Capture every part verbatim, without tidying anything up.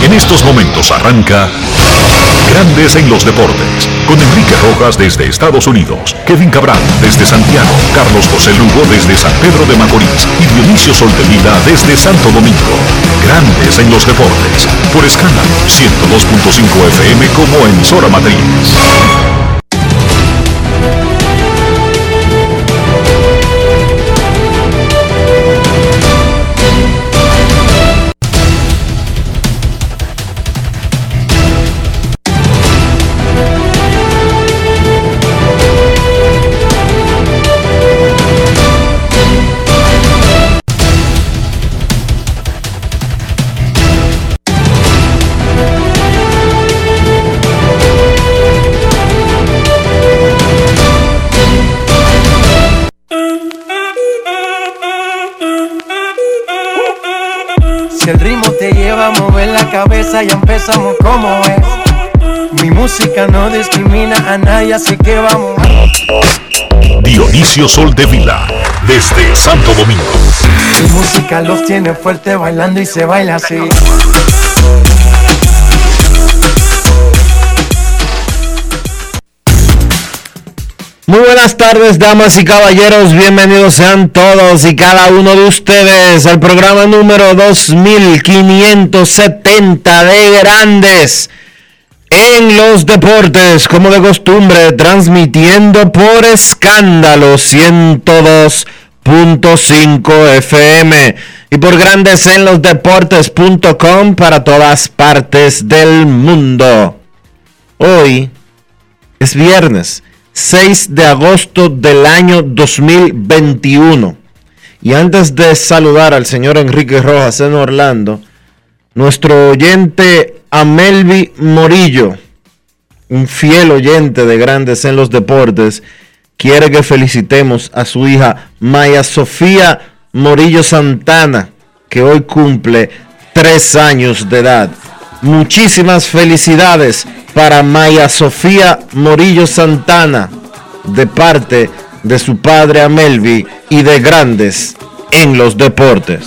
En estos momentos arranca Grandes en los Deportes, con Enrique Rojas desde Estados Unidos, Kevin Cabral desde Santiago, Carlos José Lugo desde San Pedro de Macorís y Dionisio Solterida desde Santo Domingo. Grandes en los Deportes, por Escándalo ciento dos punto cinco F M como emisora matriz. Si el ritmo te lleva a mover la cabeza, ya empezamos como es. Mi música no discrimina a nadie, así que vamos. Dionisio Soldevila, desde Santo Domingo. Mi música los tiene fuerte bailando y se baila así. Muy buenas tardes, damas y caballeros, bienvenidos sean todos y cada uno de ustedes al programa número dos mil quinientos setenta de Grandes en los Deportes, como de costumbre, transmitiendo por Escándalo ciento dos punto cinco F M y por grandes en los deportes punto com para todas partes del mundo. Hoy es viernes seis de agosto del año dos mil veintiuno. Y antes de saludar al señor Enrique Rojas en Orlando, nuestro oyente Amelvi Morillo, un fiel oyente de Grandes en los Deportes, quiere que felicitemos a su hija Maya Sofía Morillo Santana, que hoy cumple tres años de edad. Muchísimas felicidades para Maya Sofía Morillo Santana, de parte de su padre Amelvi y de Grandes en los Deportes.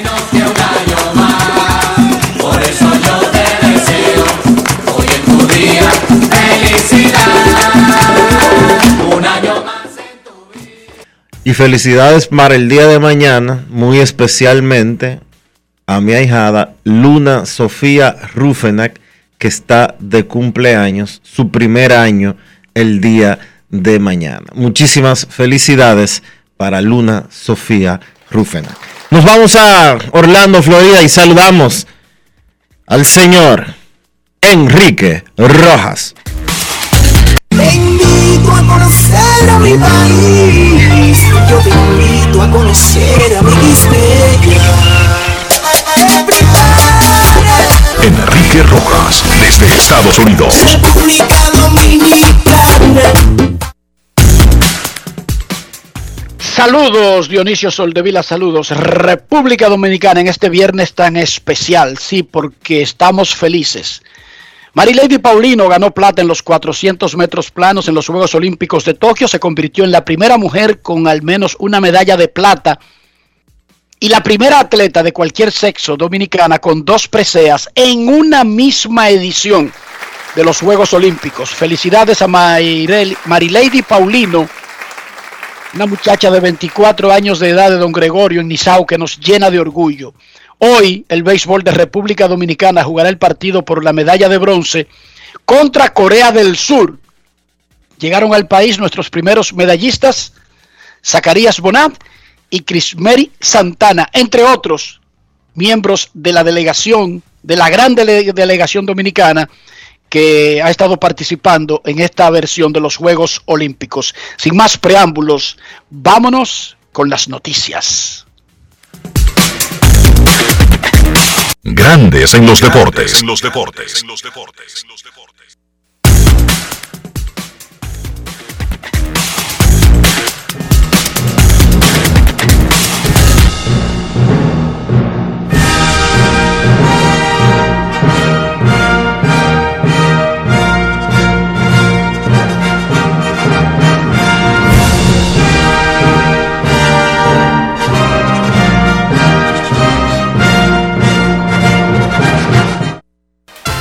Y felicidades para el día de mañana, muy especialmente a mi ahijada Luna Sofía Rufenac, que está de cumpleaños, su primer año el día de mañana. Muchísimas felicidades para Luna Sofía Rufenac. Nos vamos a Orlando, Florida, y saludamos al señor Enrique Rojas. Te invito a conocer a mi país, yo te invito a conocer a mi Enrique Rojas, desde Estados Unidos. República Dominicana. Saludos, Dionisio Soldevila, saludos. República Dominicana en este viernes tan especial, sí, porque estamos felices. Marilady Paulino ganó plata en los cuatrocientos metros planos en los Juegos Olímpicos de Tokio, se convirtió en la primera mujer con al menos una medalla de plata y la primera atleta de cualquier sexo dominicana con dos preseas en una misma edición de los Juegos Olímpicos. Felicidades a Marilady Paulino, una muchacha de veinticuatro años de edad de Don Gregorio en Nizao, que nos llena de orgullo. Hoy el béisbol de República Dominicana jugará el partido por la medalla de bronce contra Corea del Sur. Llegaron al país nuestros primeros medallistas, Zacarías Bonat y Crismeri Santana, entre otros miembros de la delegación, de la gran dele- delegación dominicana que ha estado participando en esta versión de los Juegos Olímpicos. Sin más preámbulos, vámonos con las noticias. Grandes en los Deportes. En los Deportes. En los Deportes.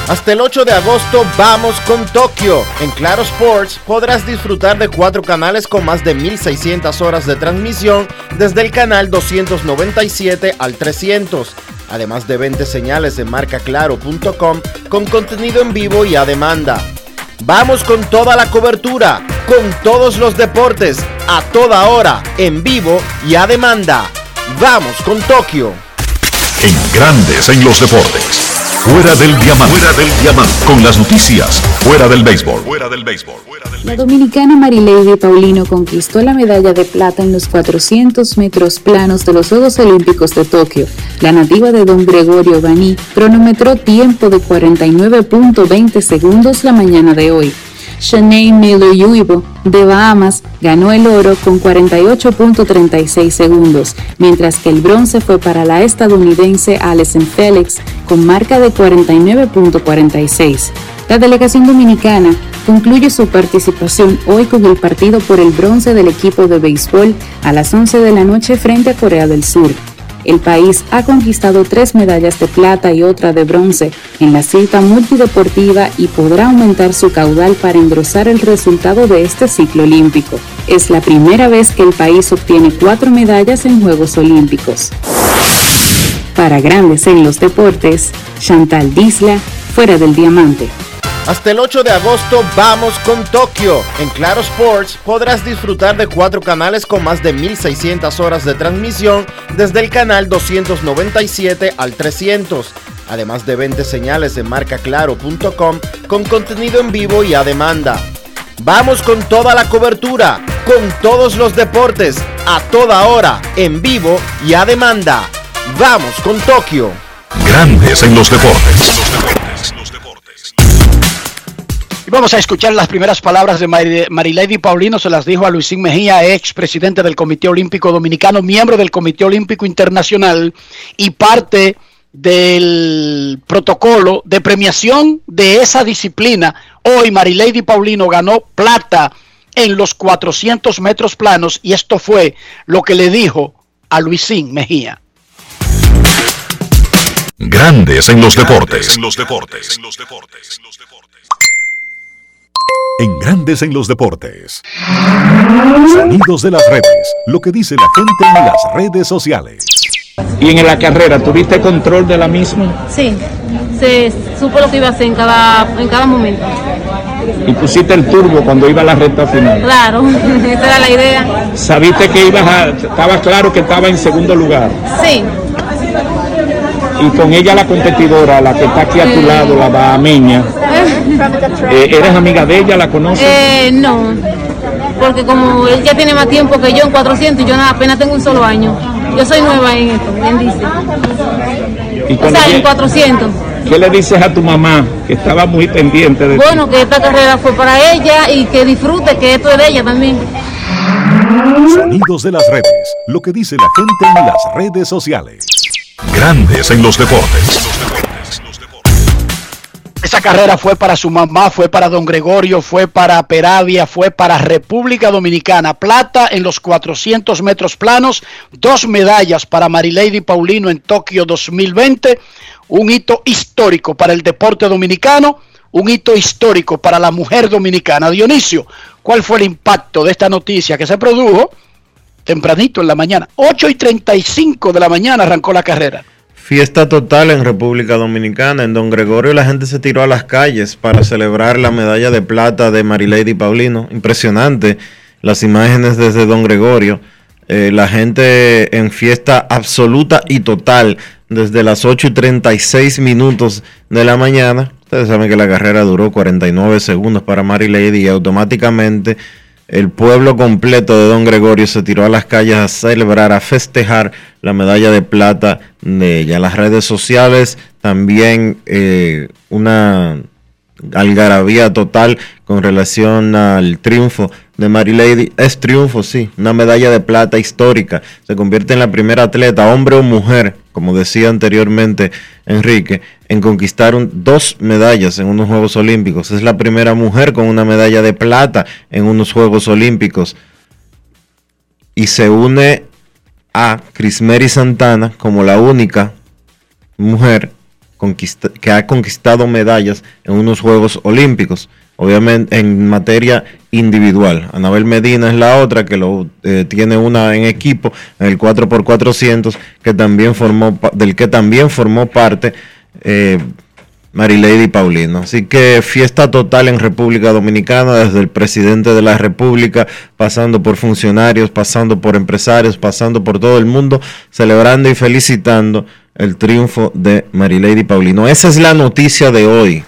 Hasta el ocho de agosto vamos con Tokio. En Claro Sports podrás disfrutar de cuatro canales con más de mil seiscientas horas de transmisión desde el canal doscientos noventa y siete al trescientos. Además de veinte señales en marca claro punto com con contenido en vivo y a demanda. Vamos con toda la cobertura, con todos los deportes, a toda hora, en vivo y a demanda. Vamos con Tokio. En Grandes en los Deportes. Fuera del diamante. Fuera del diamante. Con las noticias. Fuera del béisbol. Fuera del béisbol. Fuera del La dominicana Marilady Paulino conquistó la medalla de plata en los cuatrocientos metros planos de los Juegos Olímpicos de Tokio. La nativa de Don Gregorio Baní cronometró tiempo de cuarenta y nueve punto veinte segundos la mañana de hoy. Shanae Miller-Uibo de Bahamas ganó el oro con cuarenta y ocho punto treinta y seis segundos, mientras que el bronce fue para la estadounidense Allyson Felix con marca de cuarenta y nueve punto cuarenta y seis. La delegación dominicana concluye su participación hoy con el partido por el bronce del equipo de béisbol a las once de la noche frente a Corea del Sur. El país ha conquistado tres medallas de plata y otra de bronce en la cita multideportiva y podrá aumentar su caudal para engrosar el resultado de este ciclo olímpico. Es la primera vez que el país obtiene cuatro medallas en Juegos Olímpicos. Para Grandes en los Deportes, Chantal Disla, Fuera del Diamante. Hasta el ocho de agosto vamos con Tokio. En Claro Sports podrás disfrutar de cuatro canales con más de mil seiscientas horas de transmisión desde el canal doscientos noventa y siete al trescientos. Además de veinte señales en marca claro punto com con contenido en vivo y a demanda. Vamos con toda la cobertura, con todos los deportes, a toda hora, en vivo y a demanda. Vamos con Tokio. Grandes en los deportes. Y vamos a escuchar las primeras palabras de Marilady Paulino. Se las dijo a Luisín Mejía, ex presidente del Comité Olímpico Dominicano, miembro del Comité Olímpico Internacional y parte del protocolo de premiación de esa disciplina. Hoy Marilady Paulino ganó plata en los cuatrocientos metros planos y esto fue lo que le dijo a Luisín Mejía. Grandes en los deportes. En los deportes. En los deportes. En Grandes en los Deportes. Sonidos de las redes. Lo que dice la gente en las redes sociales. ¿Y en la carrera tuviste control de la misma? Sí, se supo lo que iba a hacer en cada, en cada momento. ¿Y pusiste el turbo cuando iba a la recta final? Claro, esa era la idea. ¿Sabiste que ibas a, estaba claro que estaba en segundo lugar? Sí. Y con ella la competidora, la que está aquí a tu lado, la bahameña, eh, ¿eres amiga de ella? ¿La conoces? Eh, no, porque como él ya tiene más tiempo que yo en cuatrocientos, yo apenas tengo un solo año. Yo soy nueva en esto, bien dice. ¿Y o sea, en cuatrocientos. ¿Qué le dices a tu mamá, que estaba muy pendiente de Bueno, ti? Que esta carrera fue para ella y que disfrute, que esto es de ella también. Sonidos de las redes. Lo que dice la gente en las redes sociales. Grandes en los deportes. Esa carrera fue para su mamá, fue para Don Gregorio, fue para Peravia, fue para República Dominicana. Plata en los cuatrocientos metros planos, dos medallas para Marilady Paulino en Tokio dos mil veinte. Un hito histórico para el deporte dominicano, un hito histórico para la mujer dominicana. Dionisio, ¿cuál fue el impacto de esta noticia que se produjo tempranito en la mañana? ocho y treinta y cinco de la mañana arrancó la carrera. Fiesta total en República Dominicana. En Don Gregorio la gente se tiró a las calles para celebrar la medalla de plata de Marilady Paulino. Impresionante las imágenes desde Don Gregorio. Eh, la gente en fiesta absoluta y total desde las ocho y treinta y seis minutos de la mañana. Ustedes saben que la carrera duró cuarenta y nueve segundos para Marilady y automáticamente el pueblo completo de Don Gregorio se tiró a las calles a celebrar, a festejar la medalla de plata de ella. En las redes sociales también eh, una algarabía total con relación al triunfo de Marilady. Es triunfo, sí, una medalla de plata histórica. Se convierte en la primera atleta, hombre o mujer, como decía anteriormente Enrique, en conquistar un, dos medallas en unos Juegos Olímpicos. Es la primera mujer con una medalla de plata en unos Juegos Olímpicos. Y se une a Crismeri Santana como la única mujer conquista, que ha conquistado medallas en unos Juegos Olímpicos, obviamente en materia individual. Anabel Medina es la otra que lo eh, tiene una en equipo, en el cuatro por cuatrocientos, que también formó, del que también formó parte eh, Marilady Paulino. Así que fiesta total en República Dominicana, desde el presidente de la República, pasando por funcionarios, pasando por empresarios, pasando por todo el mundo, celebrando y felicitando el triunfo de Marilady Paulino. Esa es la noticia de hoy.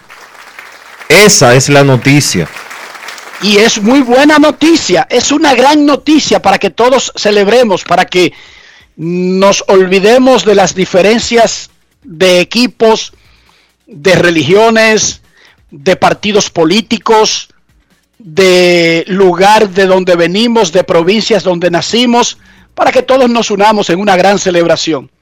Esa es la noticia. Y es muy buena noticia, es una gran noticia para que todos celebremos, para que nos olvidemos de las diferencias de equipos, de religiones, de partidos políticos, de lugar de donde venimos, de provincias donde nacimos, para que todos nos unamos en una gran celebración.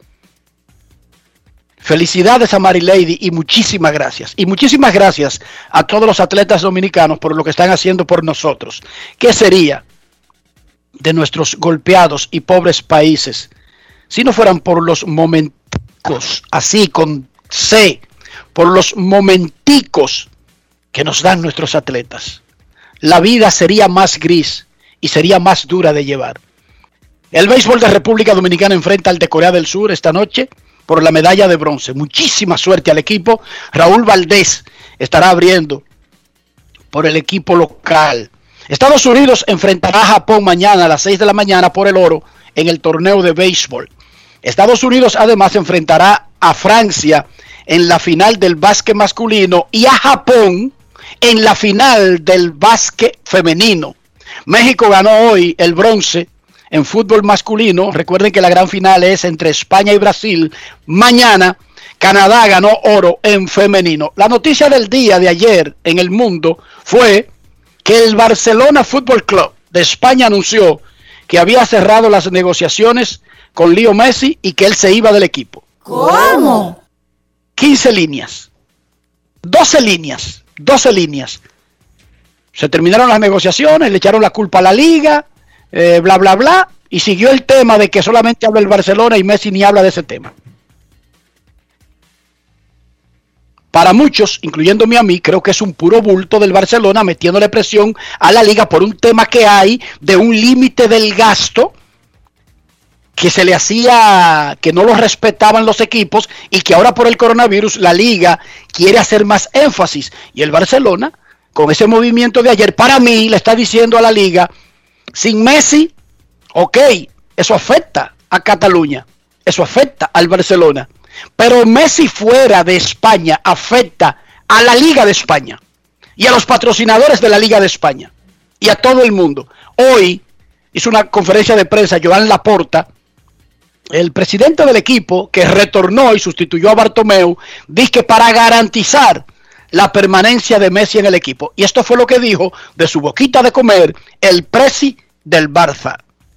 Felicidades a Marilady y muchísimas gracias. Y muchísimas gracias a todos los atletas dominicanos por lo que están haciendo por nosotros. ¿Qué sería de nuestros golpeados y pobres países si no fueran por los momenticos, así con C, por los momenticos que nos dan nuestros atletas? La vida sería más gris y sería más dura de llevar. El béisbol de República Dominicana enfrenta al de Corea del Sur esta noche por la medalla de bronce. Muchísima suerte al equipo. Raúl Valdés estará abriendo por el equipo local. Estados Unidos enfrentará a Japón mañana a las seis de la mañana por el oro en el torneo de béisbol. Estados Unidos además enfrentará a Francia en la final del básquet masculino y a Japón en la final del básquet femenino. México ganó hoy el bronce en fútbol masculino. Recuerden que la gran final es entre España y Brasil. Mañana Canadá ganó oro en femenino. La noticia del día de ayer en el mundo fue que el Barcelona Fútbol Club de España anunció que había cerrado las negociaciones con Leo Messi y que él se iba del equipo. ¿Cómo? quince líneas. doce líneas. doce líneas. Se terminaron las negociaciones, le echaron la culpa a la liga. Eh, bla bla bla, y siguió el tema de que solamente habla el Barcelona y Messi ni habla de ese tema. Para muchos, incluyéndome a mí, creo que es un puro bulto del Barcelona metiéndole presión a la liga por un tema que hay de un límite del gasto que se le hacía, que no lo respetaban los equipos y que ahora por el coronavirus la liga quiere hacer más énfasis, y el Barcelona con ese movimiento de ayer, para mí le está diciendo a la liga: sin Messi, ok, eso afecta a Cataluña, eso afecta al Barcelona, pero Messi fuera de España afecta a la Liga de España y a los patrocinadores de la Liga de España y a todo el mundo. Hoy hizo una conferencia de prensa Joan Laporta, el presidente del equipo que retornó y sustituyó a Bartomeu, dice que para garantizar la permanencia de Messi en el equipo. Y esto fue lo que dijo de su boquita de comer el presi del Barça.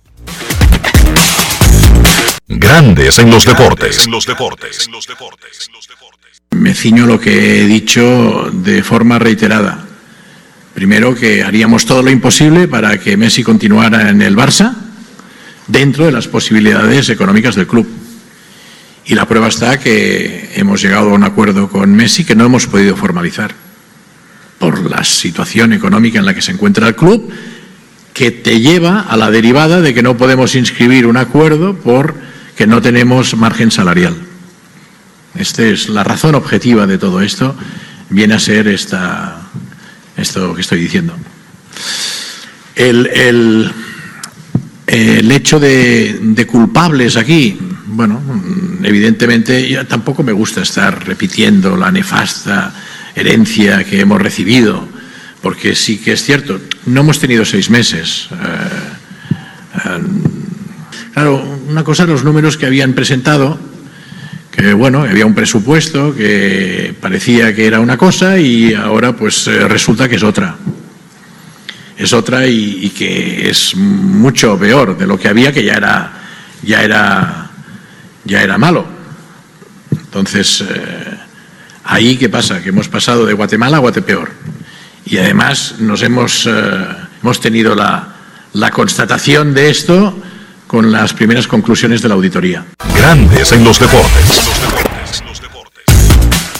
Grandes en los deportes. En los deportes. Me ciño lo que he dicho de forma reiterada. Primero, que haríamos todo lo imposible para que Messi continuara en el Barça dentro de las posibilidades económicas del club. Y la prueba está que hemos llegado a un acuerdo con Messi que no hemos podido formalizar por la situación económica en la que se encuentra el club, que te lleva a la derivada de que no podemos inscribir un acuerdo porque no tenemos margen salarial. Esta es la razón objetiva de todo esto, viene a ser esta, esto que estoy diciendo. El, el, el hecho de, de culpables aquí, bueno, evidentemente yo tampoco me gusta estar repitiendo la nefasta herencia que hemos recibido, porque sí que es cierto, no hemos tenido seis meses. Eh, eh, claro, una cosa, los números que habían presentado, que bueno, había un presupuesto que parecía que era una cosa y ahora pues eh, resulta que es otra. Es otra y, y que es mucho peor de lo que había, que ya era, ya era, ya era malo. Entonces, eh, ahí ¿qué pasa? Que hemos pasado de Guatemala a Guatepeor. Y además nos hemos, eh, hemos tenido la, la constatación de esto con las primeras conclusiones de la auditoría. Grandes en los deportes.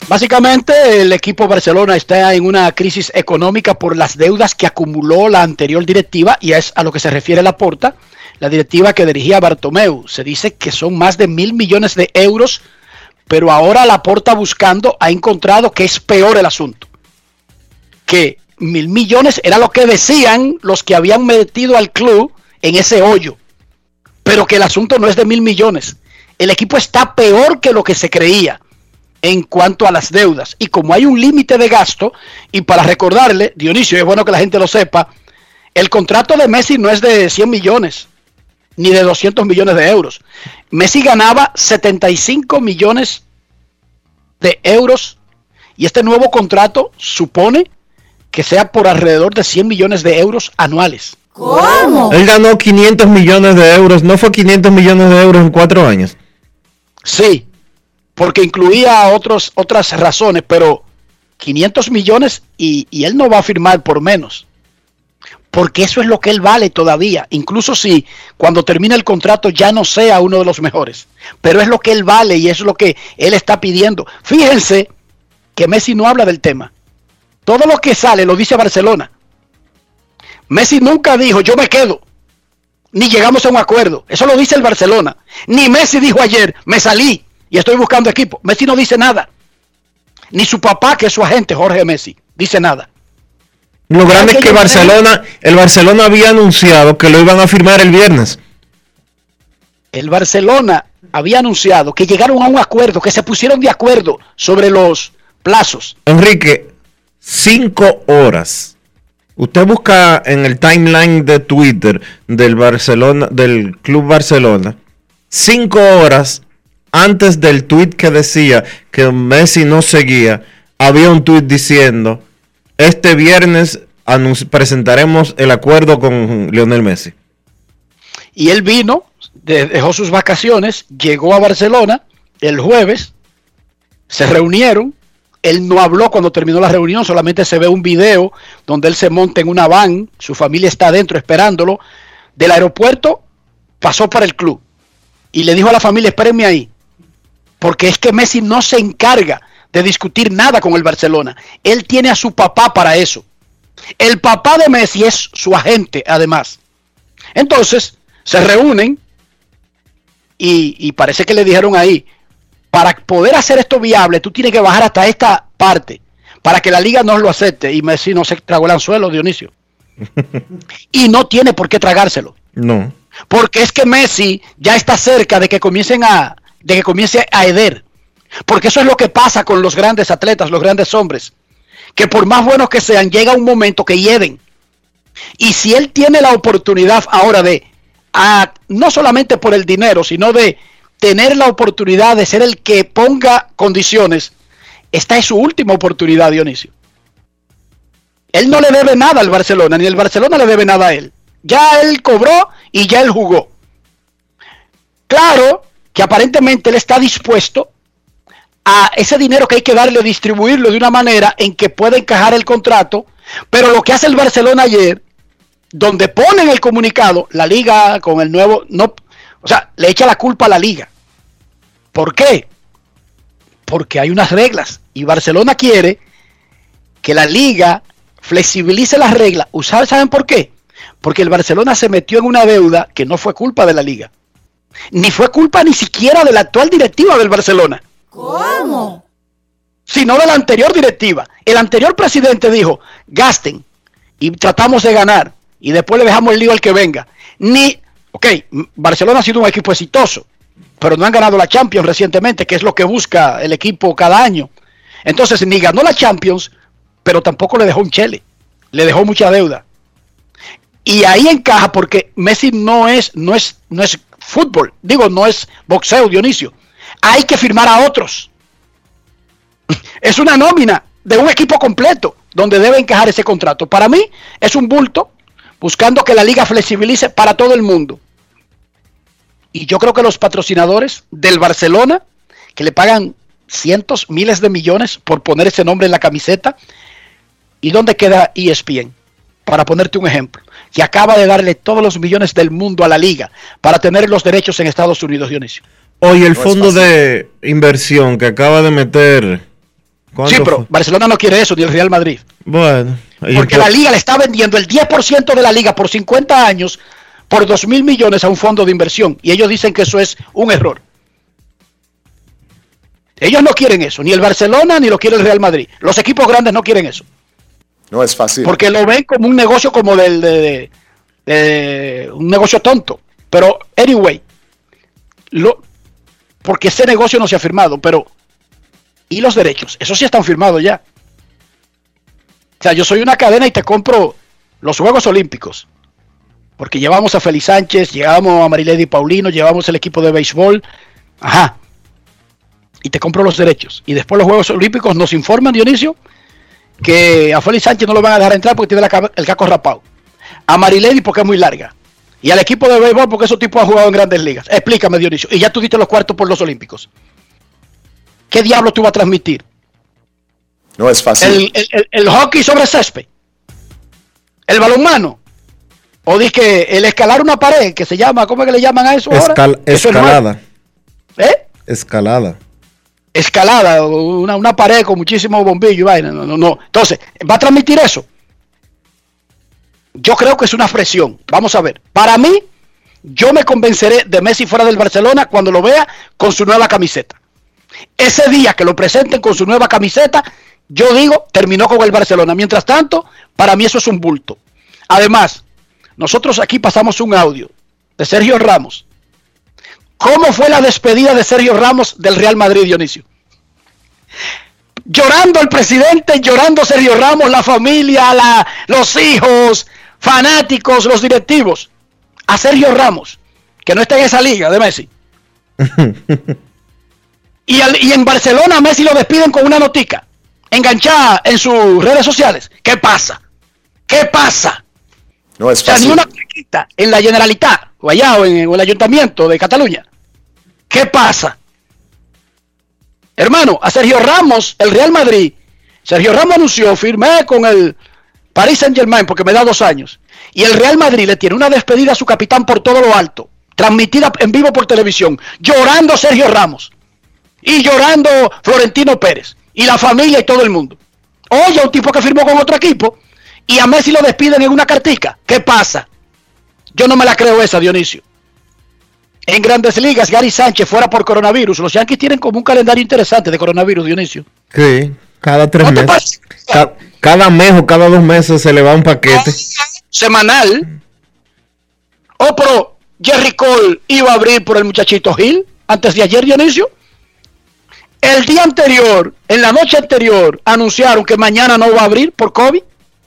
Básicamente el equipo Barcelona está en una crisis económica por las deudas que acumuló la anterior directiva, y es a lo que se refiere Laporta, la directiva que dirigía Bartomeu. Se dice que son más de mil millones de euros, pero ahora Laporta buscando ha encontrado que es peor el asunto. Que mil millones era lo que decían los que habían metido al club en ese hoyo, pero que el asunto no es de mil millones. El equipo está peor que lo que se creía en cuanto a las deudas, y como hay un límite de gasto, y para recordarle, Dionisio, es bueno que la gente lo sepa, el contrato de Messi no es de cien millones, ni de doscientos millones de euros. Messi ganaba setenta y cinco millones de euros, y este nuevo contrato supone que sea por alrededor de cien millones de euros anuales. ¿Cómo? Él ganó quinientos millones de euros, ¿no fue quinientos millones de euros en cuatro años? Sí, porque incluía otros, otras razones, pero quinientos millones y, y él no va a firmar por menos, porque eso es lo que él vale todavía, incluso si cuando termine el contrato ya no sea uno de los mejores, pero es lo que él vale y es lo que él está pidiendo. Fíjense que Messi no habla del tema, todo lo que sale lo dice Barcelona. Messi nunca dijo yo me quedo, ni llegamos a un acuerdo, eso lo dice el Barcelona. Ni Messi dijo ayer me salí y estoy buscando equipo. Messi no dice nada. Ni su papá, que es su agente, Jorge Messi, dice nada. Lo grande es que Barcelona, el Barcelona había anunciado que lo iban a firmar el viernes. El Barcelona había anunciado que llegaron a un acuerdo, que se pusieron de acuerdo sobre los plazos. Enrique, cinco horas. Usted busca en el timeline de Twitter del Barcelona, del Club Barcelona, cinco horas antes del tweet que decía que Messi no seguía, había un tweet diciendo: este viernes anunci- presentaremos el acuerdo con Lionel Messi. Y él vino, de- dejó sus vacaciones, llegó a Barcelona el jueves, se reunieron, él no habló cuando terminó la reunión, solamente se ve un video donde él se monta en una van, su familia está adentro esperándolo, del aeropuerto pasó para el club y le dijo a la familia: espérenme ahí, porque es que Messi no se encarga de discutir nada con el Barcelona. Él tiene a su papá para eso. El papá de Messi es su agente, además. Entonces, se reúnen y, y parece que le dijeron ahí: para poder hacer esto viable, tú tienes que bajar hasta esta parte, para que la liga no lo acepte. Y Messi no se tragó el anzuelo, Dionisio. Y no tiene por qué tragárselo. No. Porque es que Messi ya está cerca de que comiencen a... de que comience a heder, porque eso es lo que pasa con los grandes atletas, los grandes hombres, que por más buenos que sean, llega un momento que hieden, y si él tiene la oportunidad ahora de, a, no solamente por el dinero, sino de tener la oportunidad de ser el que ponga condiciones, esta es su última oportunidad, Dionisio. Él no le debe nada al Barcelona, ni el Barcelona le debe nada a él, ya él cobró y ya él jugó. Claro que aparentemente él está dispuesto a ese dinero que hay que darle, distribuirlo de una manera en que pueda encajar el contrato, pero lo que hace el Barcelona ayer, donde ponen el comunicado, la liga con el nuevo, no, o sea, le echa la culpa a la liga. ¿Por qué? Porque hay unas reglas y Barcelona quiere que la liga flexibilice las reglas. ¿Saben por qué? Porque el Barcelona se metió en una deuda que no fue culpa de la liga. Ni fue culpa ni siquiera de la actual directiva del Barcelona. ¿Cómo? Sino de la anterior directiva. El anterior presidente dijo: gasten y tratamos de ganar y después le dejamos el lío al que venga. Ni, ok, Barcelona ha sido un equipo exitoso, pero no han ganado la Champions recientemente, que es lo que busca el equipo cada año. Entonces ni ganó la Champions, pero tampoco le dejó un chele, le dejó mucha deuda. Y ahí encaja porque Messi no es, no es, no es fútbol, digo, no es boxeo, Dionisio. Hay que firmar a otros. Es una nómina de un equipo completo donde debe encajar ese contrato. Para mí es un bulto, buscando que la liga flexibilice para todo el mundo. Y yo creo que los patrocinadores del Barcelona, que le pagan cientos, miles de millones por poner ese nombre en la camiseta, ¿y dónde queda E S P N? Para ponerte un ejemplo, que acaba de darle todos los millones del mundo a la liga para tener los derechos en Estados Unidos, Dionisio. Hoy el fondo de inversión que acaba de meter Sí, pero fue? Barcelona no quiere eso, ni el Real Madrid. Bueno. Porque por... la liga le está vendiendo el diez por ciento de la liga por cincuenta años por dos mil millones a un fondo de inversión. Y ellos dicen que eso es un error. Ellos no quieren eso, ni el Barcelona ni lo quiere el Real Madrid. Los equipos grandes no quieren eso. No es fácil. Porque lo ven como un negocio como del de, de, de, un negocio tonto. Pero, anyway, lo, porque ese negocio no se ha firmado, pero ¿y los derechos? Eso sí están firmados ya. O sea, yo soy una cadena y te compro los Juegos Olímpicos. Porque llevamos a Félix Sánchez, llevamos a Marilady Paulino, llevamos el equipo de béisbol. Ajá. Y te compro los derechos. Y después los Juegos Olímpicos nos informan, Dionisio, que a Félix Sánchez no lo van a dejar entrar porque tiene la, el caco rapado. A Marilady porque es muy larga. Y al equipo de béisbol porque esos tipos han jugado en grandes ligas. Explícame, Dionisio. Y ya tú diste los cuartos por los Olímpicos. ¿Qué diablo tú vas a transmitir? No es fácil. El, el, el, el hockey sobre césped. El balonmano. O dices que el escalar una pared, que se llama, ¿cómo es que le llaman a eso Escal, ahora? Escalada. Eso es ¿Eh? Escalada. Escalada, una, una pared con muchísimos bombillos y vaina. No, no, no. Entonces, ¿va a transmitir eso? Yo creo que es una presión. Vamos a ver. Para mí, yo me convenceré de Messi fuera del Barcelona cuando lo vea con su nueva camiseta. Ese día que lo presenten con su nueva camiseta, yo digo, terminó con el Barcelona. Mientras tanto, para mí eso es un bulto. Además, nosotros aquí pasamos un audio de Sergio Ramos. ¿Cómo fue la despedida de Sergio Ramos del Real Madrid, Dionisio? Llorando el presidente, llorando Sergio Ramos, la familia, la, los hijos, fanáticos, los directivos. A Sergio Ramos, que no está en esa liga de Messi. y, al, y en Barcelona Messi lo despiden con una notica enganchada en sus redes sociales. ¿Qué pasa? ¿Qué pasa? No es fácil. O sea, ni una plaquita en la Generalitat o allá o en, o en el Ayuntamiento de Cataluña. ¿Qué pasa? Hermano, a Sergio Ramos, el Real Madrid, Sergio Ramos anunció, firmé con el Paris Saint-Germain porque me da dos años. Y el Real Madrid le tiene una despedida a su capitán por todo lo alto, transmitida en vivo por televisión, llorando Sergio Ramos y llorando Florentino Pérez y la familia y todo el mundo. Oye, un tipo que firmó con otro equipo y a Messi lo despiden en una cartica. ¿Qué pasa? Yo no me la creo esa, Dionisio. En Grandes Ligas, Gary Sánchez fuera por coronavirus. Los Yankees tienen como un calendario interesante de coronavirus, Dionisio. Sí, cada tres ¿No meses. Ca cada mes o cada dos meses se le va un paquete. Semanal. Oh, pero Jerry Cole iba a abrir por el muchachito Hill antes de ayer, Dionisio. El día anterior, en la noche anterior, anunciaron que mañana no va a abrir por COVID.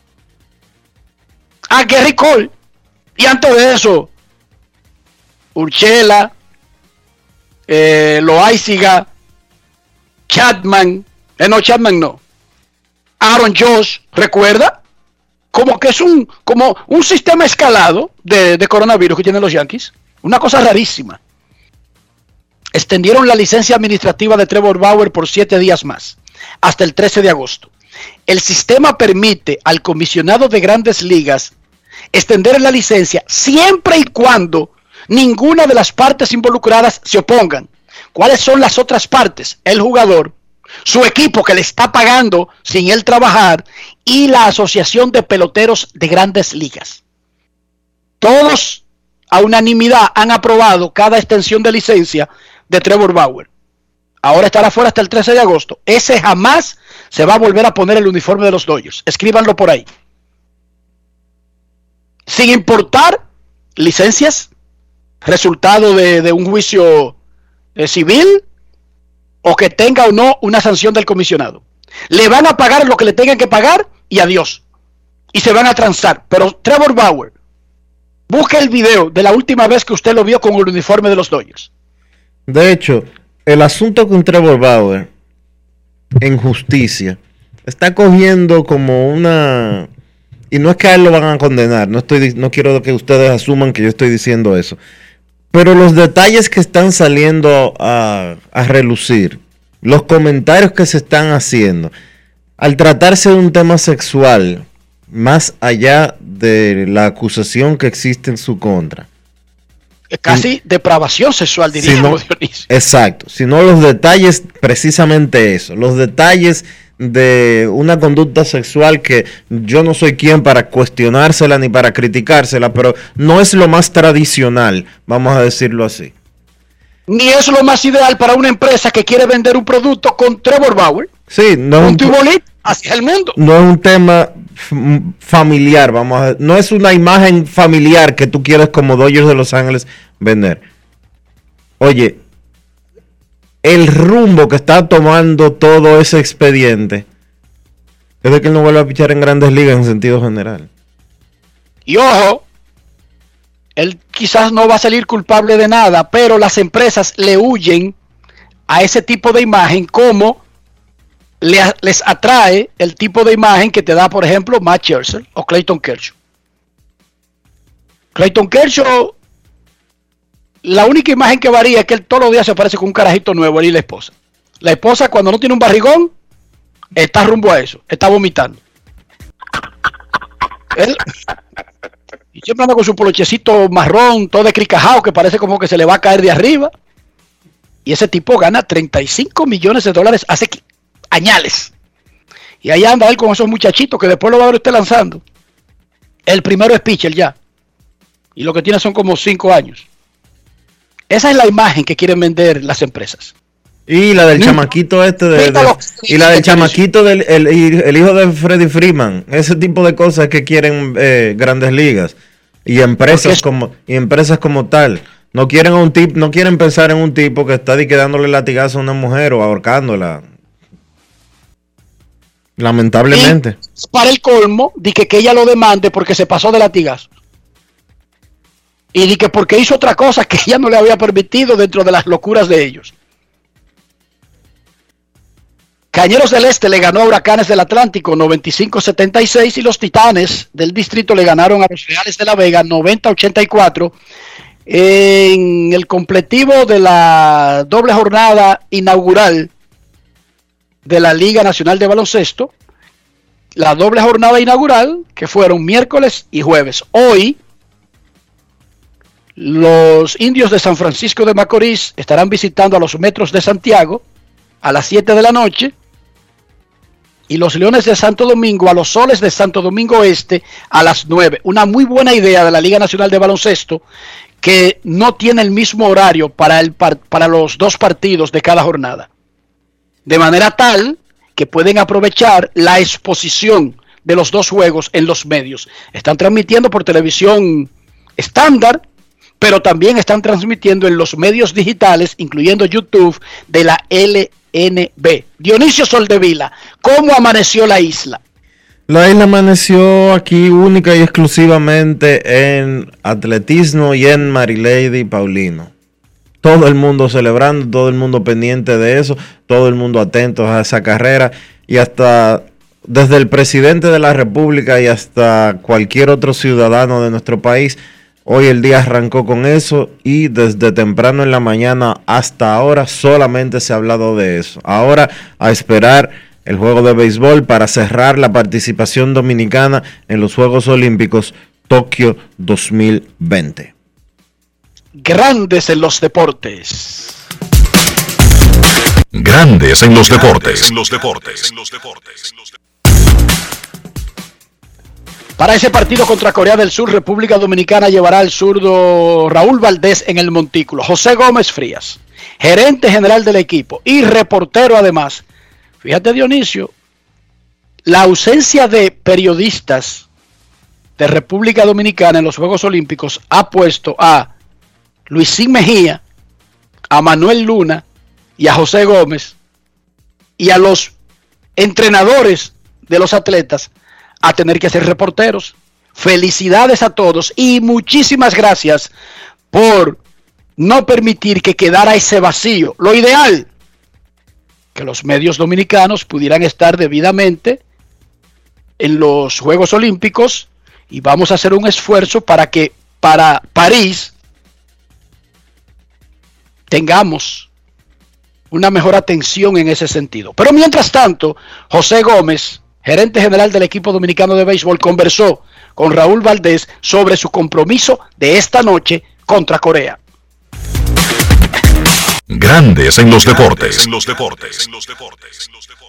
A Jerry Cole. Y antes de eso, Urshela, eh, Loaiziga, Chapman, eh, no, Chapman no, Aaron Josh, ¿recuerda? Como que es un, como un sistema escalado de, de coronavirus que tienen los Yankees. Una cosa rarísima. Extendieron la licencia administrativa de Trevor Bauer por siete días más, hasta el trece de agosto. El sistema permite al comisionado de Grandes Ligas extender la licencia siempre y cuando ninguna de las partes involucradas se opongan. ¿Cuáles son las otras partes? El jugador, su equipo que le está pagando sin él trabajar y la Asociación de Peloteros de Grandes Ligas. Todos a unanimidad han aprobado cada extensión de licencia de Trevor Bauer. Ahora estará fuera hasta el trece de agosto. Ese jamás se va a volver a poner el uniforme de los Dodgers. Escríbanlo por ahí. Sin importar licencias, resultado de, de un juicio eh, civil o que tenga o no una sanción del comisionado. Le van a pagar lo que le tengan que pagar y adiós. Y se van a transar. Pero Trevor Bauer, busque el video de la última vez que usted lo vio con el uniforme de los Dodgers. De hecho, el asunto con Trevor Bauer en justicia está cogiendo como una... Y no es que a él lo van a condenar, no estoy, no quiero que ustedes asuman que yo estoy diciendo eso. Pero los detalles que están saliendo a, a relucir, los comentarios que se están haciendo, al tratarse de un tema sexual, más allá de la acusación que existe en su contra, casi depravación sexual, diríamos, si no, Dionisio. Exacto, sino los detalles, precisamente eso, los detalles de una conducta sexual que yo no soy quien para cuestionársela ni para criticársela, pero no es lo más tradicional, vamos a decirlo así. Ni es lo más ideal para una empresa que quiere vender un producto con Trevor Bauer. Sí, no un tibolín hacia el mundo. No es un tema familiar, vamos a, no es una imagen familiar que tú quieres como Dodgers de Los Ángeles vender. Oye, el rumbo que está tomando todo ese expediente es de que él no vuelva a pichar en Grandes Ligas en sentido general. Y ojo, él quizás no va a salir culpable de nada, pero las empresas le huyen a ese tipo de imagen como le, les atrae el tipo de imagen que te da, por ejemplo, Matt Scherzer o Clayton Kershaw. Clayton Kershaw, la única imagen que varía es que él todos los días se aparece con un carajito nuevo, él y la esposa. La esposa, cuando no tiene un barrigón, está rumbo a eso, está vomitando. Él, y siempre anda con su polochecito marrón, todo descricajado, que parece como que se le va a caer de arriba. Y ese tipo gana treinta y cinco millones de dólares hace añales. Y ahí anda él con esos muchachitos que después lo va a ver usted lanzando. El primero es pitcher ya. Y lo que tiene son como cinco años. Esa es la imagen que quieren vender las empresas. Y la del chamaquito este de, de, y la del chamaquito del el, el hijo de Freddie Freeman, ese tipo de cosas que quieren eh, Grandes Ligas y empresas es, como y empresas como tal. No quieren a un tipo, no quieren pensar en un tipo que está di, que dándole latigazo a una mujer o ahorcándola. Lamentablemente. Y para el colmo, di que, que ella lo demande porque se pasó de latigazo. Y di que porque hizo otra cosa que ella no le había permitido dentro de las locuras de ellos. Cañeros del Este le ganó a Huracanes del Atlántico noventa y cinco a setenta y seis y los Titanes del Distrito le ganaron a los Reales de la Vega noventa a ochenta y cuatro en el completivo de la doble jornada inaugural de la Liga Nacional de Baloncesto. La doble jornada inaugural que fueron miércoles y jueves. Hoy los Indios de San Francisco de Macorís estarán visitando a los Metros de Santiago a las siete de la noche. Y los Leones de Santo Domingo a los Soles de Santo Domingo Este a las nueve. Una muy buena idea de la Liga Nacional de Baloncesto que no tiene el mismo horario para, el, para los dos partidos de cada jornada. De manera tal que pueden aprovechar la exposición de los dos juegos en los medios. Están transmitiendo por televisión estándar, pero también están transmitiendo en los medios digitales, incluyendo YouTube, de la L N B. Dionisio Soldevila, ¿cómo amaneció la isla? La isla amaneció aquí única y exclusivamente en atletismo y en Marilady Paulino. Todo el mundo celebrando, todo el mundo pendiente de eso, todo el mundo atento a esa carrera y hasta desde el presidente de la República y hasta cualquier otro ciudadano de nuestro país. Hoy el día arrancó con eso y desde temprano en la mañana hasta ahora solamente se ha hablado de eso. Ahora a esperar el juego de béisbol para cerrar la participación dominicana en los Juegos Olímpicos Tokio dos mil veinte. Grandes en los deportes. Grandes en los deportes. En los deportes. En los deportes. Para ese partido contra Corea del Sur, República Dominicana llevará al zurdo Raúl Valdés en el montículo. José Gómez Frías, gerente general del equipo y reportero además. Fíjate, Dionisio, la ausencia de periodistas de República Dominicana en los Juegos Olímpicos ha puesto a Luisín Mejía, a Manuel Luna y a José Gómez y a los entrenadores de los atletas a tener que ser reporteros. Felicidades a todos y muchísimas gracias por no permitir que quedara ese vacío. Lo ideal, que los medios dominicanos pudieran estar debidamente en los Juegos Olímpicos y vamos a hacer un esfuerzo para que para París tengamos una mejor atención en ese sentido. Pero mientras tanto, José Gómez, gerente general del equipo dominicano de béisbol, conversó con Raúl Valdés sobre su compromiso de esta noche contra Corea. Grandes en los deportes. En los deportes. En los deportes.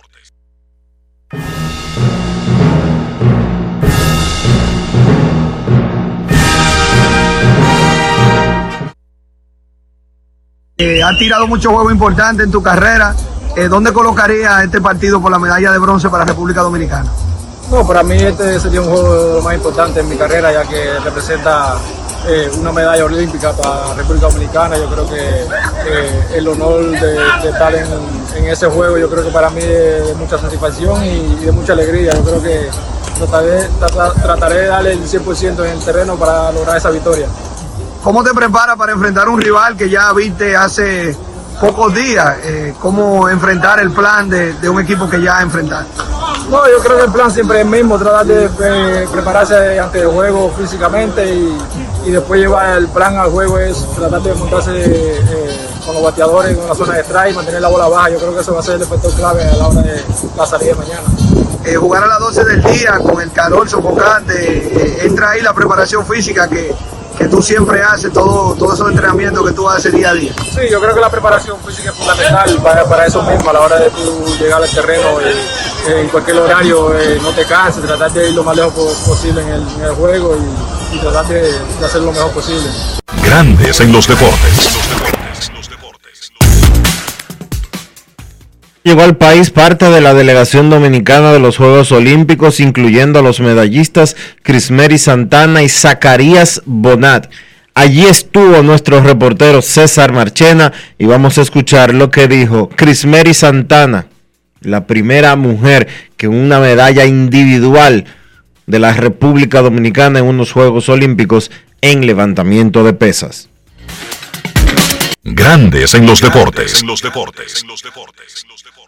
Eh, has tirado muchos juegos importantes en tu carrera. Eh, ¿Dónde colocaría este partido por la medalla de bronce para República Dominicana? No, para mí este sería un juego más importante en mi carrera, ya que representa eh, una medalla olímpica para República Dominicana. Yo creo que eh, el honor de, de estar en, en ese juego, yo creo que para mí es de mucha satisfacción y, y de mucha alegría. Yo creo que trataré, trataré de darle el cien por ciento en el terreno para lograr esa victoria. ¿Cómo te preparas para enfrentar a un rival que ya viste hace pocos días? Eh, ¿Cómo enfrentar el plan de, de un equipo que ya ha enfrentado? No, yo creo que el plan siempre es el mismo, tratar de eh, prepararse ante el juego físicamente y, y después llevar el plan al juego es tratar de montarse eh, con los bateadores en una zona de strike, mantener la bola baja. Yo creo que eso va a ser el efecto clave a la hora de la salida de mañana. Eh, jugar a las doce del día con el calor sofocante, eh, entra ahí la preparación física que, que tú siempre haces, todo, todos esos entrenamientos que tú haces día a día. Sí, yo creo que la preparación física es fundamental para, para eso mismo, a la hora de tú llegar al terreno, eh, eh, en cualquier horario, eh, no te canses, tratar de ir lo más lejos posible en el, en el juego y, y tratar de, de hacer lo mejor posible. Grandes en los deportes. Llegó al país parte de la delegación dominicana de los Juegos Olímpicos, incluyendo a los medallistas Crismery Santana y Zacarías Bonat. Allí estuvo nuestro reportero César Marchena y vamos a escuchar lo que dijo Crismery Santana, la primera mujer que una medalla individual de la República Dominicana en unos Juegos Olímpicos en levantamiento de pesas. Grandes en los deportes. En los deportes. En los deportes.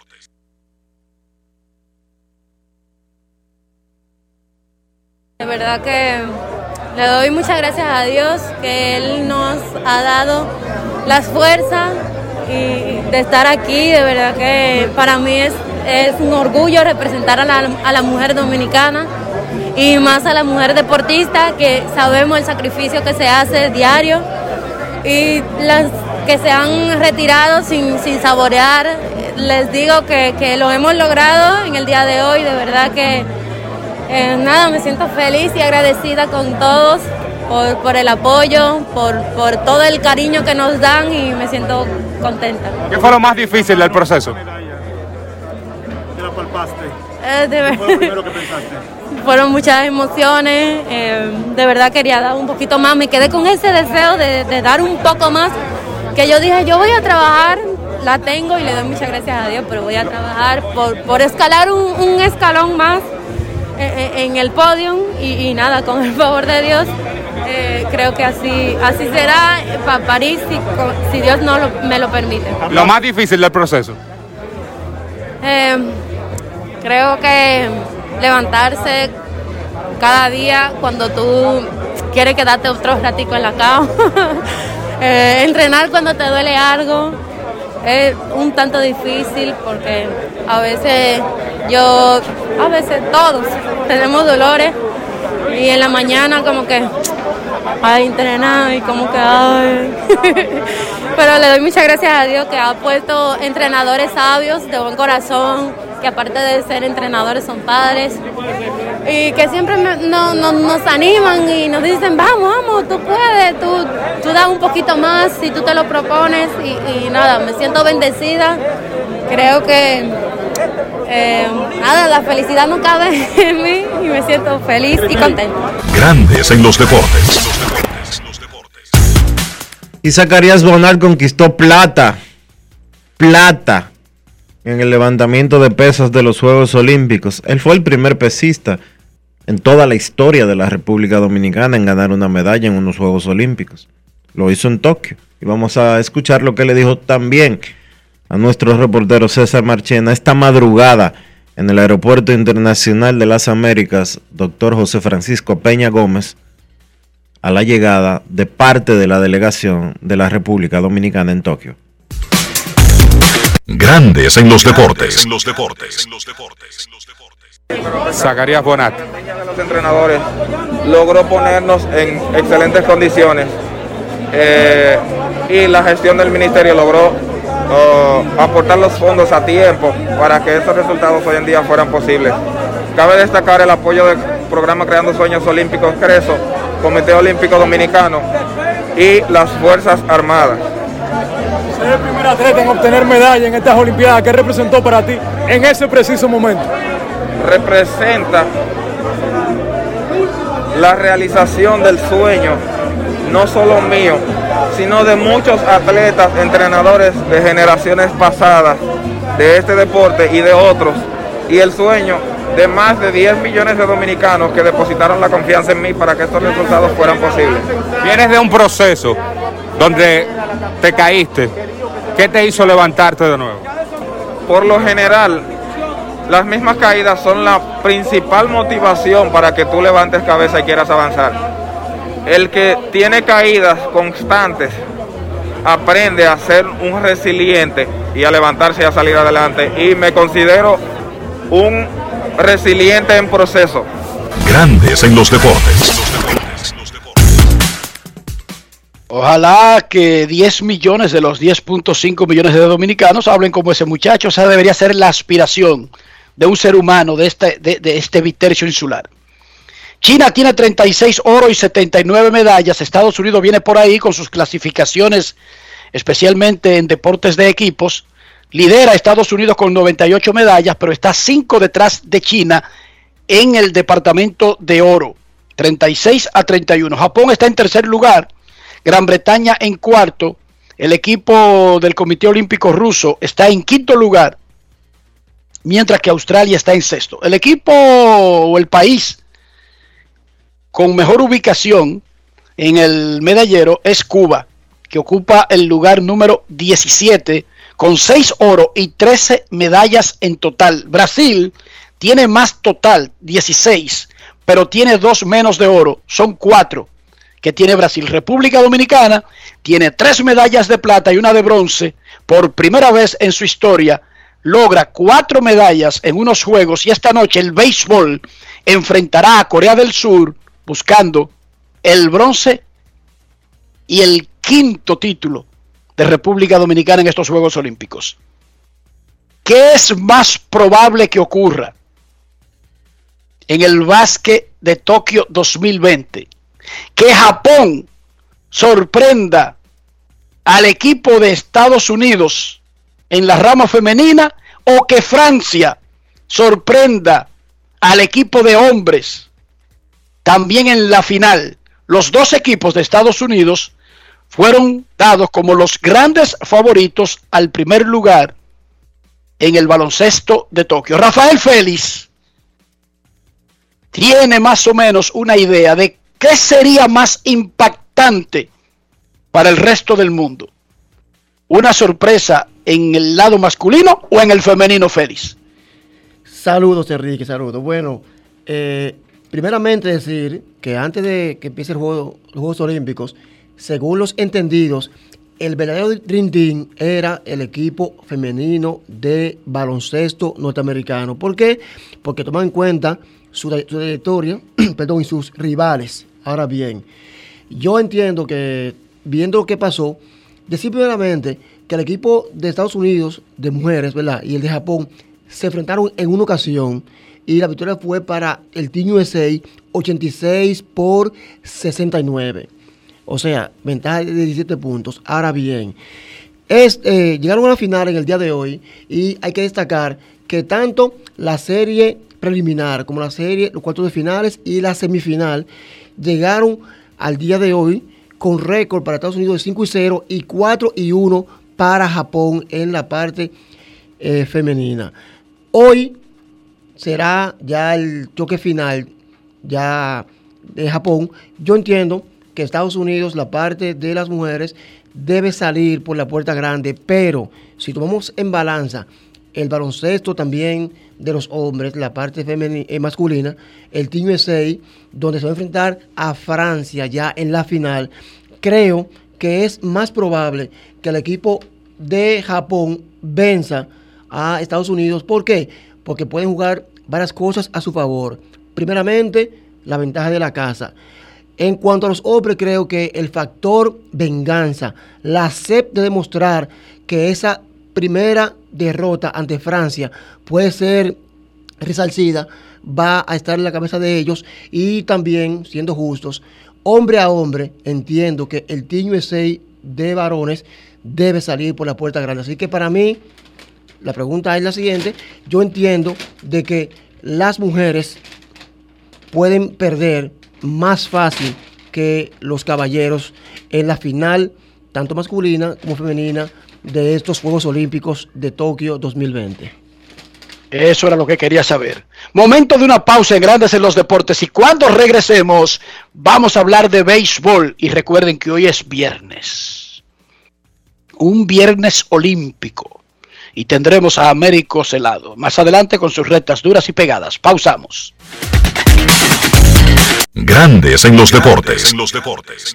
De verdad que le doy muchas gracias a Dios que Él nos ha dado las fuerzas y de estar aquí. De verdad que para mí es, es un orgullo representar a la, a la mujer dominicana y más a la mujer deportista, que sabemos el sacrificio que se hace diario y las que se han retirado sin, sin saborear. Les digo que, que lo hemos logrado en el día de hoy. De verdad que Eh, nada, me siento feliz y agradecida con todos por, por el apoyo, por, por todo el cariño que nos dan y me siento contenta. ¿Qué fue lo más difícil del proceso? ¿Te la palpaste? Eh, de ¿Qué fue lo primero que pensaste? Fueron muchas emociones, eh, de verdad quería dar un poquito más, me quedé con ese deseo de, de dar un poco más, que yo dije, yo voy a trabajar, la tengo y le doy muchas gracias a Dios, pero voy a trabajar por, por escalar un, un escalón más en el podio y, y nada, con el favor de Dios, eh, creo que así así será para París si, si Dios no lo, me lo permite. Lo más difícil del proceso. Eh, creo que levantarse cada día cuando tú quieres quedarte otro ratico en la cama, eh, entrenar cuando te duele algo. Es un tanto difícil porque a veces yo, a veces todos tenemos dolores y en la mañana como que ay, entrenar y como que ay. Pero le doy muchas gracias a Dios que ha puesto entrenadores sabios de buen corazón, que aparte de ser entrenadores son padres y que siempre me, no, no, nos animan y nos dicen vamos, vamos, tú puedes, tú, tú das un poquito más si tú te lo propones y, y nada, me siento bendecida, creo que eh, nada, la felicidad no cabe en mí y me siento feliz y contenta. Grandes en los deportes. Y Zacarías Bonat conquistó plata, plata en el levantamiento de pesas de los Juegos Olímpicos. Él fue el primer pesista en toda la historia de la República Dominicana en ganar una medalla en unos Juegos Olímpicos. Lo hizo en Tokio. Y vamos a escuchar lo que le dijo también a nuestro reportero César Marchena esta madrugada en el Aeropuerto Internacional de las Américas, doctor José Francisco Peña Gómez, a la llegada de parte de la delegación de la República Dominicana en Tokio. Grandes en los deportes. En los deportes. En los deportes. Zacarías Bonat. De los entrenadores logró ponernos en excelentes condiciones eh, y la gestión del ministerio logró uh, aportar los fondos a tiempo para que estos resultados hoy en día fueran posibles. Cabe destacar el apoyo del programa Creando Sueños Olímpicos CRESO, Comité Olímpico Dominicano y las Fuerzas Armadas. Ser el primer atleta en obtener medalla en estas Olimpiadas, ¿qué representó para ti en ese preciso momento? Representa la realización del sueño, no solo mío, sino de muchos atletas, entrenadores de generaciones pasadas de este deporte y de otros, y el sueño de más de diez millones de dominicanos que depositaron la confianza en mí para que estos resultados fueran posibles. Vienes de un proceso donde te caíste. ¿Qué te hizo levantarte de nuevo? Por lo general, las mismas caídas son la principal motivación para que tú levantes cabeza y quieras avanzar. El que tiene caídas constantes aprende a ser un resiliente y a levantarse y a salir adelante. Y me considero un resiliente en proceso. Grandes en los deportes. Ojalá que diez millones de los diez punto cinco millones de dominicanos hablen como ese muchacho. Esa debería ser la aspiración de un ser humano de este, de, de este bitercio insular. China tiene treinta y seis oro y setenta y nueve medallas. Estados Unidos viene por ahí con sus clasificaciones, especialmente en deportes de equipos. Lidera Estados Unidos con noventa y ocho medallas, pero está cinco detrás de China en el departamento de oro. treinta y seis a treinta y uno. Japón está en tercer lugar. Gran Bretaña en cuarto. El equipo del Comité Olímpico Ruso está en quinto lugar, mientras que Australia está en sexto. El equipo o el país con mejor ubicación en el medallero es Cuba, que ocupa el lugar número diecisiete con seis oro y trece medallas en total. Brasil tiene más total, dieciséis, pero tiene dos menos de oro, son cuatro que tiene Brasil. República Dominicana tiene tres medallas de plata y una de bronce. Por primera vez en su historia logra cuatro medallas en unos juegos, y esta noche el béisbol enfrentará a Corea del Sur buscando el bronce y el quinto título de República Dominicana en estos Juegos Olímpicos. ¿Qué es más probable que ocurra en el básquet de Tokio dos mil veinte? ¿Que Japón sorprenda al equipo de Estados Unidos en la rama femenina, o que Francia sorprenda al equipo de hombres también en la final? Los dos equipos de Estados Unidos fueron dados como los grandes favoritos al primer lugar en el baloncesto de Tokio. Rafael Félix tiene más o menos una idea de qué sería más impactante para el resto del mundo. ¿Una sorpresa en el lado masculino o en el femenino, Félix? Saludos, Enrique, saludos. Bueno, eh, primeramente decir que antes de que empiece el juego, los Juegos Olímpicos, según los entendidos, el verdadero Dream Team era el equipo femenino de baloncesto norteamericano. ¿Por qué? Porque toman en cuenta su, su trayectoria, perdón, y sus rivales. Ahora bien, yo entiendo que, viendo lo que pasó, decir primeramente que el equipo de Estados Unidos de mujeres, ¿verdad?, y el de Japón se enfrentaron en una ocasión y la victoria fue para el Team U S A ochenta y seis por sesenta y nueve. O sea, ventaja de diecisiete puntos. Ahora bien, es, eh, llegaron a la final en el día de hoy y hay que destacar que tanto la serie preliminar como la serie, los cuartos de finales y la semifinal llegaron al día de hoy con récord para Estados Unidos de cinco y cero y cuatro y uno para Japón en la parte eh, femenina. Hoy será ya el choque final ya de Japón. Yo entiendo que Estados Unidos, la parte de las mujeres, debe salir por la puerta grande, pero si tomamos en balanza el baloncesto también de los hombres, la parte femenina, eh, masculina, el Team U S A, donde se va a enfrentar a Francia ya en la final, creo que es más probable que el equipo de Japón venza a Estados Unidos. ¿Por qué? Porque pueden jugar varias cosas a su favor. Primeramente, la ventaja de la casa. En cuanto a los hombres, creo que el factor venganza, la sed de demostrar que esa primera derrota ante Francia puede ser resarcida, va a estar en la cabeza de ellos. Y también, siendo justos, hombre a hombre, entiendo que el Team U S A de varones debe salir por la puerta grande. Así que para mí, la pregunta es la siguiente. Yo entiendo de que las mujeres pueden perder más fácil que los caballeros en la final, tanto masculina como femenina, de estos Juegos Olímpicos de Tokio dos mil veinte. Eso era lo que quería saber. Momento de una pausa en Grandes en los Deportes, y cuando regresemos vamos a hablar de béisbol. Y recuerden que hoy es viernes, un viernes olímpico, y tendremos a Américo Celado más adelante con sus rectas duras y pegadas. Pausamos. Grandes en los deportes. En los deportes.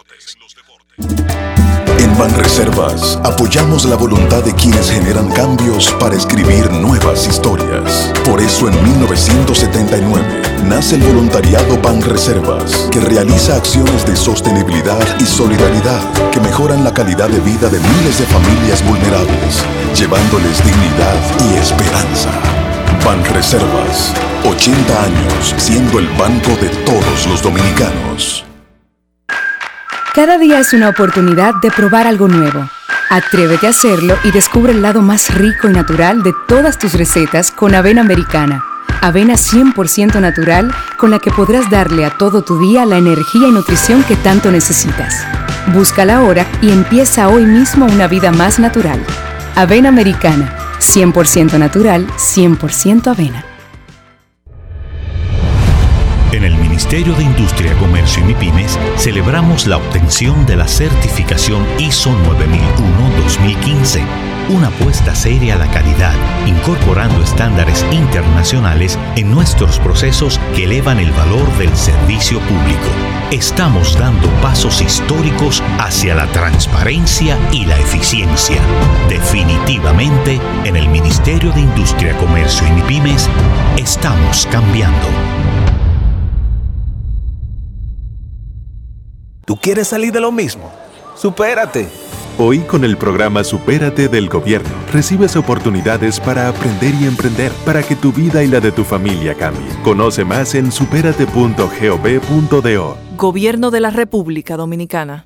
En Banreservas apoyamos la voluntad de quienes generan cambios para escribir nuevas historias. Por eso en mil novecientos setenta y nueve nace el voluntariado Banreservas, que realiza acciones de sostenibilidad y solidaridad que mejoran la calidad de vida de miles de familias vulnerables, llevándoles dignidad y esperanza. Banreservas, ochenta años siendo el banco de todos los dominicanos. Cada día es una oportunidad de probar algo nuevo. Atrévete a hacerlo y descubre el lado más rico y natural de todas tus recetas con avena americana. Avena cien por ciento natural con la que podrás darle a todo tu día la energía y nutrición que tanto necesitas. Búscala ahora y empieza hoy mismo una vida más natural. Avena americana, cien por ciento natural, cien por ciento avena. En el Ministerio de Industria, Comercio y MIPYMES celebramos la obtención de la certificación I S O nueve mil uno dos mil quince, una apuesta seria a la calidad, incorporando estándares internacionales en nuestros procesos que elevan el valor del servicio público. Estamos dando pasos históricos hacia la transparencia y la eficiencia. Definitivamente, en el Ministerio de Industria, Comercio y MIPYMES estamos cambiando. ¿Tú quieres salir de lo mismo? ¡Supérate! Hoy, con el programa Supérate del Gobierno, recibes oportunidades para aprender y emprender para que tu vida y la de tu familia cambien. Conoce más en supérate punto gov punto do. Gobierno de la República Dominicana.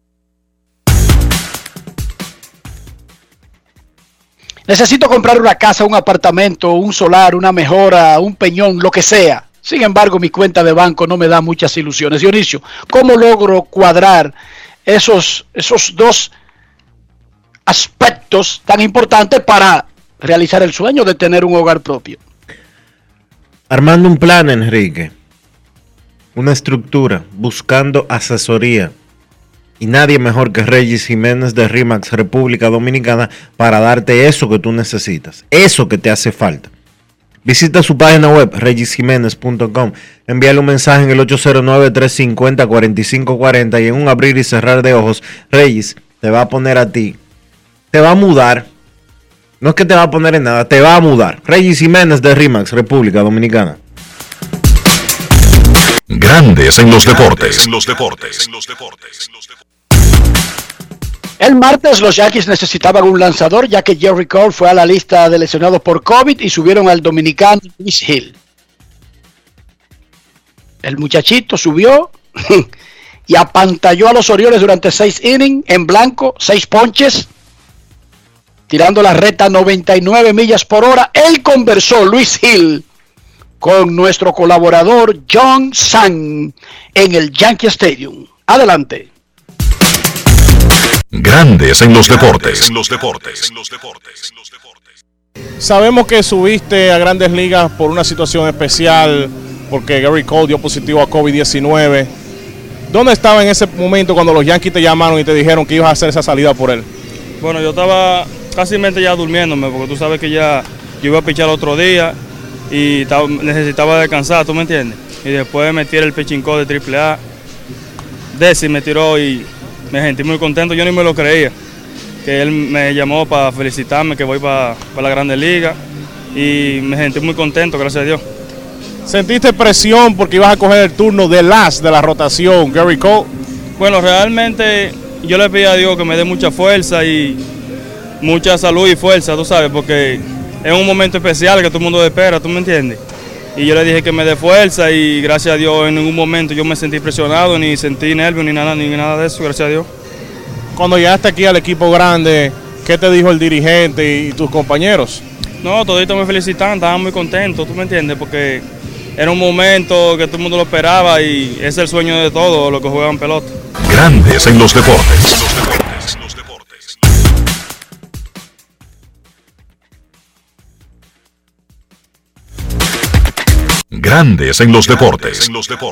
Necesito comprar una casa, un apartamento, un solar, una mejora, un peñón, lo que sea. Sin embargo, mi cuenta de banco no me da muchas ilusiones. Dionisio, ¿cómo logro cuadrar esos, esos dos aspectos tan importantes para realizar el sueño de tener un hogar propio? Armando un plan, Enrique. Una estructura, buscando asesoría. Y nadie mejor que Regis Jiménez de RIMAX República Dominicana para darte eso que tú necesitas, eso que te hace falta. Visita su página web, regis jiménez punto com. Envíale un mensaje en el ocho cero nueve, tres cinco cero, cuatro cinco cuatro cero y en un abrir y cerrar de ojos, Regis te va a poner a ti, te va a mudar. No es que te va a poner en nada, te va a mudar. Regis Jiménez de RIMAX, República Dominicana. Grandes en los deportes. En los deportes. En los deportes. El martes los Yankees necesitaban un lanzador, ya que Jerry Cole fue a la lista de lesionados por COVID y subieron al dominicano Luis Hill. El muchachito subió y apantalló a los Orioles durante seis innings en blanco, seis ponches, tirando la recta noventa y nueve millas por hora. Él conversó, Luis Hill, con nuestro colaborador John Sang en el Yankee Stadium. Adelante. Grandes en los deportes. En los deportes. En los deportes. Sabemos que subiste a Grandes Ligas por una situación especial, porque Gary Cole dio positivo a COVID diecinueve. ¿Dónde estaba en ese momento cuando los Yankees te llamaron y te dijeron que ibas a hacer esa salida por él? Bueno, yo estaba casi ya durmiéndome, porque tú sabes que ya yo iba a pichar otro día y estaba, necesitaba descansar, ¿tú me entiendes? Y después me tiré el pitching coach de triple A. Desi me tiró y me sentí muy contento, yo ni me lo creía, que él me llamó para felicitarme que voy para, para la Grande Liga y me sentí muy contento, gracias a Dios. ¿Sentiste presión porque ibas a coger el turno de las de la rotación, Gary Cole? Bueno, realmente yo le pedí a Dios que me dé mucha fuerza y mucha salud y fuerza, tú sabes, porque es un momento especial que todo el mundo espera, ¿tú me entiendes? Y yo le dije que me dé fuerza y gracias a Dios en ningún momento yo me sentí presionado, ni sentí nervios, ni nada, ni nada de eso, gracias a Dios. Cuando llegaste aquí al equipo grande, ¿qué te dijo el dirigente y tus compañeros? No, toditos me felicitaban, estaban muy contentos, ¿tú me entiendes? Porque era un momento que todo el mundo lo esperaba y es el sueño de todos los que juegan pelota. Grandes en los deportes. Grandes en los deportes.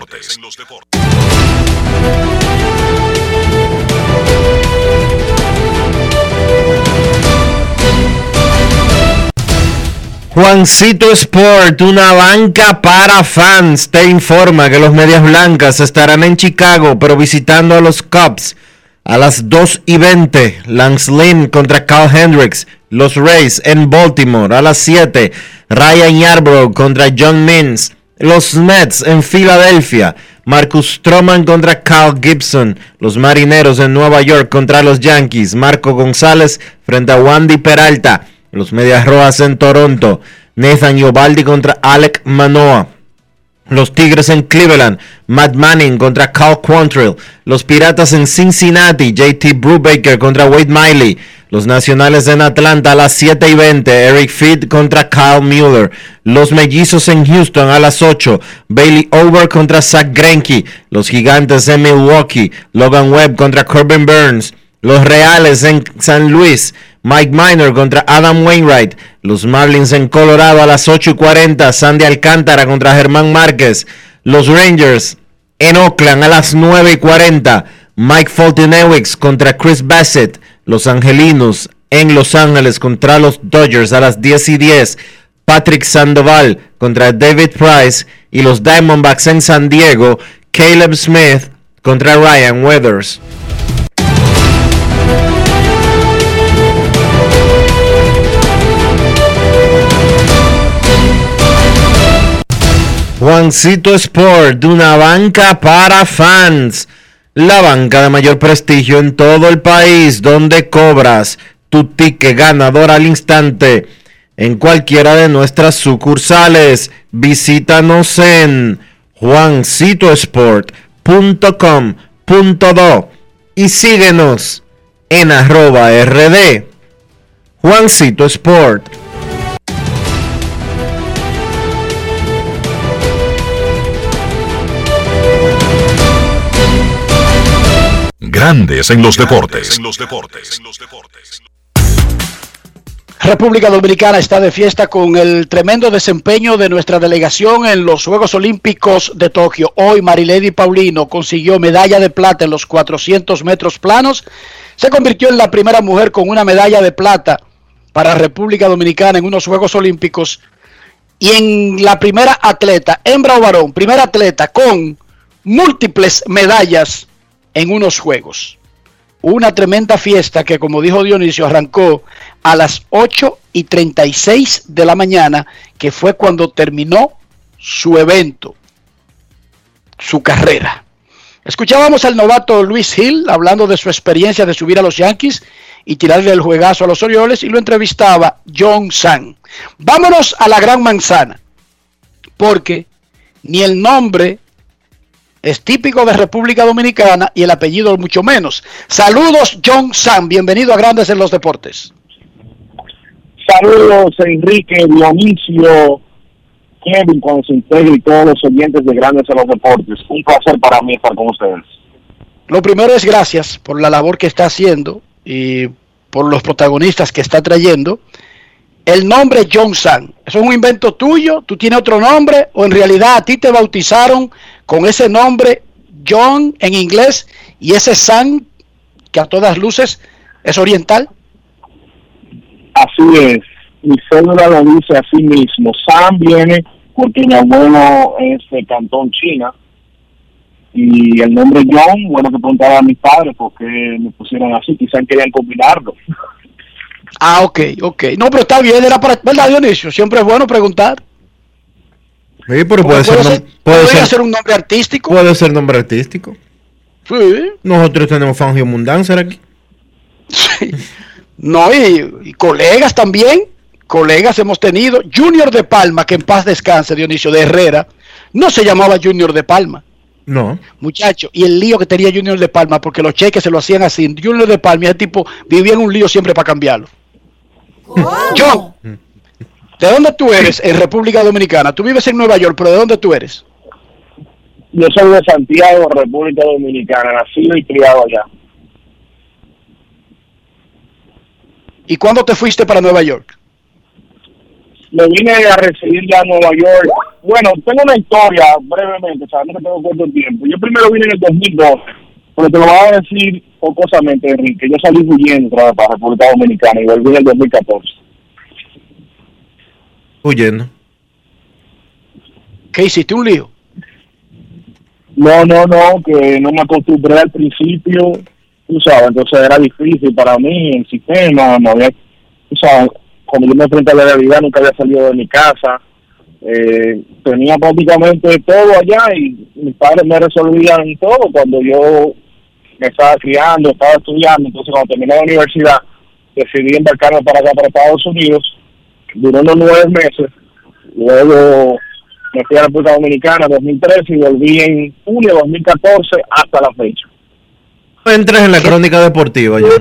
Juancito Sport, una banca para fans, te informa que los Medias Blancas estarán en Chicago, pero visitando a los Cubs a las dos y veinte. Lance Lynn contra Kyle Hendricks. Los Rays en Baltimore a las siete. Ryan Yarbrough contra John Means. Los Mets en Filadelfia. Marcus Stroman contra Kyle Gibson. Los Marineros en Nueva York contra los Yankees. Marco González frente a Wandy Peralta. Los Medias Rojas en Toronto. Nathan Eovaldi contra Alek Manoah. Los Tigres en Cleveland. Matt Manning contra Cal Quantrill. Los Piratas en Cincinnati. J T Brubaker contra Wade Miley. Los Nacionales en Atlanta a las siete y veinte. Eric Feed contra Kyle Mueller. Los Mellizos en Houston a las ocho. Bailey Over contra Zach Greinke. Los Gigantes en Milwaukee. Logan Webb contra Corbin Burns. Los Reales en San Luis. Mike Minor contra Adam Wainwright. Los Marlins en Colorado a las ocho y cuarenta. Sandy Alcántara contra Germán Márquez. Los Rangers en Oakland a las nueve y cuarenta. Mike Foltynewicz contra Chris Bassett. Los Angelinos en Los Ángeles contra los Dodgers a las diez y diez. Patrick Sandoval contra David Price. Y los Diamondbacks en San Diego. Caleb Smith contra Ryan Weathers. Juancito Sport, una banca para fans. La banca de mayor prestigio en todo el país, donde cobras tu ticket ganador al instante en cualquiera de nuestras sucursales. Visítanos en juancito sport punto com punto do y síguenos en arroba rd Juancito Sport. Grandes en los deportes. República Dominicana está de fiesta con el tremendo desempeño de nuestra delegación en los Juegos Olímpicos de Tokio. Hoy Marilady Paulino consiguió medalla de plata en los cuatrocientos metros planos. Se convirtió en la primera mujer con una medalla de plata para República Dominicana en unos Juegos Olímpicos. Y en la primera atleta, hembra o varón, primera atleta con múltiples medallas en unos Juegos. Una tremenda fiesta que, como dijo Dionisio, arrancó a las ocho y treinta y seis de la mañana, que fue cuando terminó su evento, su carrera. Escuchábamos al novato Luis Hill hablando de su experiencia de subir a los Yankees y tirarle el juegazo a los Orioles, y lo entrevistaba John San. Vámonos a la Gran Manzana, porque ni el nombre es típico de República Dominicana y el apellido mucho menos. Saludos, John San. Bienvenido a Grandes en los Deportes. Saludos, Enrique, Dionisio, Kevin, cuando se integre, y todos los oyentes de Grandes en los Deportes. Un placer para mí estar con ustedes. Lo primero es gracias por la labor que está haciendo y por los protagonistas que está trayendo. El nombre John San, ¿eso es un invento tuyo? ¿Tú tienes otro nombre? ¿O en realidad a ti te bautizaron con ese nombre John en inglés y ese San que a todas luces es oriental? Así es, mi cédula lo dice así mismo. San viene porque mi abuelo es de Cantón, China, y el nombre John, bueno, que preguntaba a mis padres por qué me pusieron así, quizás querían combinarlo. Ah, ok, ok. No, pero está bien, era para... ¿Verdad, Dionisio? Siempre es bueno preguntar. Sí, pero puede, ser, ser, puede ser, ser un nombre artístico. Puede ser nombre artístico. Sí. Nosotros tenemos Fangio Mundancer aquí. Sí. No, y, y colegas también. Colegas hemos tenido. Junior de Palma, que en paz descanse, Dionisio, de Herrera, no se llamaba Junior de Palma. No. Muchacho, y el lío que tenía Junior de Palma, porque los cheques se lo hacían así. Junior de Palma, ese tipo vivía en un lío siempre para cambiarlo. John, ¿de dónde tú eres en República Dominicana? Tú vives en Nueva York, pero ¿de dónde tú eres? Yo soy de Santiago, República Dominicana, nacido y criado allá. ¿Y cuándo te fuiste para Nueva York? Me vine a residir ya a Nueva York. Bueno, tengo una historia brevemente, sabemos que tengo corto tiempo. Yo primero vine en el dos mil doce, pero te lo voy a decir focosamente, Enrique. Yo salí huyendo otra vez para República Dominicana y volví en el dos mil catorce. Huyendo. ¿Qué hiciste? ¿Un lío? No, no, no, que no me acostumbré al principio, tú sabes, entonces era difícil para mí, el sistema, no había, tú sabes, cuando yo me enfrenté a la realidad nunca había salido de mi casa, eh, tenía prácticamente todo allá y mis padres me resolvían todo cuando yo me estaba criando, estaba estudiando, entonces cuando terminé la universidad decidí embarcarme para acá, para Estados Unidos, duró unos nueve meses, luego me fui a la República Dominicana en dos mil trece y volví en junio de dos mil catorce hasta la fecha. Entres en la crónica deportiva ya.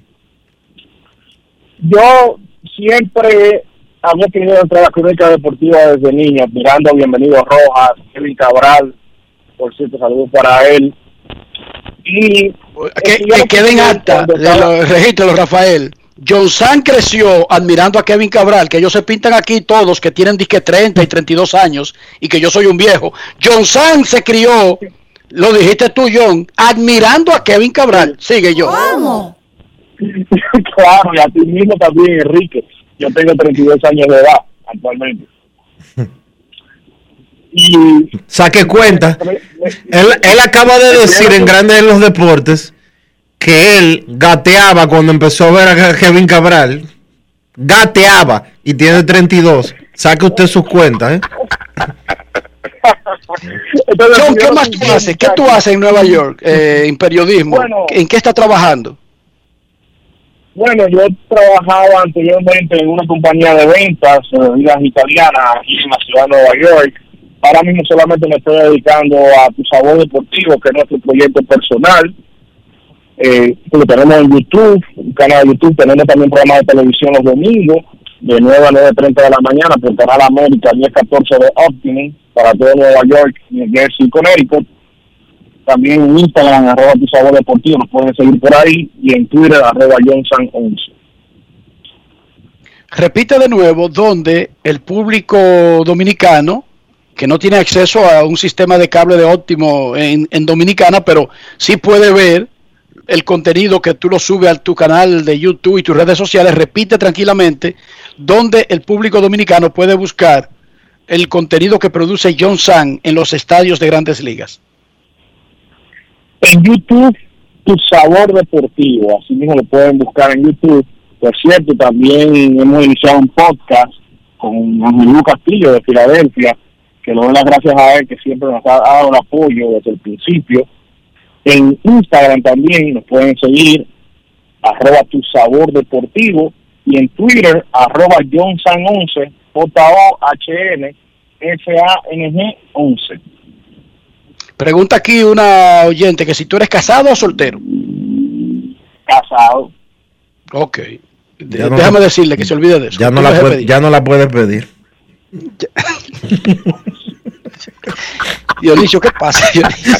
Yo siempre había querido entrar a la crónica deportiva desde niño, mirando a Bienvenido Rojas, Kevin Cabral, por cierto, saludos para él. Y que, que queden acta de los registros, Rafael. John San creció admirando a Kevin Cabral, que ellos se pintan aquí todos que tienen disque treinta y treinta y dos años y que yo soy un viejo. John San se crió, lo dijiste tú, John, admirando a Kevin Cabral. Sigue, yo. ¿Cómo? Claro, y a ti mismo también, Enrique. Yo tengo treinta y dos años de edad actualmente. Y saque cuenta. Él, él acaba de decir en Grandes en los Deportes que él gateaba cuando empezó a ver a Kevin Cabral. Gateaba y tiene treinta y dos. Saque usted sus cuentas, ¿eh? John, ¿qué más tú haces? ¿Qué tú haces en Nueva York eh, en periodismo? Bueno, ¿en qué estás trabajando? Bueno, yo trabajaba anteriormente en una compañía de ventas, bebidas italianas, aquí en la ciudad de Nueva York. Ahora mismo solamente me estoy dedicando a Tu Sabor Deportivo, que es nuestro proyecto personal. Eh, lo tenemos en YouTube, un canal de YouTube, tenemos también programas de televisión los domingos, de nueve a nueve y treinta de la mañana, por el canal América, diez catorce de Optimum, para todo Nueva York, New Jersey y Connecticut. También en Instagram, arroba Tu Sabor Deportivo, nos pueden seguir por ahí, y en Twitter, arroba Johnson once. Repite de nuevo donde el público dominicano, que no tiene acceso a un sistema de cable de Óptimo en, en Dominicana, pero sí puede ver el contenido que tú lo subes a tu canal de YouTube y tus redes sociales. Repite tranquilamente donde el público dominicano puede buscar el contenido que produce John San en los estadios de Grandes Ligas. En YouTube, Tu Sabor Deportivo, así mismo lo pueden buscar en YouTube. Por cierto, también hemos iniciado un podcast con Ángel Castillo de Filadelfia, que le doy las gracias a él, que siempre nos ha dado el apoyo desde el principio. En Instagram también nos pueden seguir, arroba Tu Sabor Deportivo, y en Twitter, arroba Johnson once, J O H N S A N G once. Pregunta aquí una oyente que si tú eres casado o soltero. Casado. Ok. Ya Déjame no, decirle que se olvide de eso. Ya no, la puede, ya no la puedes pedir. Dionisio, ¿qué pasa, Dionisio?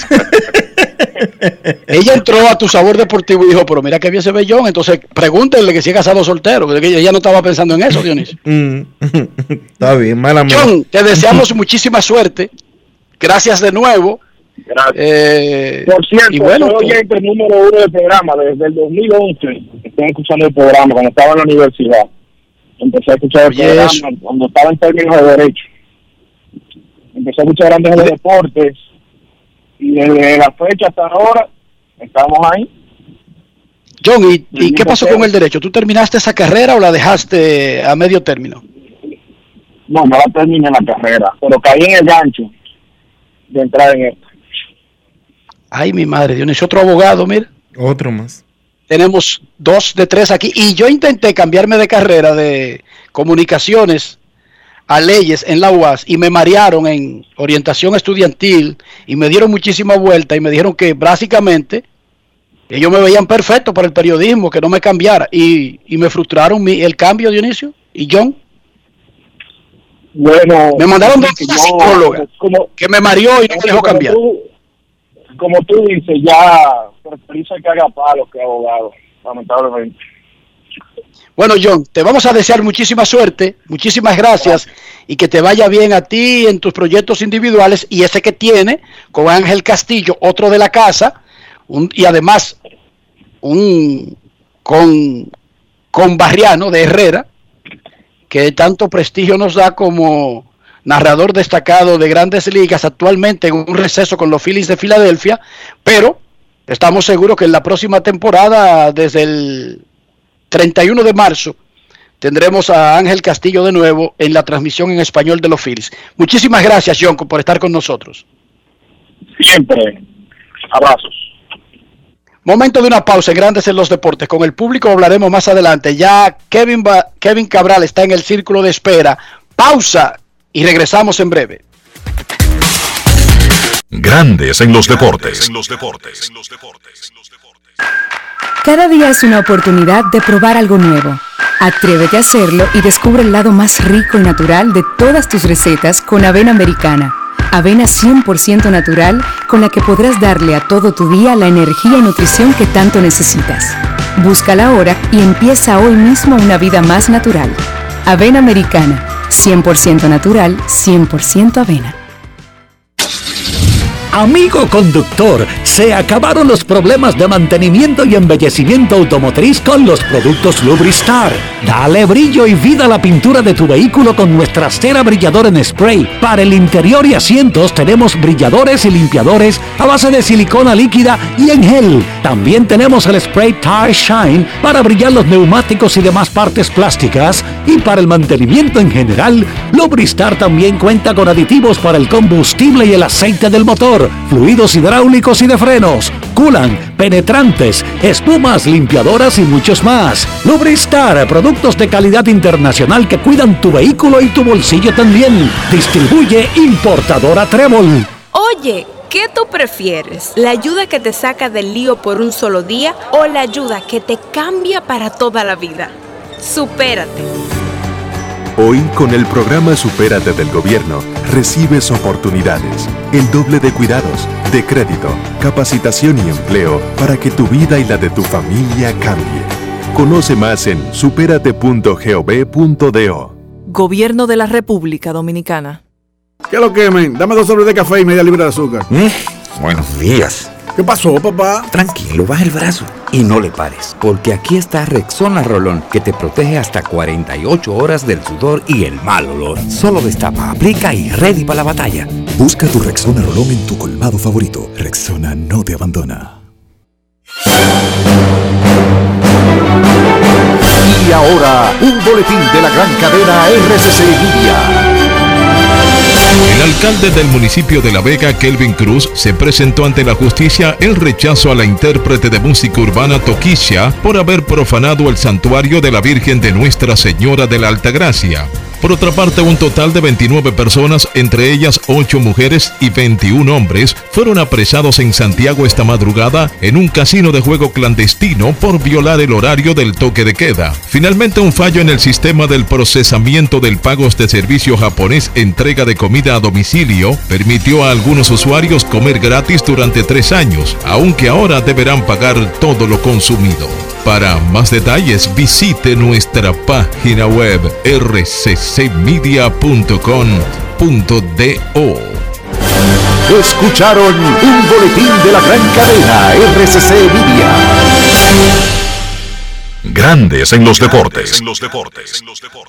Ella entró a Tu Sabor Deportivo y dijo, pero mira que bien se ve John, entonces pregúntenle que si es casado o soltero, porque ella no estaba pensando en eso, Dionisio. Está bien, mala mía. John, te deseamos muchísima suerte. Gracias de nuevo. Gracias. Eh, Por cierto, y bueno, soy oyente el número uno del programa desde el dos mil once. Estoy escuchando el programa cuando estaba en la universidad. Empecé a escuchar el Oye, programa eso. cuando estaba en términos de derecho. Empecé a escuchar Grandes de Deportes y desde la fecha hasta ahora estamos ahí. John, ¿y, ¿y qué pasó con el derecho? ¿Tú terminaste esa carrera o la dejaste a medio término? No, no la terminé la carrera, pero caí en el gancho de entrar en esto. Ay, mi madre, Dionisio, otro abogado, mira. Otro más. Tenemos dos de tres aquí. Y yo intenté cambiarme de carrera de comunicaciones a leyes en la U A S y me marearon en orientación estudiantil y me dieron muchísima vuelta y me dijeron que básicamente ellos me veían perfecto para el periodismo, que no me cambiara. Y, y me frustraron mi, el cambio, Dionisio y John. Bueno, me mandaron dos yo, psicólogas como, que me mareó y no me dejó cambiar. Tú, como tú dices, ya preferís que haga palo que abogado, lamentablemente. Bueno, John, te vamos a desear muchísima suerte, muchísimas gracias y que te vaya bien a ti en tus proyectos individuales y ese que tiene con Ángel Castillo, otro de la casa, un, y además un con, con Barriano de Herrera, que tanto prestigio nos da como narrador destacado de Grandes Ligas, actualmente en un receso con los Phillies de Filadelfia, pero estamos seguros que en la próxima temporada, desde el treinta y uno de marzo, tendremos a Ángel Castillo de nuevo en la transmisión en español de los Phillies. Muchísimas gracias, John, por estar con nosotros. Siempre. Abrazos. Momento de una pausa en Grandes en los Deportes. Con el público hablaremos más adelante. Ya Kevin, ba- Kevin Cabral está en el círculo de espera. Pausa y regresamos en breve. Grandes en los deportes. En los deportes. Cada día es una oportunidad de probar algo nuevo. Atrévete a hacerlo y descubre el lado más rico y natural de todas tus recetas con avena americana. Avena cien por ciento natural con la que podrás darle a todo tu día la energía y nutrición que tanto necesitas. Búscala ahora y empieza hoy mismo una vida más natural. Avena americana, cien por ciento natural, cien por ciento avena. Amigo conductor, se acabaron los problemas de mantenimiento y embellecimiento automotriz con los productos Lubristar. Dale brillo y vida a la pintura de tu vehículo con nuestra cera brilladora en spray. Para el interior y asientos tenemos brilladores y limpiadores a base de silicona líquida y en gel. También tenemos el spray Tire Shine para brillar los neumáticos y demás partes plásticas. Y para el mantenimiento en general, Lubristar también cuenta con aditivos para el combustible y el aceite del motor, fluidos hidráulicos y de frenos, culan, penetrantes, espumas, limpiadoras y muchos más. Lubristar, productos de calidad internacional que cuidan tu vehículo y tu bolsillo también. Distribuye importadora Trébol. Oye, ¿qué tú prefieres? ¿La ayuda que te saca del lío por un solo día o la ayuda que te cambia para toda la vida? Supérate. Hoy, con el programa Supérate del Gobierno, recibes oportunidades, el doble de cuidados, de crédito, capacitación y empleo para que tu vida y la de tu familia cambie. Conoce más en supérate punto gov punto do. Gobierno de la República Dominicana. ¿Qué lo quemen? Dame dos sobres de café y media libra de azúcar. Mm, buenos días. ¿Qué pasó, papá? Tranquilo, baja el brazo y no le pares, porque aquí está Rexona Rolón, que te protege hasta cuarenta y ocho horas del sudor y el mal olor. Solo destapa, aplica y ready para la batalla. Busca tu Rexona Rolón en tu colmado favorito. Rexona no te abandona. Y ahora, un boletín de la gran cadena R C C Media. El alcalde del municipio de La Vega, Kelvin Cruz, se presentó ante la justicia el rechazo a la intérprete de música urbana Toquisha por haber profanado el santuario de la Virgen de Nuestra Señora de la Altagracia. Por otra parte, un total de veintinueve personas, entre ellas ocho mujeres y veintiún hombres, fueron apresados en Santiago esta madrugada en un casino de juego clandestino por violar el horario del toque de queda. Finalmente, un fallo en el sistema del procesamiento del pagos de servicio japonés entrega de comida a domicilio permitió a algunos usuarios comer gratis durante tres años, aunque ahora deberán pagar todo lo consumido. Para más detalles, visite nuestra página web r c c media punto com punto do. Escucharon un boletín de la gran cadena R C C Media. Grandes en los deportes. En los deportes.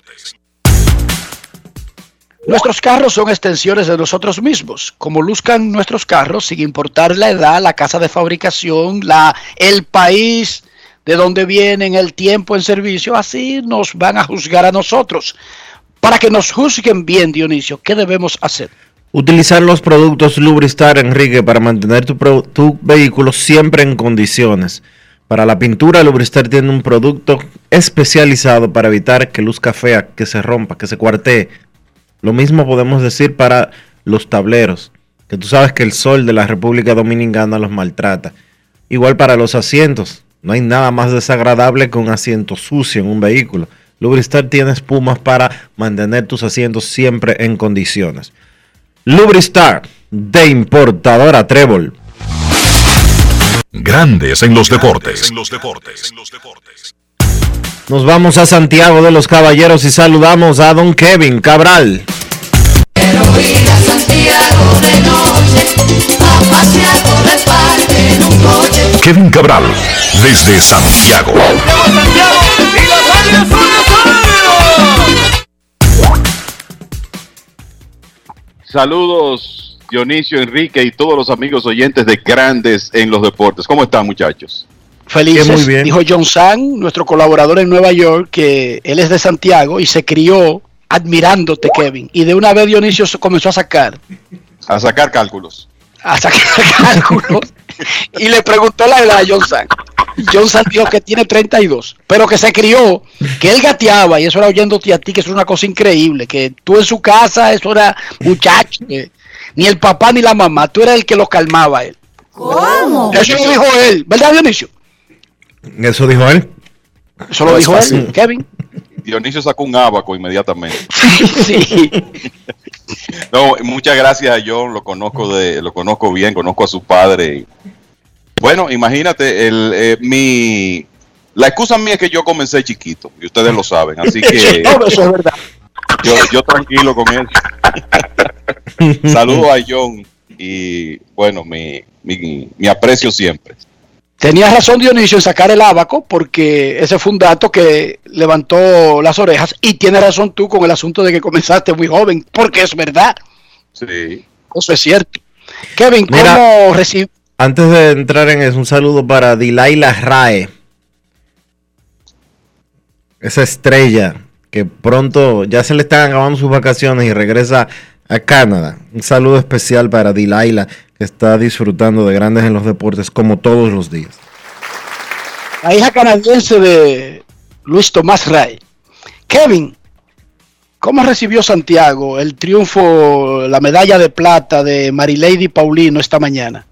Nuestros carros son extensiones de nosotros mismos. Como luzcan nuestros carros, sin importar la edad, la casa de fabricación, la, el país de donde vienen, el tiempo en servicio, así nos van a juzgar a nosotros. Para que nos juzguen bien, Dionisio, ¿qué debemos hacer? Utilizar los productos Lubristar, Enrique, para mantener tu, pro, tu vehículo siempre en condiciones. Para la pintura, Lubristar tiene un producto especializado para evitar que luzca fea, que se rompa, que se cuartee. Lo mismo podemos decir para los tableros, que tú sabes que el sol de la República Dominicana los maltrata. Igual para los asientos. No hay nada más desagradable que un asiento sucio en un vehículo. Lubristar tiene espumas para mantener tus asientos siempre en condiciones. Lubristar, de importadora Trébol. Grandes en los deportes. En los deportes. En los deportes. Nos vamos a Santiago de los Caballeros y saludamos a don Kevin Cabral. Quiero ir a Santiago de noche, a pasear por el parque en un coche. Kevin Cabral, desde Santiago. Saludos, Dionisio, Enrique y todos los amigos oyentes de Grandes en los Deportes. ¿Cómo están, muchachos? Felices, muy bien. Dijo John San, nuestro colaborador en Nueva York, que él es de Santiago y se crió admirándote, Kevin. Y de una vez Dionisio comenzó a sacar. A sacar cálculos. A sacar cálculos. Y le preguntó la edad a John San. John San dijo que tiene treinta y dos, pero que se crió, que él gateaba, y eso era oyéndote a ti, que eso es una cosa increíble, que tú en su casa, eso era muchacho, que ni el papá ni la mamá, tú eras el que lo calmaba a él. ¿Cómo? Eso lo dijo él, ¿verdad, Dionisio? Eso dijo él. Eso lo dijo él, Kevin. Dionisio sacó un abaco inmediatamente. Sí. No, muchas gracias a John, lo conozco de, lo conozco bien, conozco a su padre. Bueno, imagínate, el, eh, mi, la excusa mía es que yo comencé chiquito, y ustedes lo saben, así que no, eso es verdad. Yo, yo tranquilo con él. Saludos a John y bueno, mi, mi, mi aprecio siempre. Tenías razón, Dionisio, en sacar el abaco, porque ese fue un dato que levantó las orejas, y tienes razón tú con el asunto de que comenzaste muy joven, porque es verdad. Sí. Eso es cierto. Kevin, ¿cómo recibes? Antes de entrar en eso, un saludo para Dilaila Rae, esa estrella que pronto ya se le están acabando sus vacaciones y regresa a Canadá. Un saludo especial para Dilaila, que está disfrutando de Grandes en los Deportes como todos los días. La hija canadiense de Luis Tomás Rae. Kevin, ¿cómo recibió Santiago el triunfo, la medalla de plata de Marilady Paulino esta mañana?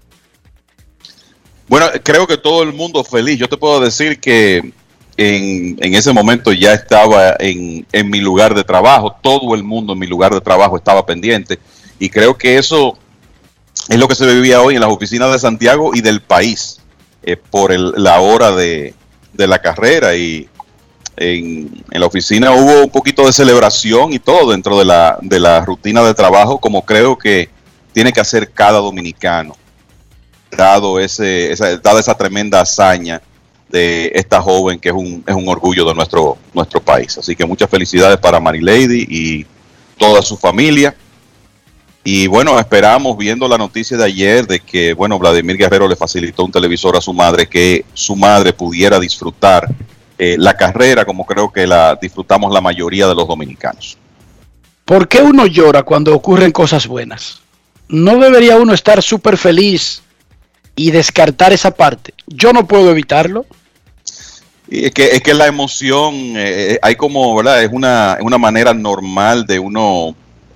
Bueno, creo que todo el mundo feliz. Yo te puedo decir que en, en ese momento ya estaba en, en mi lugar de trabajo. Todo el mundo en mi lugar de trabajo estaba pendiente. Y creo que eso es lo que se vivía hoy en las oficinas de Santiago y del país, eh, por el, la hora de, de la carrera. Y en, en la oficina hubo un poquito de celebración y todo dentro de la, de la rutina de trabajo, como creo que tiene que hacer cada dominicano, dado ese esa, dada esa tremenda hazaña de esta joven que es un es un orgullo de nuestro nuestro país. Así que muchas felicidades para Marilady y toda su familia. Y bueno, esperamos, viendo la noticia de ayer de que bueno, Vladimir Guerrero le facilitó un televisor a su madre, que su madre pudiera disfrutar eh, la carrera como creo que la disfrutamos la mayoría de los dominicanos. ¿Por qué uno llora cuando ocurren cosas buenas? ¿No debería uno estar súper feliz y descartar esa parte? Yo no puedo evitarlo. Y es que es que la emoción, eh, hay como, ¿verdad? Es una, es una manera normal de uno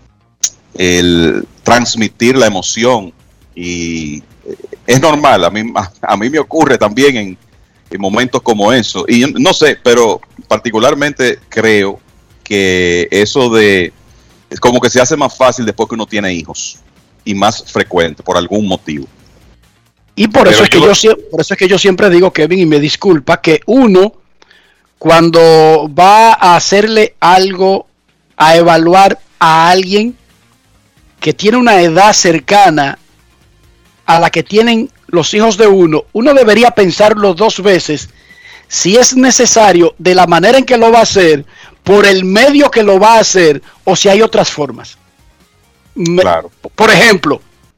el transmitir la emoción, y es normal. A mí, a, a mí me ocurre también en, en momentos como eso. Y yo, no sé, pero particularmente creo que eso de, es como que se hace más fácil después que uno tiene hijos, y más frecuente por algún motivo. Y por eso, es que yo, yo, por eso es que yo siempre digo, Kevin, y me disculpa, que uno, cuando va a hacerle algo, a evaluar a alguien que tiene una edad cercana a la que tienen los hijos de uno, uno debería pensarlo dos veces si es necesario, de la manera en que lo va a hacer, por el medio que lo va a hacer, o si hay otras formas. Claro. Por ejemplo,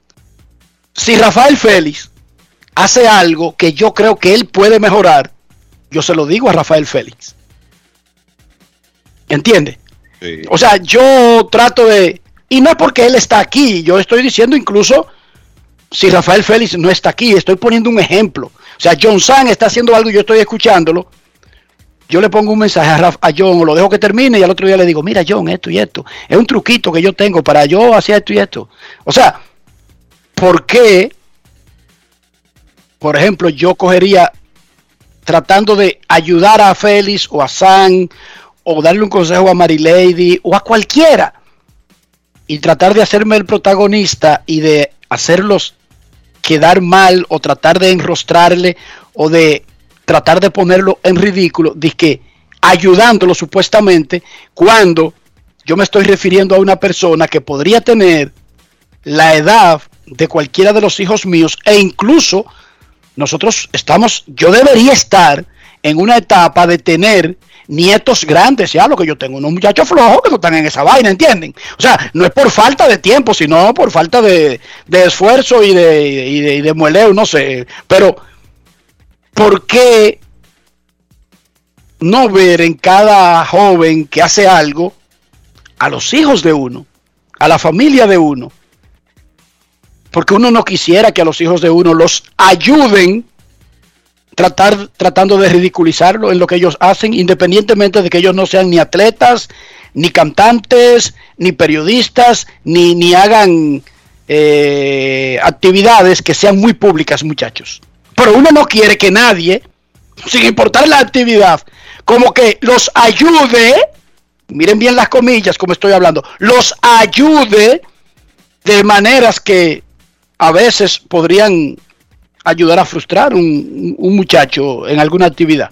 si Rafael Félix hace algo que yo creo que él puede mejorar, yo se lo digo a Rafael Félix. ¿Entiende? Sí. O sea, yo trato de... Y no es porque él está aquí, yo estoy diciendo incluso si Rafael Félix no está aquí, estoy poniendo un ejemplo. O sea, John San está haciendo algo y yo estoy escuchándolo. Yo le pongo un mensaje a, Rafa, a John, o lo dejo que termine y al otro día le digo, mira John, esto y esto. Es un truquito que yo tengo para yo hacer esto y esto. O sea, ¿por qué, por ejemplo, yo cogería tratando de ayudar a Félix o a San o darle un consejo a Marilady o a cualquiera y tratar de hacerme el protagonista y de hacerlos quedar mal o tratar de enrostrarle o de tratar de ponerlo en ridículo, dizque ayudándolo supuestamente, cuando yo me estoy refiriendo a una persona que podría tener la edad de cualquiera de los hijos míos, e incluso nosotros estamos, yo debería estar en una etapa de tener nietos grandes, ya lo que yo tengo, unos muchachos flojos que no están en esa vaina, ¿entienden? O sea, no es por falta de tiempo, sino por falta de, de esfuerzo y de, y de, y de mueleo, no sé, pero ¿por qué no ver en cada joven que hace algo a los hijos de uno, a la familia de uno? Porque uno no quisiera que a los hijos de uno los ayuden tratar, tratando de ridiculizarlo en lo que ellos hacen, independientemente de que ellos no sean ni atletas, ni cantantes, ni periodistas, ni, ni hagan eh, actividades que sean muy públicas, muchachos. Pero uno no quiere que nadie, sin importar la actividad, como que los ayude, miren bien las comillas como estoy hablando, los ayude de maneras que a veces podrían ayudar a frustrar un, un muchacho en alguna actividad.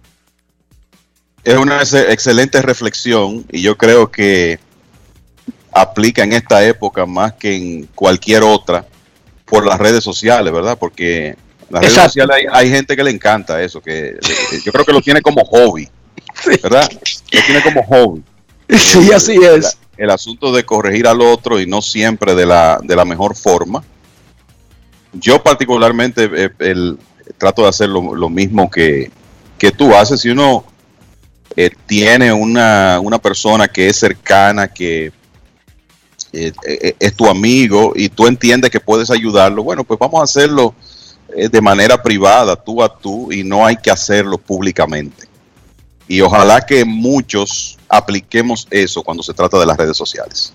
Es una excelente reflexión y yo creo que aplica en esta época más que en cualquier otra por las redes sociales, ¿verdad? Porque las redes Exacto. sociales hay, hay gente que le encanta eso, que yo creo que lo tiene como hobby, ¿verdad? Lo tiene como hobby. Sí, así es. El, el asunto de corregir al otro y no siempre de la, de la mejor forma. Yo particularmente eh, el, trato de hacer lo, lo mismo que, que tú haces. Si uno eh, tiene una, una persona que es cercana, que eh, eh, es tu amigo y tú entiendes que puedes ayudarlo, bueno, pues vamos a hacerlo eh, de manera privada, tú a tú, y no hay que hacerlo públicamente. Y ojalá que muchos apliquemos eso cuando se trata de las redes sociales.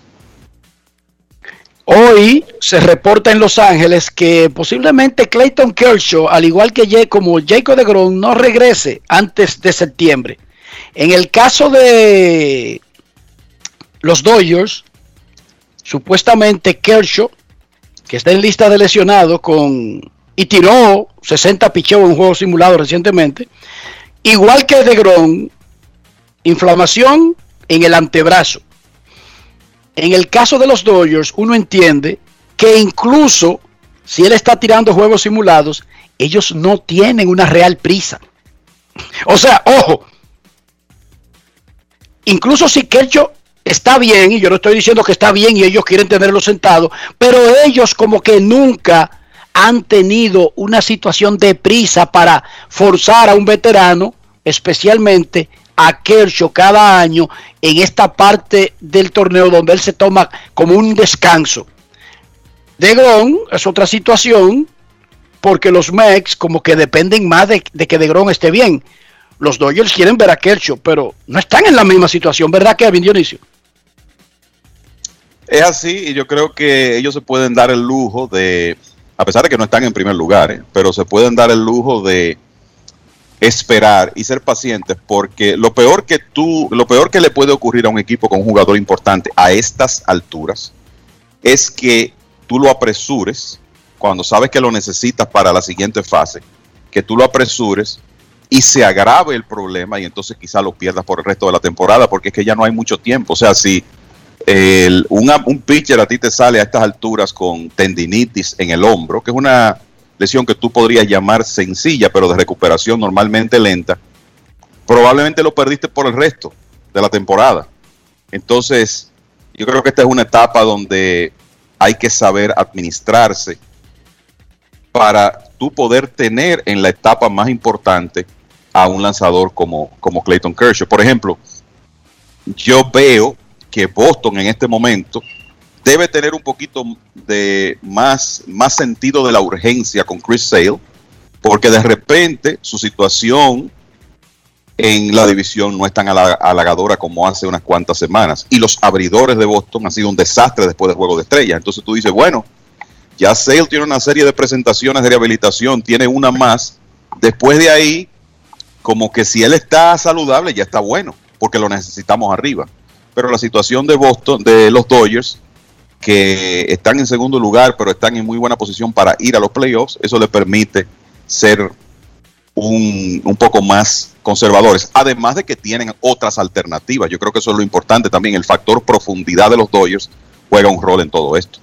Hoy se reporta en Los Ángeles que posiblemente Clayton Kershaw, al igual que Jay, como Jacob deGrom, no regrese antes de septiembre. En el caso de los Dodgers, supuestamente Kershaw, que está en lista de lesionados con y tiró sesenta picheos en un juego simulado recientemente, igual que deGrom, inflamación en el antebrazo. En el caso de los Dodgers, uno entiende que incluso si él está tirando juegos simulados, ellos no tienen una real prisa. O sea, ojo, incluso si Kershaw está bien, y yo no estoy diciendo que está bien y ellos quieren tenerlo sentado, pero ellos como que nunca han tenido una situación de prisa para forzar a un veterano, especialmente a Kershaw cada año en esta parte del torneo donde él se toma como un descanso. deGrom es otra situación porque los Mets como que dependen más de, de que deGrom esté bien. Los Dodgers quieren ver a Kershaw, pero no están en la misma situación, ¿verdad, Kevin Dionisio? Es así, y yo creo que ellos se pueden dar el lujo de, a pesar de que no están en primer lugar, ¿eh? pero se pueden dar el lujo de esperar y ser pacientes, porque lo peor que tú, lo peor que le puede ocurrir a un equipo con un jugador importante a estas alturas es que tú lo apresures cuando sabes que lo necesitas para la siguiente fase, que tú lo apresures y se agrave el problema y entonces quizá lo pierdas por el resto de la temporada, porque es que ya no hay mucho tiempo. O sea, si el, un, un pitcher a ti te sale a estas alturas con tendinitis en el hombro, que es una lesión que tú podrías llamar sencilla, pero de recuperación normalmente lenta, probablemente lo perdiste por el resto de la temporada. Entonces, yo creo que esta es una etapa donde hay que saber administrarse para tú poder tener en la etapa más importante a un lanzador como, como Clayton Kershaw. Por ejemplo, yo veo que Boston en este momento debe tener un poquito de más, más sentido de la urgencia con Chris Sale, porque de repente su situación en la división no es tan halagadora como hace unas cuantas semanas. Y los abridores de Boston han sido un desastre después del Juego de Estrellas. Entonces tú dices, bueno, ya Sale tiene una serie de presentaciones de rehabilitación, tiene una más. Después de ahí, como que si él está saludable, ya está bueno, porque lo necesitamos arriba. Pero la situación de Boston, de los Dodgers, que están en segundo lugar, pero están en muy buena posición para ir a los playoffs, eso le permite ser un, un poco más conservadores, además de que tienen otras alternativas. Yo creo que eso es lo importante también, el factor profundidad de los Dodgers juega un rol en todo esto.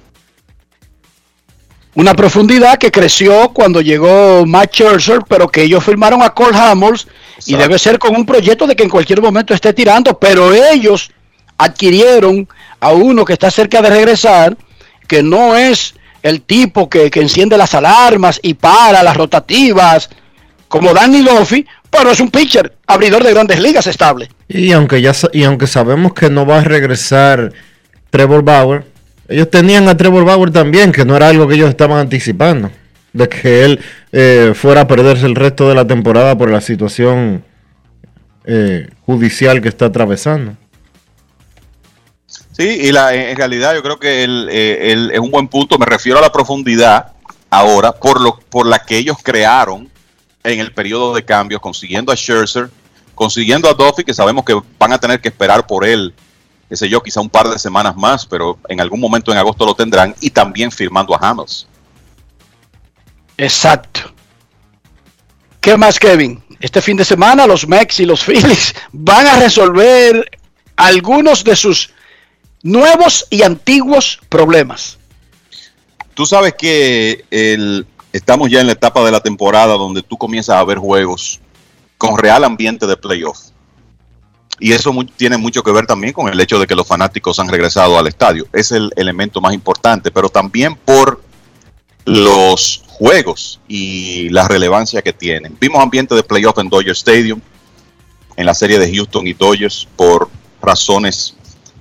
Una profundidad que creció cuando llegó Matt Scherzer, pero que ellos firmaron a Cole Hamels. Exacto. Y debe ser con un proyecto de que en cualquier momento esté tirando, pero ellos adquirieron a uno que está cerca de regresar, que no es el tipo que, que enciende las alarmas y para las rotativas, como Danny Lofi, pero es un pitcher, abridor de grandes ligas estable. Y aunque ya y aunque sabemos que no va a regresar Trevor Bauer, ellos tenían a Trevor Bauer también, que no era algo que ellos estaban anticipando, de que él eh, fuera a perderse el resto de la temporada por la situación eh, judicial que está atravesando. Sí, y la, en realidad yo creo que él, eh, él es un buen punto. Me refiero a la profundidad ahora por lo por la que ellos crearon en el periodo de cambios, consiguiendo a Scherzer, consiguiendo a Duffy, que sabemos que van a tener que esperar por él, qué sé yo, quizá un par de semanas más, pero en algún momento en agosto lo tendrán, y también firmando a Hamels. Exacto. ¿Qué más, Kevin? Este fin de semana los Mets y los Phillies van a resolver algunos de sus nuevos y antiguos problemas. Tú sabes que el, estamos ya en la etapa de la temporada donde tú comienzas a ver juegos con real ambiente de playoff. Y eso muy, tiene mucho que ver también con el hecho de que los fanáticos han regresado al estadio. Es el elemento más importante, pero también por los juegos y la relevancia que tienen. Vimos ambiente de playoff en Dodger Stadium, en la serie de Houston y Dodgers, por razones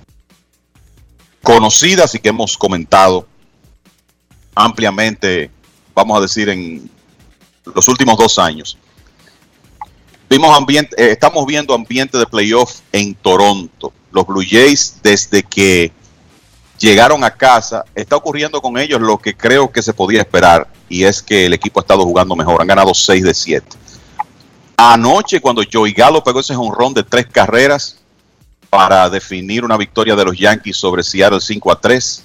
conocidas y que hemos comentado ampliamente, vamos a decir, en los últimos dos años. Vimos ambiente, eh, estamos viendo ambiente de playoff en Toronto. Los Blue Jays, desde que llegaron a casa, está ocurriendo con ellos lo que creo que se podía esperar, y es que el equipo ha estado jugando mejor. Han ganado seis de siete. Anoche, cuando Joey Gallo pegó ese jonrón de tres carreras para definir una victoria de los Yankees sobre Seattle cinco a tres,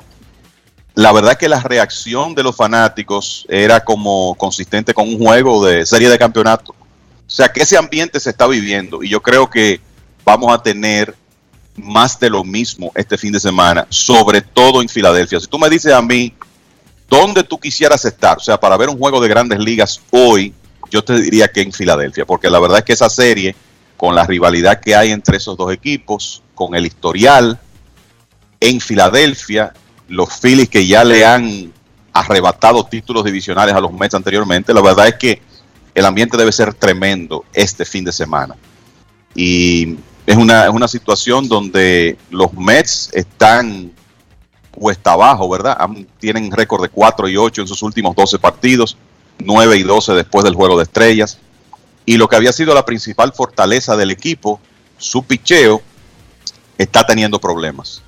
la verdad que la reacción de los fanáticos era como consistente con un juego de serie de campeonato. O sea que ese ambiente se está viviendo, y yo creo que vamos a tener más de lo mismo este fin de semana, sobre todo en Filadelfia. Si tú me dices a mí dónde tú quisieras estar, o sea, para ver un juego de Grandes Ligas hoy, yo te diría que en Filadelfia, porque la verdad es que esa serie, con la rivalidad que hay entre esos dos equipos, con el historial en Filadelfia, los Phillies que ya le han arrebatado títulos divisionales a los Mets anteriormente, la verdad es que el ambiente debe ser tremendo este fin de semana. Y es una, es una situación donde los Mets están cuesta abajo, ¿verdad? Tienen récord de cuatro y ocho en sus últimos doce partidos, nueve y doce después del Juego de Estrellas. Y lo que había sido la principal fortaleza del equipo, su picheo, está teniendo problemas.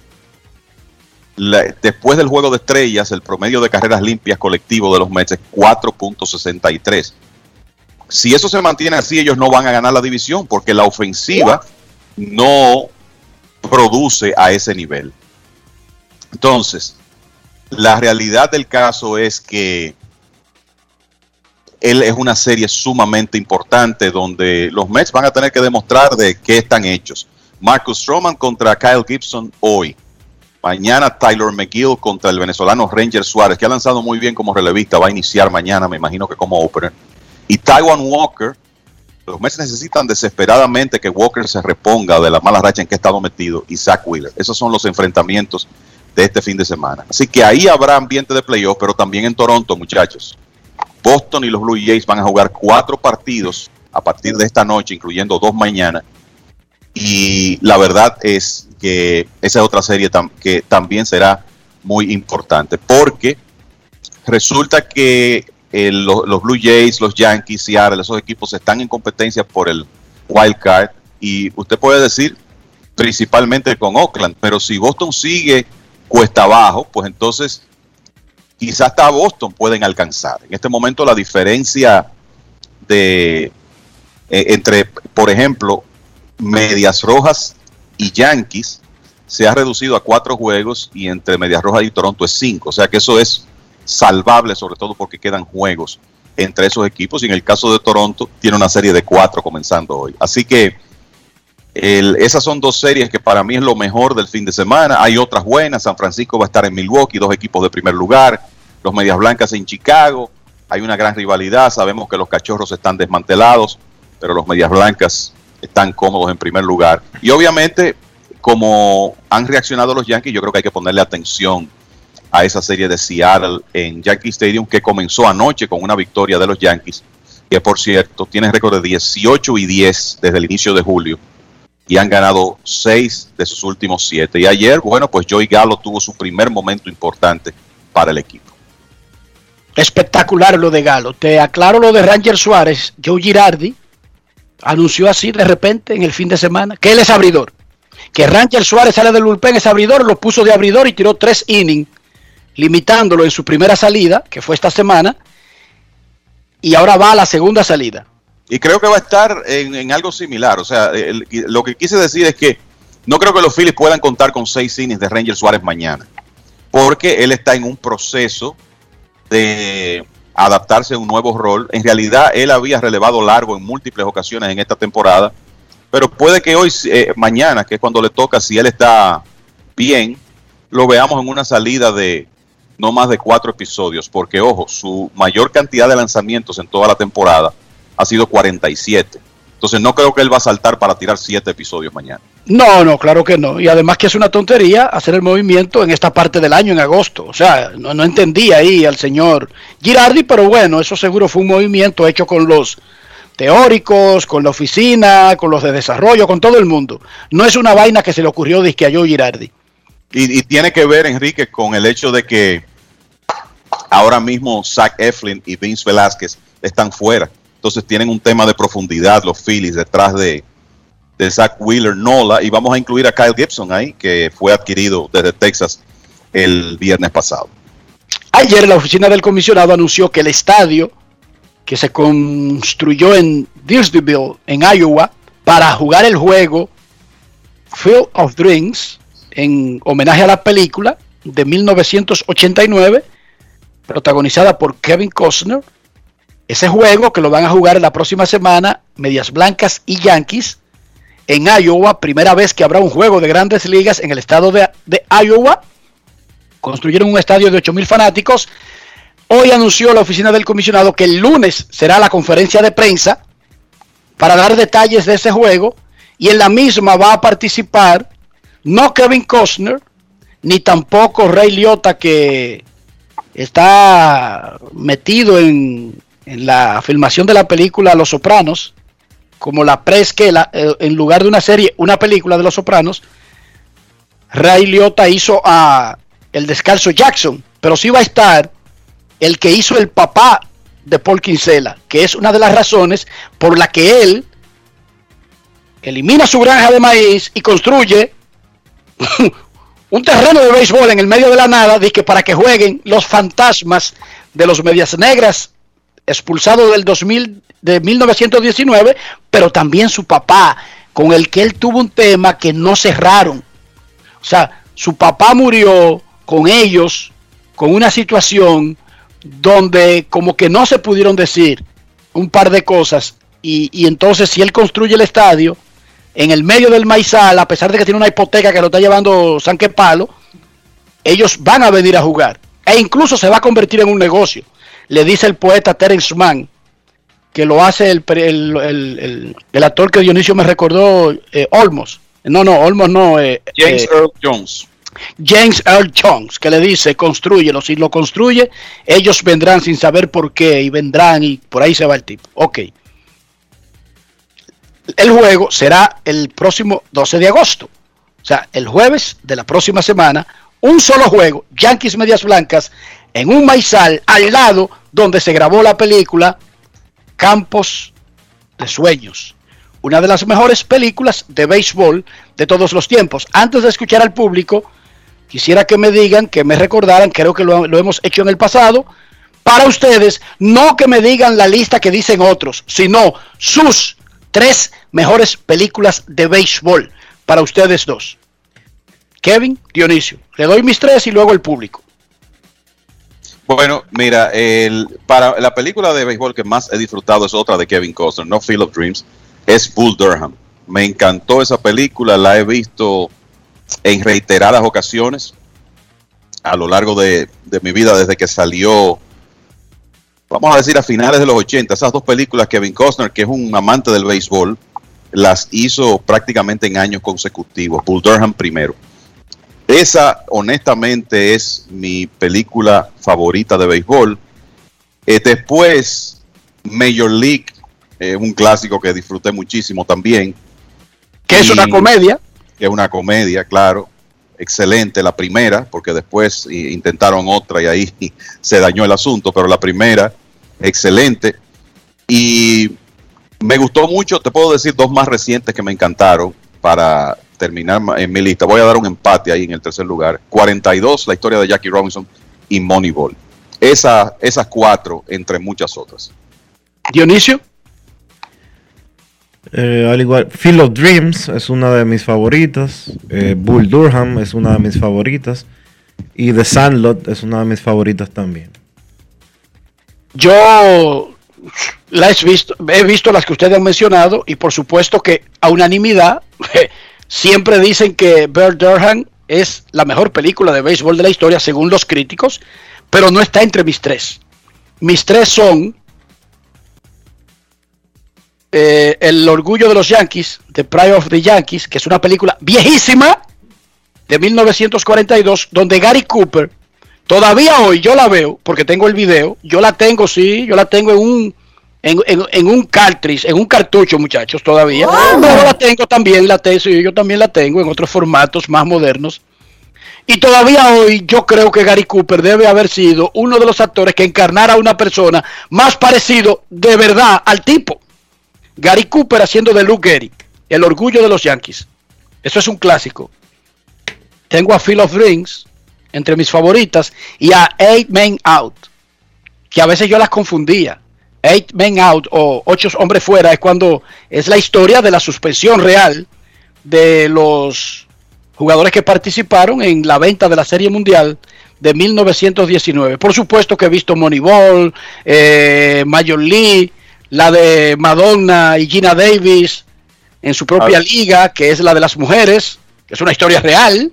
La, después del Juego de Estrellas, el promedio de carreras limpias colectivo de los Mets es cuatro punto sesenta y tres. Si eso se mantiene así, ellos no van a ganar la división, porque la ofensiva no produce a ese nivel. Entonces, la realidad del caso es que él es una serie sumamente importante donde los Mets van a tener que demostrar de qué están hechos. Marcus Stroman contra Kyle Gibson hoy. Mañana Tyler McGill contra el venezolano Ranger Suárez, que ha lanzado muy bien como relevista. Va a iniciar mañana, me imagino que como opener. Y Taijuan Walker. Los Mets necesitan desesperadamente que Walker se reponga de la mala racha en que ha estado metido, y Zach Wheeler. Esos son los enfrentamientos de este fin de semana. Así que ahí habrá ambiente de playoff, pero también en Toronto, muchachos. Boston y los Blue Jays van a jugar cuatro partidos a partir de esta noche, incluyendo dos mañana. Y la verdad es que esa es otra serie tam que también será muy importante, porque resulta que el, los, los Blue Jays, los Yankees, Seattle, esos equipos están en competencia por el wild card, y usted puede decir principalmente con Oakland, pero si Boston sigue cuesta abajo, pues entonces quizás hasta Boston pueden alcanzar. En este momento la diferencia de eh, entre, por ejemplo, Medias Rojas y Yankees se ha reducido a cuatro juegos, y entre Medias Rojas y Toronto es cinco, o sea que eso es salvable, sobre todo porque quedan juegos entre esos equipos, y en el caso de Toronto tiene una serie de cuatro comenzando hoy, así que el, esas son dos series que para mí es lo mejor del fin de semana. Hay otras buenas, San Francisco va a estar en Milwaukee, dos equipos de primer lugar, los Medias Blancas en Chicago, hay una gran rivalidad, sabemos que los Cachorros están desmantelados, pero los Medias Blancas están cómodos en primer lugar, y obviamente como han reaccionado los Yankees, yo creo que hay que ponerle atención a esa serie de Seattle en Yankee Stadium, que comenzó anoche con una victoria de los Yankees, que por cierto tienen récord de dieciocho y diez desde el inicio de julio, y han ganado seis de sus últimos siete, y ayer, bueno, pues Joey Gallo tuvo su primer momento importante para el equipo. Espectacular lo de Gallo. Te aclaro lo de Ranger Suárez. Joe Girardi anunció así de repente en el fin de semana que él es abridor, que Ranger Suárez sale del bullpen, es abridor, lo puso de abridor y tiró tres innings, limitándolo en su primera salida, que fue esta semana, y ahora va a la segunda salida. Y creo que va a estar en, en algo similar, o sea, el, lo que quise decir es que no creo que los Phillies puedan contar con seis innings de Ranger Suárez mañana, porque él está en un proceso de adaptarse a un nuevo rol. En realidad él había relevado largo en múltiples ocasiones en esta temporada, pero puede que hoy, eh, mañana, que es cuando le toca, si él está bien, lo veamos en una salida de no más de cuatro episodios, porque ojo, su mayor cantidad de lanzamientos en toda la temporada ha sido cuarenta y siete. Entonces no creo que él va a saltar para tirar siete episodios mañana. No, no, claro que no. Y además que es una tontería hacer el movimiento en esta parte del año, en agosto. O sea, no, no entendí ahí al señor Girardi, pero bueno, eso seguro fue un movimiento hecho con los teóricos, con la oficina, con los de desarrollo, con todo el mundo. No es una vaina que se le ocurrió disque a Joe Girardi. Y, y tiene que ver, Enrique, con el hecho de que ahora mismo Zach Eflin y Vince Velázquez están fuera. Entonces tienen un tema de profundidad los Phillies detrás de, de Zach Wheeler Nola, y vamos a incluir a Kyle Gibson ahí, que fue adquirido desde Texas el viernes pasado. Ayer la oficina del comisionado anunció que el estadio que se construyó en Dyersville, en Iowa, para jugar el juego Field of Dreams, en homenaje a la película de mil novecientos ochenta y nueve, protagonizada por Kevin Costner. Ese juego que lo van a jugar la próxima semana, Medias Blancas y Yankees, en Iowa, primera vez que habrá un juego de Grandes Ligas en el estado de, de Iowa. Construyeron un estadio de ocho mil fanáticos. Hoy anunció la oficina del comisionado que el lunes será la conferencia de prensa para dar detalles de ese juego, y en la misma va a participar no Kevin Costner, ni tampoco Ray Liotta, que está metido en, en la filmación de la película Los Sopranos, como la presquela, eh, en lugar de una serie, una película de Los Sopranos. Ray Liotta hizo a el Descalzo Jackson, pero sí va a estar el que hizo el papá de Paul Kinsella, que es una de las razones por la que él elimina su granja de maíz y construye un terreno de béisbol en el medio de la nada, dice que para que jueguen los fantasmas de los Medias Negras expulsados del dos mil, de mil novecientos diecinueve, pero también su papá, con el que él tuvo un tema que no cerraron. O sea, su papá murió con ellos, con una situación donde como que no se pudieron decir un par de cosas, y, y entonces si él construye el estadio en el medio del maizal, a pesar de que tiene una hipoteca que lo está llevando San Palo, ellos van a venir a jugar, e incluso se va a convertir en un negocio. Le dice el poeta Terence Mann, que lo hace el, el, el, el, el actor que Dionisio me recordó, eh, Olmos. No, no, Olmos no. Eh, James eh, Earl Jones. James Earl Jones, que le dice, construyelo. Si lo construye, ellos vendrán sin saber por qué, y vendrán, y por ahí se va el tipo. Ok. El juego será el próximo doce de agosto. O sea, el jueves de la próxima semana, un solo juego, Yankees Medias Blancas, en un maizal al lado donde se grabó la película Campos de Sueños. Una de las mejores películas de béisbol de todos los tiempos. Antes de escuchar al público, quisiera que me digan, que me recordaran, creo que lo, lo hemos hecho en el pasado, para ustedes, no que me digan la lista que dicen otros, sino sus tres mejores películas de béisbol para ustedes dos. Kevin, Dionisio, le doy mis tres y luego el público. Bueno, mira, el, para la película de béisbol que más he disfrutado es otra de Kevin Costner, No Field of Dreams, es Bull Durham. Me encantó esa película, la he visto en reiteradas ocasiones a lo largo de, de mi vida desde que salió, vamos a decir a finales de los ochenta. Esas dos películas, Kevin Costner, que es un amante del béisbol, las hizo prácticamente en años consecutivos. Bull Durham primero. Esa honestamente es mi película favorita de béisbol. Eh, después Major League, eh, un clásico que disfruté muchísimo también. Que es una comedia. Que es una comedia, claro. Excelente la primera, porque después eh, intentaron otra y ahí se dañó el asunto, pero la primera, excelente. Y me gustó mucho, te puedo decir dos más recientes que me encantaron para terminar en mi lista. Voy a dar un empate ahí en el tercer lugar. cuarenta y dos, la historia de Jackie Robinson, y Moneyball. Esa, esas cuatro, entre muchas otras. Dionisio. Eh, al igual, Field of Dreams es una de mis favoritas. Eh, Bull Durham es una de mis favoritas. Y The Sandlot es una de mis favoritas también. Yo la he visto, he visto las que ustedes han mencionado y por supuesto que a unanimidad siempre dicen que Bull Durham es la mejor película de béisbol de la historia según los críticos, pero no está entre mis tres. Mis tres son eh, El orgullo de los Yankees, The Pride of the Yankees, que es una película viejísima de mil novecientos cuarenta y dos, donde Gary Cooper, todavía hoy yo la veo, porque tengo el video, yo la tengo, sí, yo la tengo en un en, en, en un cartridge, en un cartucho, muchachos, todavía, oh. Pero la tengo también, la tengo, sí, yo también la tengo en otros formatos más modernos, y todavía hoy yo creo que Gary Cooper debe haber sido uno de los actores que encarnara a una persona más parecido de verdad al tipo. Gary Cooper haciendo de Lou Gehrig, El orgullo de los Yankees, eso es un clásico. Tengo a Field of Dreams entre mis favoritas y a Eight Men Out, que a veces yo las confundía. Eight Men Out o Ocho Hombres Fuera es cuando es la historia de la suspensión real de los jugadores que participaron en la venta de la Serie Mundial de mil novecientos diecinueve. Por supuesto que he visto Moneyball, eh, Major League, la de Madonna y Gina Davis en su propia liga, que es la de las mujeres, que es una historia real.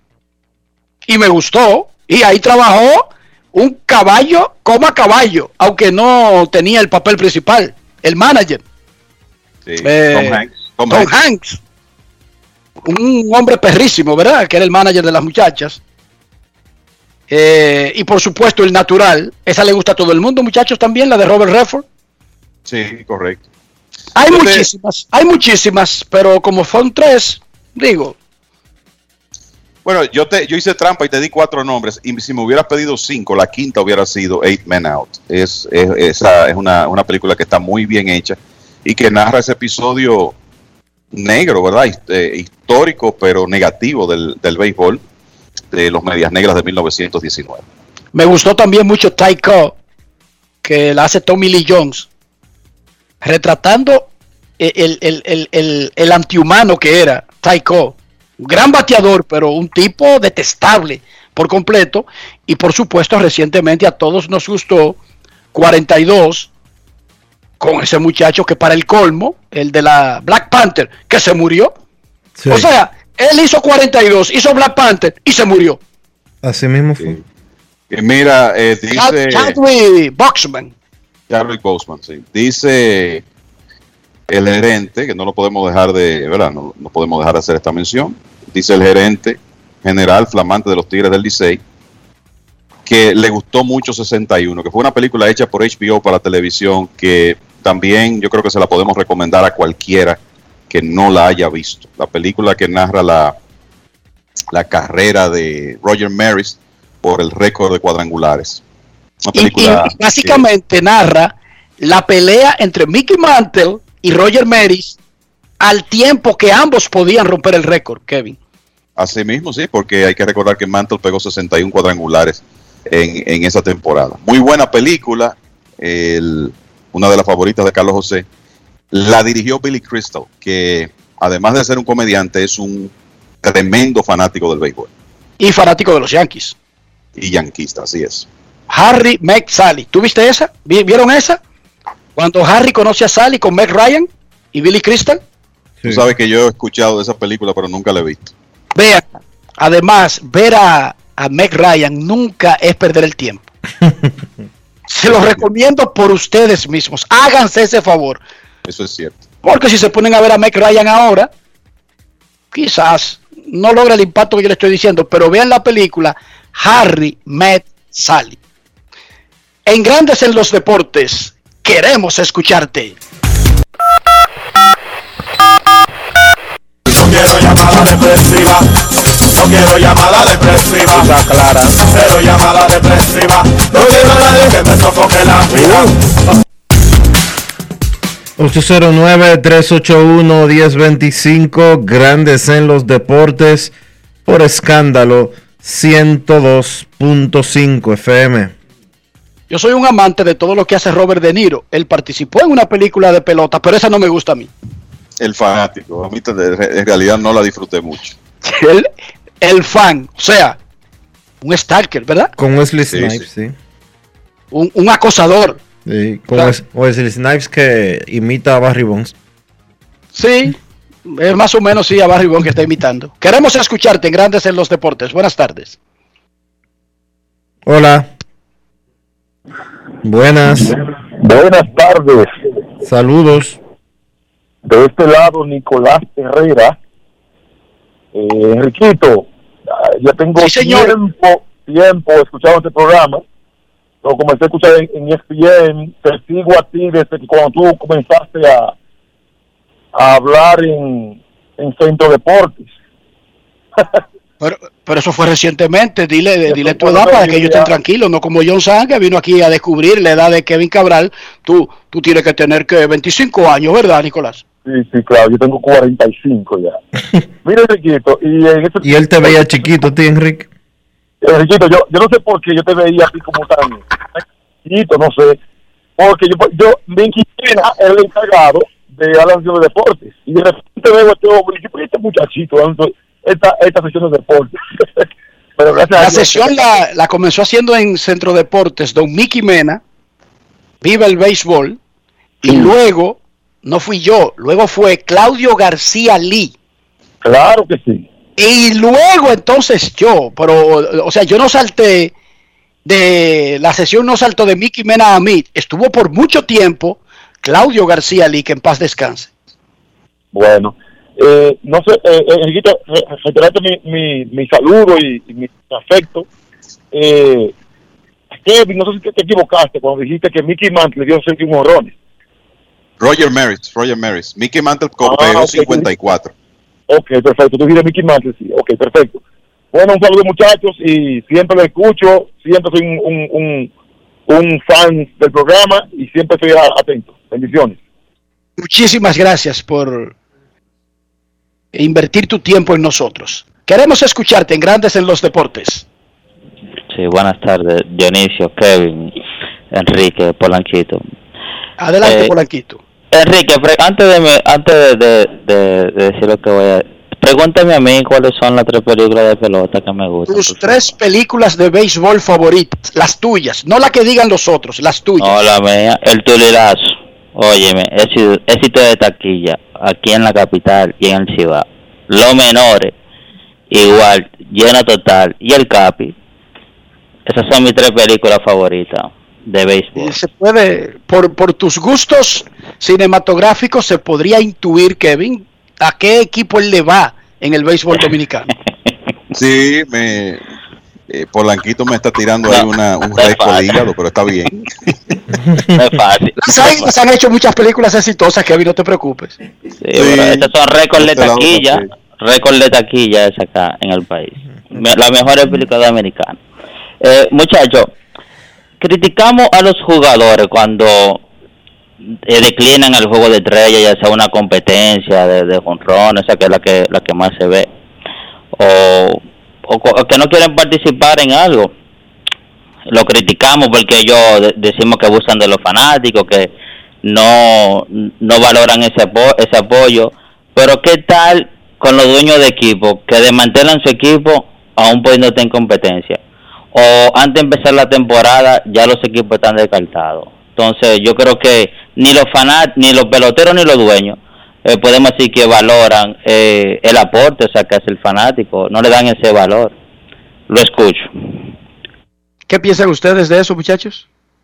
Y me gustó, y ahí trabajó un caballo coma caballo, aunque no tenía el papel principal, el manager. Sí, eh, Tom Hanks. Tom, Tom Hanks. Hanks. Un hombre perrísimo, ¿verdad? Que era el manager de las muchachas. Eh, y por supuesto el natural, esa le gusta a todo el mundo, muchachos, también, la de Robert Redford. Sí, correcto. Hay Yo muchísimas, te... hay muchísimas, pero como son tres, digo... Bueno, yo te yo hice trampa y te di cuatro nombres, y si me hubieras pedido cinco, la quinta hubiera sido Eight Men Out. Es, es, esa es una, una película que está muy bien hecha y que narra ese episodio negro, ¿verdad? Eh, histórico, pero negativo del, del béisbol de los Medias Negras de mil novecientos diecinueve. Me gustó también mucho Ty Cobb, que la hace Tommy Lee Jones, retratando el, el, el, el, el antihumano que era Ty Cobb. Un gran bateador, pero un tipo detestable por completo. Y por supuesto, recientemente a todos nos gustó cuarenta y dos, con ese muchacho que para el colmo, el de la Black Panther, que se murió. Sí. O sea, él hizo cuarenta y dos, hizo Black Panther y se murió. Así mismo fue. Sí. Y mira, eh, dice... Chadwick Boseman. Chadwick Boseman, sí. Dice el gerente, que no lo podemos dejar de, ¿verdad? No, no podemos dejar de hacer esta mención. Dice el gerente general flamante de los Tigres del Licey que le gustó mucho sesenta y uno, que fue una película hecha por H B O para televisión, que también yo creo que se la podemos recomendar a cualquiera que no la haya visto. La película que narra la, la carrera de Roger Maris por el récord de cuadrangulares. Una Y, película y básicamente que... narra la pelea entre Mickey Mantle y Roger Maris al tiempo que ambos podían romper el récord, Kevin. Así mismo, sí, porque hay que recordar que Mantle pegó sesenta y uno cuadrangulares en, en esa temporada. Muy buena película, el, una de las favoritas de Carlos José. La dirigió Billy Crystal, que además de ser un comediante, es un tremendo fanático del béisbol. Y fanático de los Yankees. Y yanquista, así es. Harry, Meg, Sally. ¿Tú viste esa? ¿Vieron esa? Cuando Harry conoce a Sally con Meg Ryan y Billy Crystal. Sí. Tú sabes que yo he escuchado de esa película, pero nunca la he visto. Vean, además, ver a, a Meg Ryan nunca es perder el tiempo. Se los recomiendo por ustedes mismos. Háganse ese favor. Eso es cierto. Porque si se ponen a ver a Meg Ryan ahora, quizás no logra el impacto que yo le estoy diciendo, pero vean la película Harry Met Sally. En Grandes en los Deportes, queremos escucharte. No quiero llamada depresiva, no quiero llamada depresiva, está clara. Cero llamada depresiva, no quiero a nadie que me sofoque la vida. ocho cero nueve, tres ocho uno, uno cero dos cinco, Grandes en los Deportes, por Escándalo ciento dos punto cinco F M. Yo soy un amante de todo lo que hace Robert De Niro. Él participó en una película de pelota, pero esa no me gusta a mí. El fanático, a mí en realidad no la disfruté mucho. El, el fan, o sea, un stalker, ¿verdad? Con Wesley Snipes, sí. sí. Un, un acosador. Sí, con Wes, Wesley Snipes que imita a Barry Bonds. Sí, es más o menos sí a Barry Bonds que está imitando. Queremos escucharte en Grandes en los Deportes. Buenas tardes. Hola. Buenas. Buenas tardes. Saludos. De este lado, Nicolás Herrera. Eh, Enriquito, ya tengo sí, tiempo, tiempo escuchando este programa. Lo comencé a escuchar en, en E S P N. Te sigo a ti desde que cuando tú comenzaste a, a hablar en, en Centro Deportes. Pero, pero eso fue recientemente. Dile, dile tu edad para que ellos estén tranquilos, no como John San, que vino aquí a descubrir la edad de Kevin Cabral. Tú, tú tienes que tener que veinticinco años, ¿verdad, Nicolás? Sí, sí, claro, yo tengo cuarenta y cinco ya. Mira, Enriquito, y en este y él te veía chiquito, tío Enrique. Enriquito, yo, yo no sé por qué yo te veía así como tan chiquito, no sé. Porque yo, yo mi Quintana era el encargado de hablar de deportes. Y de repente veo a este hombre y yo, este muchachito, esta, esta sesión de deportes. Pero gracias la a Dios, sesión la, la comenzó haciendo en Centro Deportes, don Mickey Mena, Viva el Béisbol, y mm. luego, no fui yo, luego fue Claudio García Lee. Claro que sí. Y luego entonces yo, pero, o sea, yo no salté de, la sesión no saltó de Mickey Mena a mí, estuvo por mucho tiempo Claudio García Lee, que en paz descanse. Bueno, eh, no sé, eh, Enriquito, reiterarte mi, mi, mi saludo y, y mi afecto. Eh, Kevin, no sé si te, te equivocaste cuando dijiste que Mickey Mantle le dio sesenta y uno honrones. Roger Maris, Roger Maris. Mickey Mantle pegó ah, okay. cincuenta y cuatro. Ok, perfecto. Tú dijiste Mickey Mantle, sí. Ok, perfecto. Bueno, un saludo, muchachos, y siempre lo escucho. Siempre soy un, un, un, un fan del programa y siempre estoy atento. Bendiciones. Muchísimas gracias por invertir tu tiempo en nosotros. Queremos escucharte en Grandes en los Deportes. Sí, buenas tardes, Dionisio, Kevin, Enrique, Polanquito. Adelante, eh, Polanquito. Enrique, antes de, me, antes de, de, de, de decir lo que voy a... Pregúntame a mí cuáles son las tres películas de pelota que me gustan. Tus tres películas de béisbol favoritas, las tuyas, no la que digan los otros, las tuyas. No, la mía, El Tulilazo. Óyeme, éxito, éxito de taquilla, aquí en la capital y en el Cibao. Los Menores, igual, Lleno Total y El Capi. Esas son mis tres películas favoritas de béisbol. Se puede, por, por tus gustos cinematográficos, se podría intuir, Kevin, a qué equipo él le va en el béisbol dominicano. Sí, me eh, Polanquito me está tirando no, ahí una, un récord de hígado, pero está bien. No es fácil. Las Águilas han hecho muchas películas exitosas, Kevin, no te preocupes. Sí, sí, bueno, estos son récords de taquilla. récord de taquilla es acá en el país. Me, la mejor película americana. Eh, muchachos, criticamos a los jugadores cuando eh, declinan el juego de estrella, ya sea una competencia de, de jonrones, esa que es la que la que más se ve, o, o, o que no quieren participar en algo. Lo criticamos porque ellos de, decimos que abusan de los fanáticos, que no no valoran ese apo- ese apoyo. Pero ¿qué tal con los dueños de equipo que desmantelan su equipo aún poniéndote en competencia? O antes de empezar la temporada ya los equipos están descartados. Entonces yo creo que ni los fanat, ni los peloteros ni los dueños eh, podemos decir que valoran eh, el aporte, o sea, que hace el fanático, no le dan ese valor. Lo escucho. ¿Qué piensan ustedes de eso, muchachos?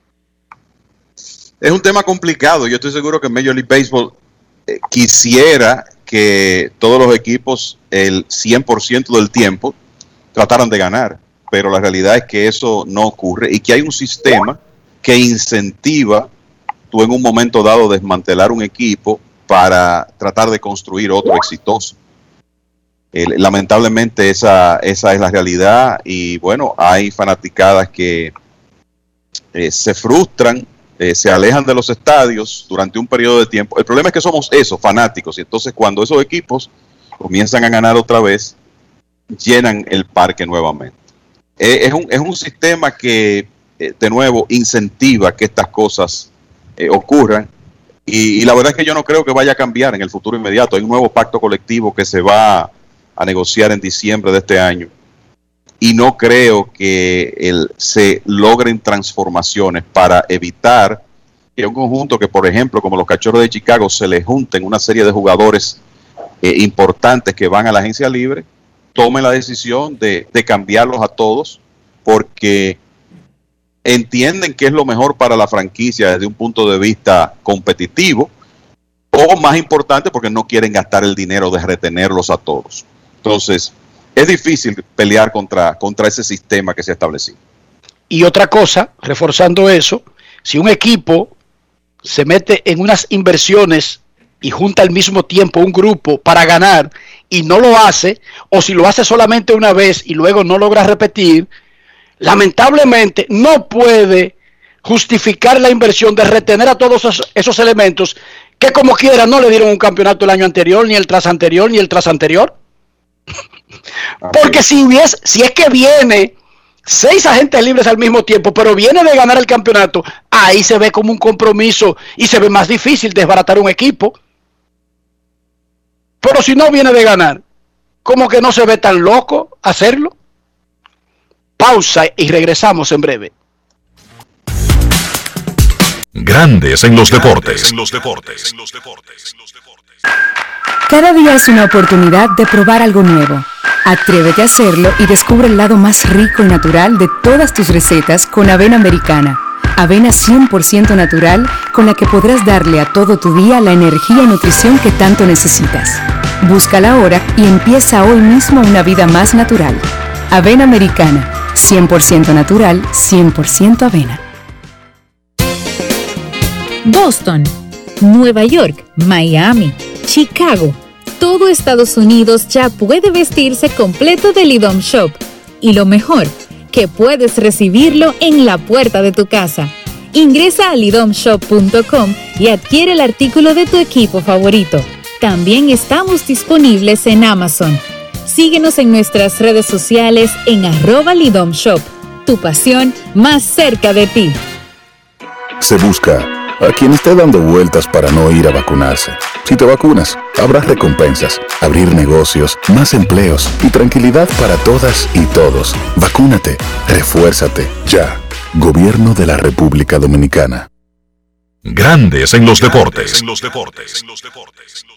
Es un tema complicado. Yo estoy seguro que Major League Baseball eh, quisiera que todos los equipos el cien por ciento del tiempo trataran de ganar, pero la realidad es que eso no ocurre y que hay un sistema que incentiva tú en un momento dado desmantelar un equipo para tratar de construir otro exitoso. Eh, lamentablemente esa, esa es la realidad y bueno, hay fanaticadas que eh, se frustran, eh, se alejan de los estadios durante un periodo de tiempo. El problema es que somos esos fanáticos y entonces cuando esos equipos comienzan a ganar otra vez, llenan el parque nuevamente. Eh, es, un, es un sistema que eh, de nuevo incentiva que estas cosas eh, ocurran y, y la verdad es que yo no creo que vaya a cambiar en el futuro inmediato. Hay un nuevo pacto colectivo que se va a negociar en diciembre de este año y no creo que el, se logren transformaciones para evitar que un conjunto que, por ejemplo, como los Cachorros de Chicago, se les junten una serie de jugadores eh, importantes que van a la agencia libre, tomen la decisión de, de cambiarlos a todos porque entienden que es lo mejor para la franquicia desde un punto de vista competitivo o más importante porque no quieren gastar el dinero de retenerlos a todos. Entonces, es difícil pelear contra, contra ese sistema que se ha establecido. Y otra cosa, reforzando eso, si un equipo se mete en unas inversiones y junta al mismo tiempo un grupo para ganar y no lo hace, o si lo hace solamente una vez y luego no logra repetir, lamentablemente no puede justificar la inversión de retener a todos esos, esos elementos que como quiera no le dieron un campeonato el año anterior, ni el tras anterior, ni el tras anterior. Porque si hubiese, si es que viene seis agentes libres al mismo tiempo, pero viene de ganar el campeonato, ahí se ve como un compromiso y se ve más difícil desbaratar un equipo. Pero si no viene de ganar, ¿cómo que no se ve tan loco hacerlo? Pausa y regresamos en breve. Grandes en los deportes. En los deportes. Cada día es una oportunidad de probar algo nuevo. Atrévete a hacerlo y descubre el lado más rico y natural de todas tus recetas con avena americana. Avena cien por ciento natural con la que podrás darle a todo tu día la energía y nutrición que tanto necesitas. Búscala ahora y empieza hoy mismo una vida más natural. Avena americana, cien por ciento natural, cien por ciento avena. Boston, Nueva York, Miami, Chicago. Todo Estados Unidos ya puede vestirse completo del Lidom Shop. Y lo mejor, que puedes recibirlo en la puerta de tu casa. Ingresa a lidom shop punto com y adquiere el artículo de tu equipo favorito. También estamos disponibles en Amazon. Síguenos en nuestras redes sociales en arroba Lidom Shop. Tu pasión más cerca de ti. Se busca a quien esté dando vueltas para no ir a vacunarse. Si te vacunas, habrá recompensas, abrir negocios, más empleos y tranquilidad para todas y todos. Vacúnate, refuérzate, ya. Gobierno de la República Dominicana. Grandes en los deportes. En los deportes. En los deportes.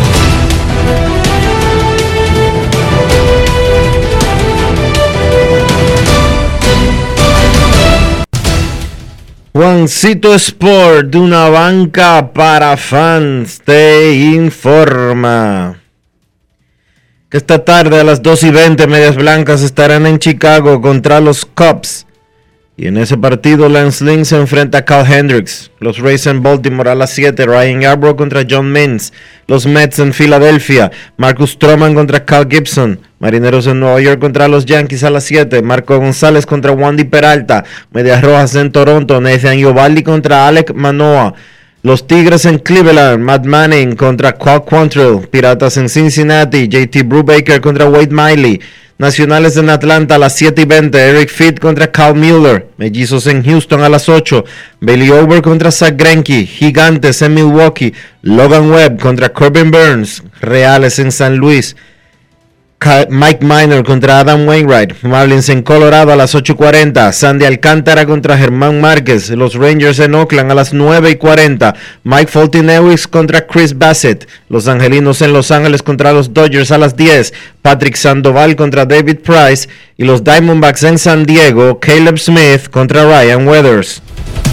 Juancito Sport, de una banca para fans, te informa que esta tarde a las dos y veinte Medias Blancas estarán en Chicago contra los Cubs Y en ese partido, Lance Lynn se enfrenta a Cal Hendricks. Los Rays en Baltimore a las siete. Ryan Yarbrough contra John Means. Los Mets en Filadelfia. Marcus Stroman contra Cal Gibson. Marineros en Nueva York contra los Yankees a las siete. Marco González contra Wandy Peralta. Medias Rojas en Toronto. Nathan Eovaldi contra Alek Manoah. Los Tigres en Cleveland. Matt Manning contra Cal Quantrill. Piratas en Cincinnati. J T Brubaker contra Wade Miley. Nacionales en Atlanta a las siete y veinte. Eric Fitt contra Kyle Mueller. Mellizos en Houston a las ocho. Bailey Over contra Zach Greinke. Gigantes en Milwaukee. Logan Webb contra Corbin Burns. Reales en San Luis. Mike Minor contra Adam Wainwright. Marlins en Colorado a las ocho y cuarenta. Sandy Alcántara contra Germán Márquez. Los Rangers en Oakland a las nueve y cuarenta. Mike Foltynewicz contra Chris Bassett. Los Angelinos en Los Ángeles contra los Dodgers a las diez. Patrick Sandoval contra David Price. Y los Diamondbacks en San Diego. Caleb Smith contra Ryan Weathers.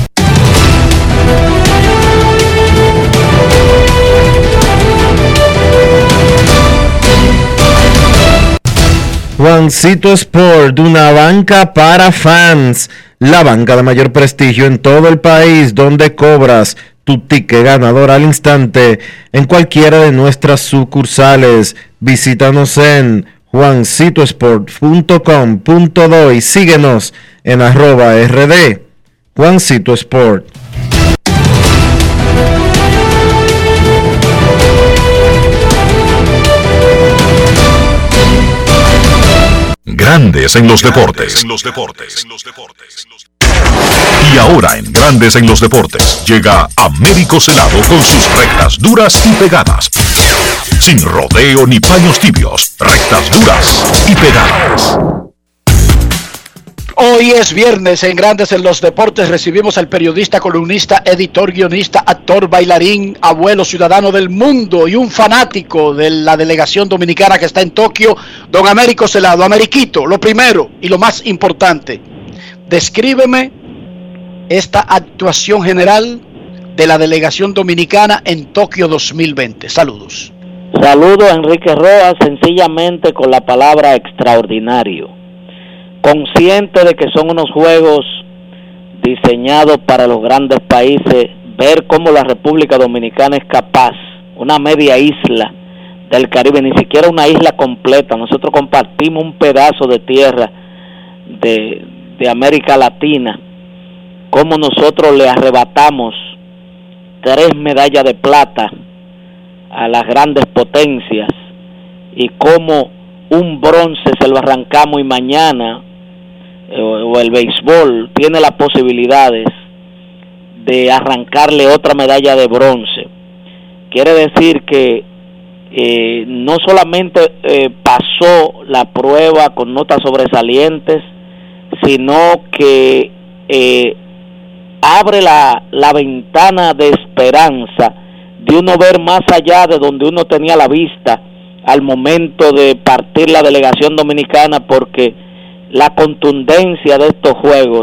Juancito Sport, una banca para fans, la banca de mayor prestigio en todo el país, donde cobras tu ticket ganador al instante en cualquiera de nuestras sucursales. Visítanos en juancito sport punto com punto do y síguenos en arroba rd Juancito Sport. Grandes en los deportes. Y ahora en Grandes en los Deportes llega Américo Celado con sus rectas duras y pegadas. Sin rodeo ni paños tibios, rectas duras y pegadas. Hoy es viernes en Grandes en los Deportes. Recibimos al periodista, columnista, editor, guionista, actor, bailarín, abuelo, ciudadano del mundo y un fanático de la delegación dominicana que está en Tokio, don Américo Celado. Ameriquito, lo primero y lo más importante, descríbeme esta actuación general de la delegación dominicana en Tokio dos mil veinte. Saludos. Saludos a Enrique Rojas, sencillamente con la palabra extraordinario. Consciente de que son unos juegos diseñados para los grandes países, ver cómo la República Dominicana es capaz, una media isla del Caribe, ni siquiera una isla completa, nosotros compartimos un pedazo de tierra de, de América Latina, cómo nosotros le arrebatamos tres medallas de plata a las grandes potencias y cómo un bronce se lo arrancamos y mañana o el béisbol tiene las posibilidades de arrancarle otra medalla de bronce. Quiere decir que eh, no solamente eh, pasó la prueba con notas sobresalientes, sino que eh, abre la, la ventana de esperanza de uno ver más allá de donde uno tenía la vista al momento de partir la delegación dominicana, porque la contundencia de estos juegos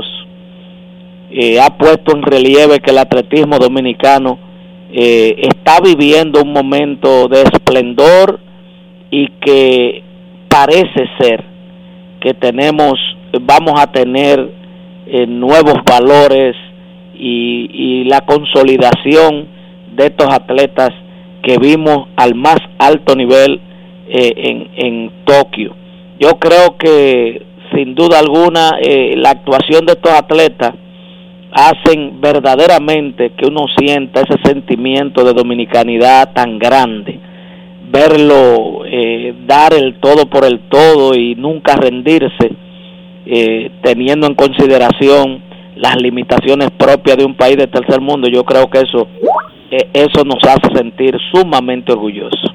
eh, ha puesto en relieve que el atletismo dominicano eh, está viviendo un momento de esplendor y que parece ser que tenemos, vamos a tener eh, nuevos valores y, y la consolidación de estos atletas que vimos al más alto nivel eh, en, en Tokio. Yo creo que sin duda alguna eh, la actuación de estos atletas hacen verdaderamente que uno sienta ese sentimiento de dominicanidad tan grande, verlo eh, dar el todo por el todo y nunca rendirse, eh, teniendo en consideración las limitaciones propias de un país de tercer mundo. Yo creo que eso eh, eso nos hace sentir sumamente orgullosos.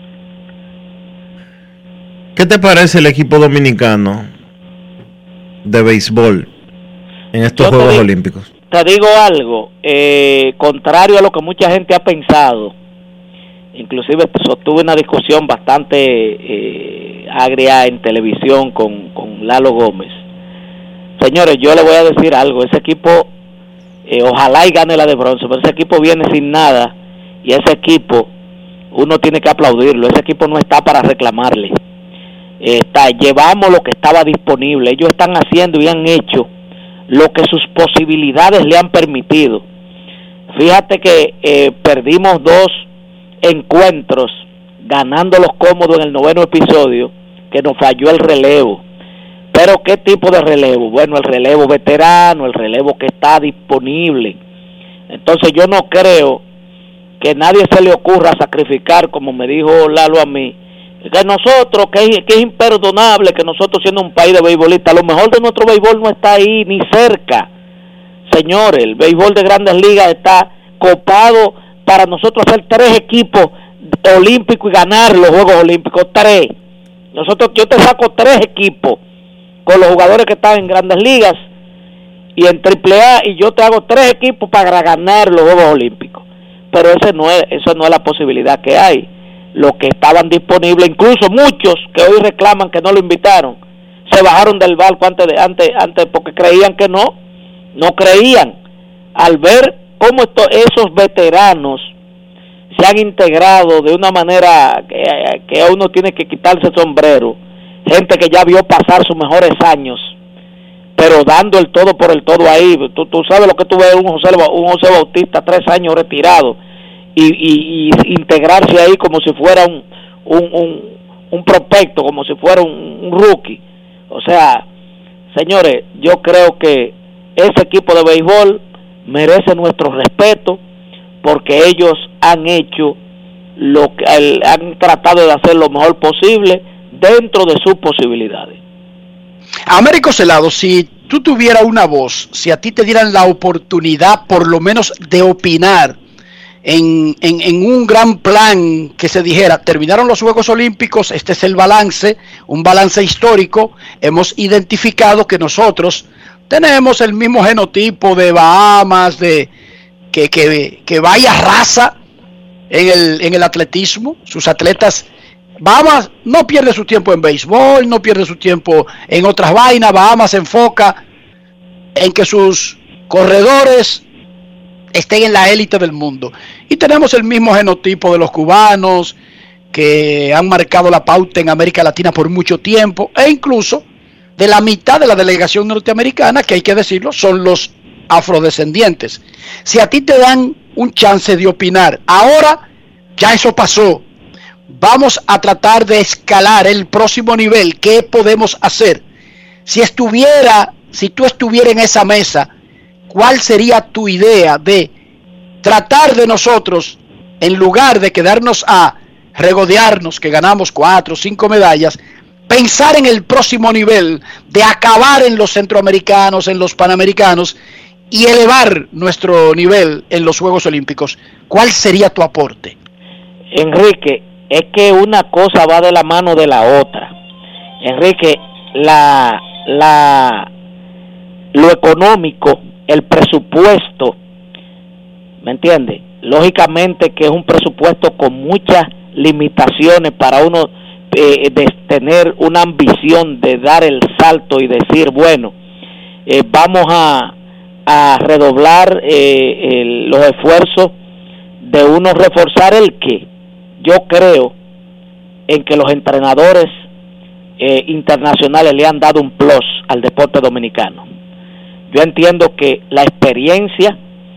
¿Qué te parece el equipo dominicano de béisbol en estos Yo Juegos te Olímpicos? Te digo algo, eh, contrario a lo que mucha gente ha pensado, inclusive sostuve una discusión bastante eh, agria en televisión con, con Lalo Gómez. Señores, yo le voy a decir algo, ese equipo, eh, ojalá y gane la de bronce, pero ese equipo viene sin nada, y ese equipo, uno tiene que aplaudirlo, ese equipo no está para reclamarle. Está, llevamos lo que estaba disponible, ellos están haciendo y han hecho lo que sus posibilidades le han permitido. Fíjate que eh, perdimos dos encuentros ganándolos cómodos en el noveno episodio, que nos falló el relevo. Pero ¿qué tipo de relevo? Bueno, el relevo veterano, el relevo que está disponible. Entonces yo no creo que nadie se le ocurra sacrificar, como me dijo Lalo a mí, que nosotros, que es, que es imperdonable que nosotros siendo un país de beisbolistas, lo mejor de nuestro béisbol no está ahí ni cerca. Señores, el béisbol de Grandes Ligas está copado para nosotros hacer tres equipos olímpicos y ganar los Juegos Olímpicos, tres. Nosotros, yo te saco tres equipos con los jugadores que están en Grandes Ligas y en triple A, y yo te hago tres equipos para ganar los Juegos Olímpicos. Pero ese no es, eso no es la posibilidad que hay. Los que estaban disponibles, incluso muchos que hoy reclaman que no lo invitaron, se bajaron del barco antes de, antes, antes porque creían que no, no creían. Al ver cómo esto, esos veteranos se han integrado de una manera que, que uno tiene que quitarse el sombrero, gente que ya vio pasar sus mejores años, pero dando el todo por el todo ahí. Tú, tú sabes lo que tú ves un José, un José Bautista, tres años retirado, y, y, y integrarse ahí como si fuera un un, un, un prospecto, como si fuera un, un rookie. O sea, señores, yo creo que ese equipo de béisbol merece nuestro respeto, porque ellos han hecho lo que el, han tratado de hacer lo mejor posible dentro de sus posibilidades. Américo Celado, si tú tuvieras una voz, si a ti te dieran la oportunidad por lo menos de opinar en, en, en un gran plan que se dijera, terminaron los Juegos Olímpicos, este es el balance, un balance histórico, hemos identificado que nosotros tenemos el mismo genotipo de Bahamas, de que, que, que vaya raza en el, en el atletismo, sus atletas. Bahamas no pierde su tiempo en béisbol, no pierde su tiempo en otras vainas. Bahamas se enfoca en que sus corredores estén en la élite del mundo. Y tenemos el mismo genotipo de los cubanos, que han marcado la pauta en América Latina por mucho tiempo, e incluso de la mitad de la delegación norteamericana, que hay que decirlo, son los afrodescendientes. Si a ti te dan un chance de opinar, ahora ya eso pasó. Vamos a tratar de escalar el próximo nivel. ¿Qué podemos hacer? Si estuviera, si tú estuvieras en esa mesa, ¿cuál sería tu idea de tratar de nosotros, en lugar de quedarnos a regodearnos que ganamos cuatro o cinco medallas, pensar en el próximo nivel, de acabar en los centroamericanos, en los panamericanos y elevar nuestro nivel en los Juegos Olímpicos? ¿Cuál sería tu aporte? Enrique, es que una cosa va de la mano de la otra. Enrique, la, la, lo económico, el presupuesto, ¿me entiendes? Lógicamente que es un presupuesto con muchas limitaciones para uno eh, de tener una ambición de dar el salto y decir, bueno, eh, vamos a, a redoblar eh, el, los esfuerzos de uno reforzar el qué. Yo creo en que los entrenadores eh, internacionales le han dado un plus al deporte dominicano. Yo entiendo que la experiencia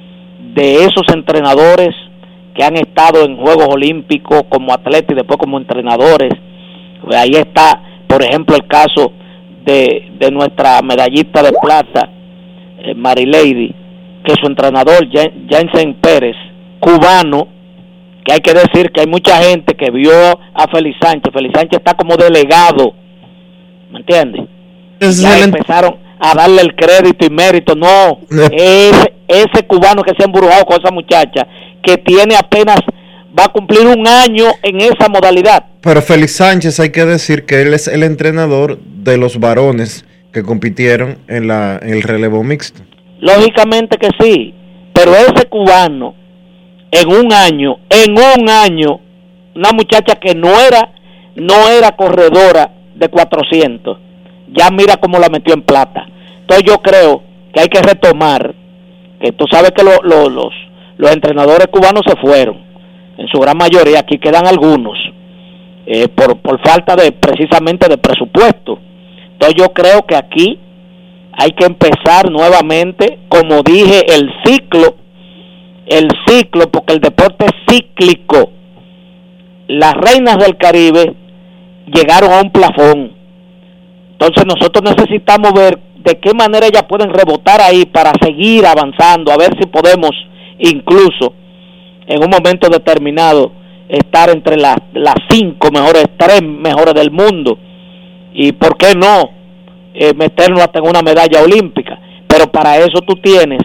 de esos entrenadores que han estado en Juegos Olímpicos como atletas y después como entrenadores, pues ahí está, por ejemplo, el caso de, de nuestra medallista de plata, eh, Marilady, que su entrenador, Jensen Pérez, cubano, que hay que decir que hay mucha gente que vio a Félix Sánchez. Félix Sánchez está como delegado, ¿me entiendes? Ya empezaron a darle el crédito y mérito. No, ese, ese cubano que se ha embrujado con esa muchacha, que tiene apenas, va a cumplir un año en esa modalidad. Pero Félix Sánchez, hay que decir que él es el entrenador de los varones que compitieron en, la, en el relevo mixto. Lógicamente que sí, pero ese cubano, en un año, en un año, una muchacha que no era, no era corredora de cuatrocientos, ya mira cómo la metió en plata. Entonces yo creo que hay que retomar, que tú sabes que lo, lo, los, los entrenadores cubanos se fueron, en su gran mayoría, aquí quedan algunos, eh, por, por falta de, precisamente de presupuesto. Entonces yo creo que aquí hay que empezar nuevamente, como dije, el ciclo, el ciclo, porque el deporte es cíclico. Las reinas del Caribe llegaron a un plafón. Entonces nosotros necesitamos ver de qué manera ellas pueden rebotar ahí para seguir avanzando, a ver si podemos incluso en un momento determinado estar entre las, las cinco mejores, tres mejores del mundo, y por qué no eh, meternos hasta en una medalla olímpica. Pero para eso tú tienes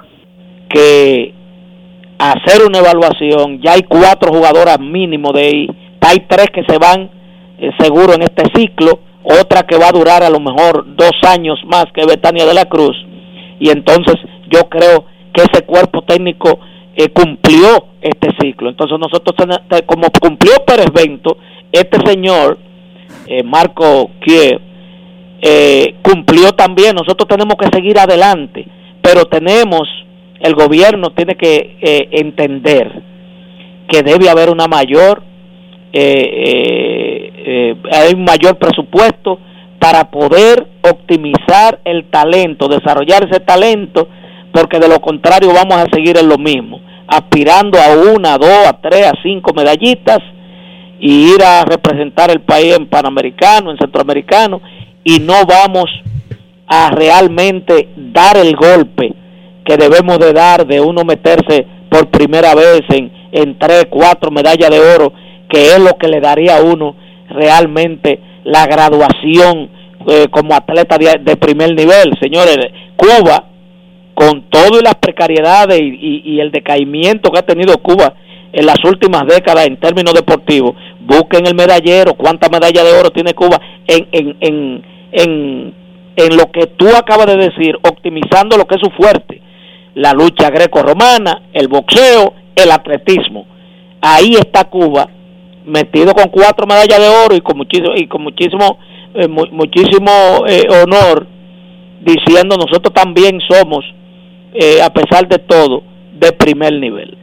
que hacer una evaluación. Ya hay cuatro jugadoras mínimo de ahí, hay tres que se van eh, seguro en este ciclo, otra que va a durar a lo mejor dos años más, que Betania de la Cruz, y entonces yo creo que ese cuerpo técnico eh, cumplió este ciclo. Entonces nosotros, como cumplió Pérez Bento, este señor eh, Marco Kiev eh, cumplió también. Nosotros tenemos que seguir adelante, pero tenemos, el gobierno tiene que eh, entender que debe haber una mayor eh, eh, eh, hay un mayor presupuesto para poder optimizar el talento, desarrollar ese talento, porque de lo contrario vamos a seguir en lo mismo, aspirando a una, a dos, a tres, a cinco medallitas y ir a representar el país en Panamericano, en Centroamericano, y no vamos a realmente dar el golpe que debemos de dar, de uno meterse por primera vez en, en tres, cuatro medallas de oro, que es lo que le daría a uno realmente la graduación eh, como atleta de, de primer nivel. Señores, Cuba, con todo y las precariedades y, y, y el decaimiento que ha tenido Cuba en las últimas décadas en términos deportivos, busquen el medallero, cuántas medallas de oro tiene Cuba en, en, en, en, en lo que tú acabas de decir, optimizando lo que es su fuerte, la lucha greco-romana, el boxeo, el atletismo. Ahí está Cuba, metido con cuatro medallas de oro y con muchísimo, y con muchísimo, eh, mu muchísimo eh, honor, diciendo nosotros también somos, eh, a pesar de todo, de primer nivel.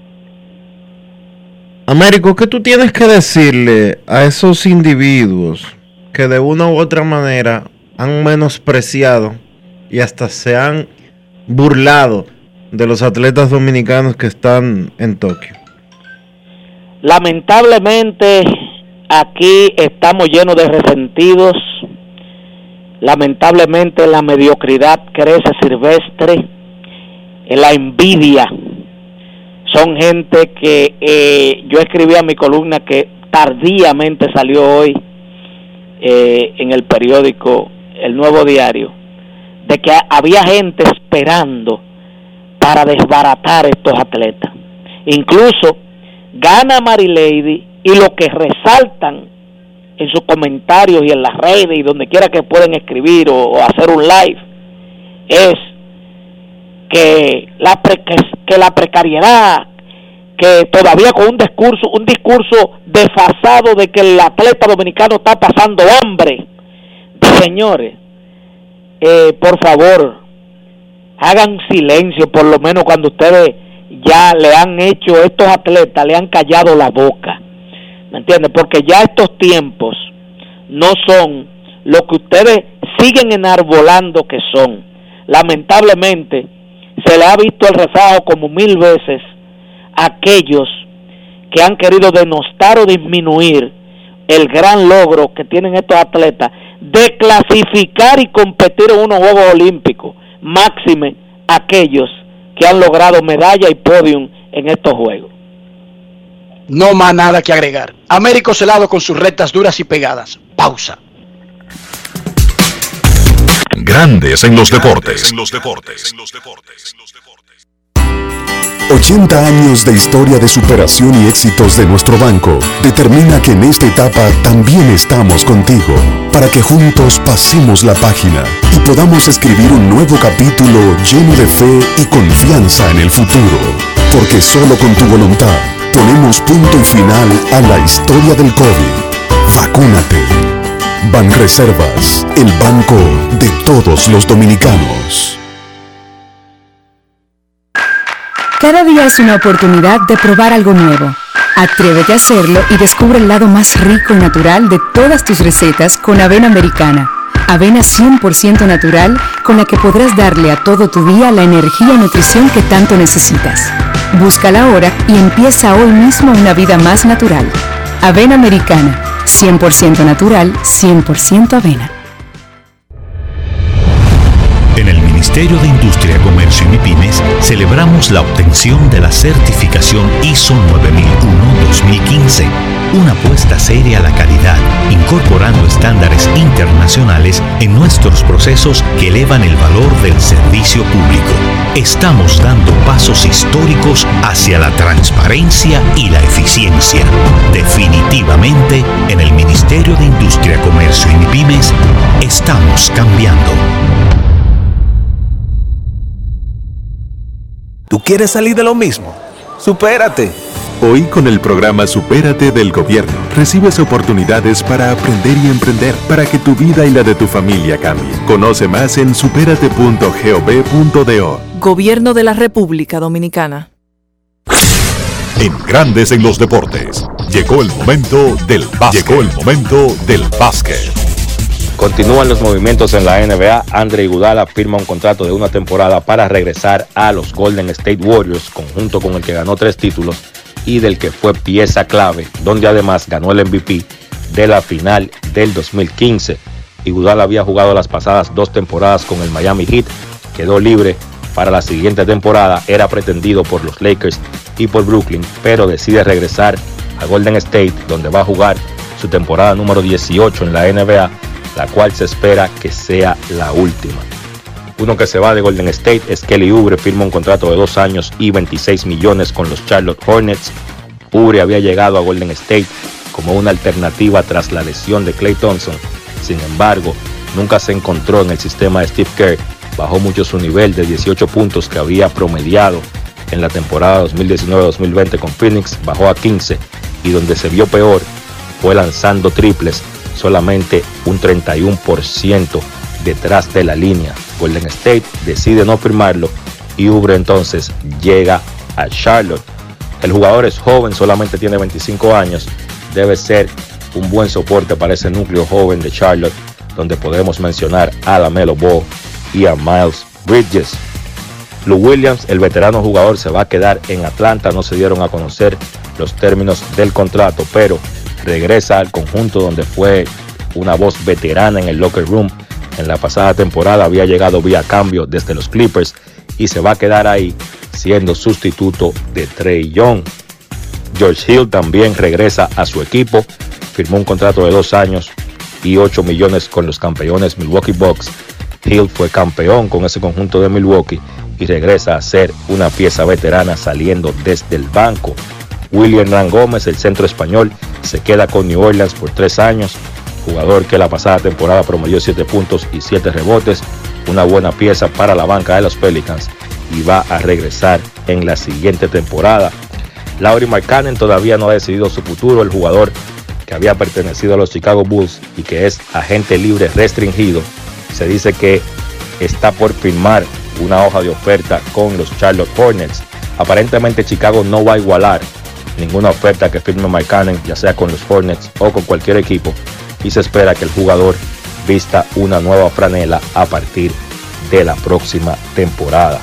Américo, ¿qué tú tienes que decirle a esos individuos que de una u otra manera han menospreciado y hasta se han burlado de los atletas dominicanos que están en Tokio? Lamentablemente aquí estamos llenos de resentidos. Lamentablemente la mediocridad crece silvestre, la envidia. Son gente que eh, yo escribí a mi columna que tardíamente salió hoy eh, en el periódico El Nuevo Diario, de que había gente esperando para desbaratar estos atletas. Incluso gana Marilady y lo que resaltan en sus comentarios y en las redes y donde quiera que pueden escribir o, o hacer un live es que la pre, que, que la precariedad, que todavía con un discurso un discurso desfasado de que el atleta dominicano está pasando hambre. Señores, eh, por favor, hagan silencio por lo menos cuando ustedes ya le han hecho, estos atletas le han callado la boca, ¿me entiendes? Porque ya estos tiempos no son lo que ustedes siguen enarbolando que son. Lamentablemente se le ha visto el rezago como mil veces a aquellos que han querido denostar o disminuir el gran logro que tienen estos atletas de clasificar y competir en unos Juegos Olímpicos, máxime aquellos que han logrado medalla y podium en estos Juegos. No más nada que agregar. Américo Celado con sus rectas duras y pegadas. Pausa. Grandes en los deportes. En los deportes. ochenta años de historia de superación y éxitos de nuestro banco determina que en esta etapa también estamos contigo, para que juntos pasemos la página y podamos escribir un nuevo capítulo lleno de fe y confianza en el futuro. Porque solo con tu voluntad ponemos punto y final a la historia del COVID. Vacúnate. Banreservas, el banco de todos los dominicanos. Cada día es una oportunidad de probar algo nuevo. Atrévete a hacerlo y descubre el lado más rico y natural de todas tus recetas con Avena Americana. Avena cien por ciento natural con la que podrás darle a todo tu día la energía y nutrición que tanto necesitas. Búscala ahora y empieza hoy mismo una vida más natural. Avena Americana, cien por ciento natural, cien por ciento avena. En el Ministerio de Industria, Comercio y MIPYMES celebramos la obtención de la certificación I S O nueve mil uno dos mil quince, una apuesta seria a la calidad, incorporando estándares internacionales en nuestros procesos que elevan el valor del servicio público. Estamos dando pasos históricos hacia la transparencia y la eficiencia. Definitivamente, en el Ministerio de Industria, Comercio y MIPYMES estamos cambiando. ¿Tú quieres salir de lo mismo? ¡Supérate! Hoy con el programa Supérate del Gobierno recibes oportunidades para aprender y emprender para que tu vida y la de tu familia cambien. Conoce más en supérate punto gov punto do. Gobierno de la República Dominicana. En Grandes en los Deportes, llegó el momento del básquet. Llegó el momento del básquet. Continúan los movimientos en la N B A. Andre Iguodala firma un contrato de una temporada para regresar a los Golden State Warriors, conjunto con el que ganó tres títulos y del que fue pieza clave, donde además ganó el M V P de la final del dos mil quince. Iguodala había jugado las pasadas dos temporadas con el Miami Heat, quedó libre para la siguiente temporada, era pretendido por los Lakers y por Brooklyn, pero decide regresar a Golden State, donde va a jugar su temporada número dieciocho en la N B A, la cual se espera que sea la última. Uno que se va de Golden State es Kelly Oubre, firma un contrato de dos años y veintiséis millones con los Charlotte Hornets. Oubre había llegado a Golden State como una alternativa tras la lesión de Klay Thompson. Sin embargo, nunca se encontró en el sistema de Steve Kerr. Bajó mucho su nivel de dieciocho puntos que había promediado en la temporada dos mil diecinueve dos mil veinte con Phoenix, bajó a quince, y donde se vio peor fue lanzando triples, solamente un treinta y uno por ciento detrás de la línea. Golden State decide no firmarlo y Oubre entonces llega a Charlotte. El jugador es joven, solamente tiene veinticinco años, debe ser un buen soporte para ese núcleo joven de Charlotte, donde podemos mencionar a LaMelo Ball y a Miles Bridges. Lou Williams, el veterano jugador, se va a quedar en Atlanta. No se dieron a conocer los términos del contrato, pero regresa al conjunto donde fue una voz veterana en el locker room. En la pasada temporada había llegado vía cambio desde los Clippers y se va a quedar ahí siendo sustituto de Trae Young. George Hill también regresa a su equipo, firmó un contrato de dos años y ocho millones con los campeones Milwaukee Bucks. Hill fue campeón con ese conjunto de Milwaukee y regresa a ser una pieza veterana saliendo desde el banco. William Hernán Gómez, el centro español, se queda con New Orleans por tres años, jugador que la pasada temporada promedió siete puntos y siete rebotes, una buena pieza para la banca de los Pelicans y va a regresar en la siguiente temporada. Lauri Markkanen todavía no ha decidido su futuro. El jugador que había pertenecido a los Chicago Bulls y que es agente libre restringido, se dice que está por firmar una hoja de oferta con los Charlotte Hornets. Aparentemente Chicago no va a igualar ninguna oferta que firme Markkanen, ya sea con los Hornets o con cualquier equipo, y se espera que el jugador vista una nueva franela a partir de la próxima temporada.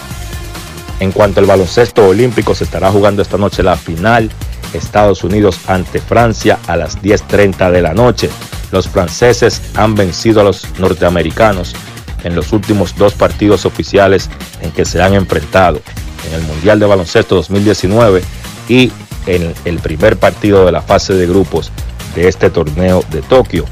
En cuanto al baloncesto olímpico, se estará jugando esta noche la final, Estados Unidos ante Francia a las diez treinta de la noche. Los franceses han vencido a los norteamericanos en los últimos dos partidos oficiales en que se han enfrentado, en el Mundial de Baloncesto dos mil diecinueve y en el primer partido de la fase de grupos de este torneo de Tokio.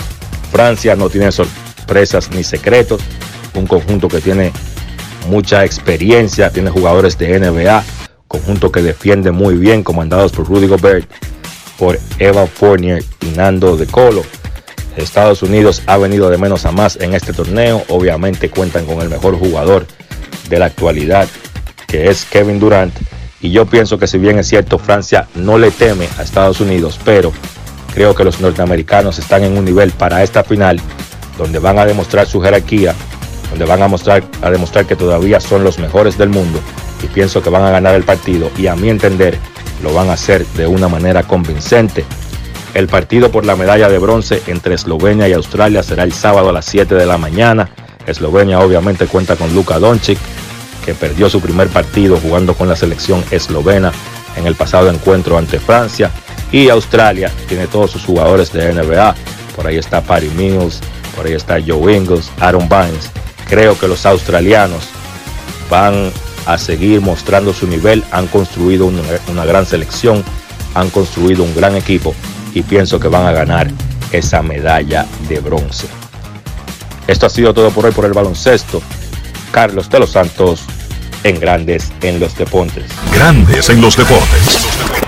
Francia no tiene sorpresas ni secretos, un conjunto que tiene mucha experiencia, tiene jugadores de N B A, conjunto que defiende muy bien, comandados por Rudy Gobert, por Evan Fournier y Nando De Colo. Estados Unidos ha venido de menos a más en este torneo. Obviamente cuentan con el mejor jugador de la actualidad, que es Kevin Durant, y yo pienso que si bien es cierto Francia no le teme a Estados Unidos, pero creo que los norteamericanos están en un nivel para esta final donde van a demostrar su jerarquía, donde van a, mostrar, a demostrar que todavía son los mejores del mundo, y pienso que van a ganar el partido, y a mi entender lo van a hacer de una manera convincente. El partido por la medalla de bronce entre Eslovenia y Australia será el sábado a las siete de la mañana. Eslovenia obviamente cuenta con Luka Doncic, que perdió su primer partido jugando con la selección eslovena en el pasado encuentro ante Francia. Y Australia tiene todos sus jugadores de N B A. Por ahí está Patty Mills, por ahí está Joe Ingles, Aaron Baines. Creo que los australianos van a seguir mostrando su nivel. Han construido una, una gran selección, han construido un gran equipo y pienso que van a ganar esa medalla de bronce. Esto ha sido todo por hoy por el baloncesto. Carlos de los Santos en Grandes en los Deportes. Grandes en los Deportes.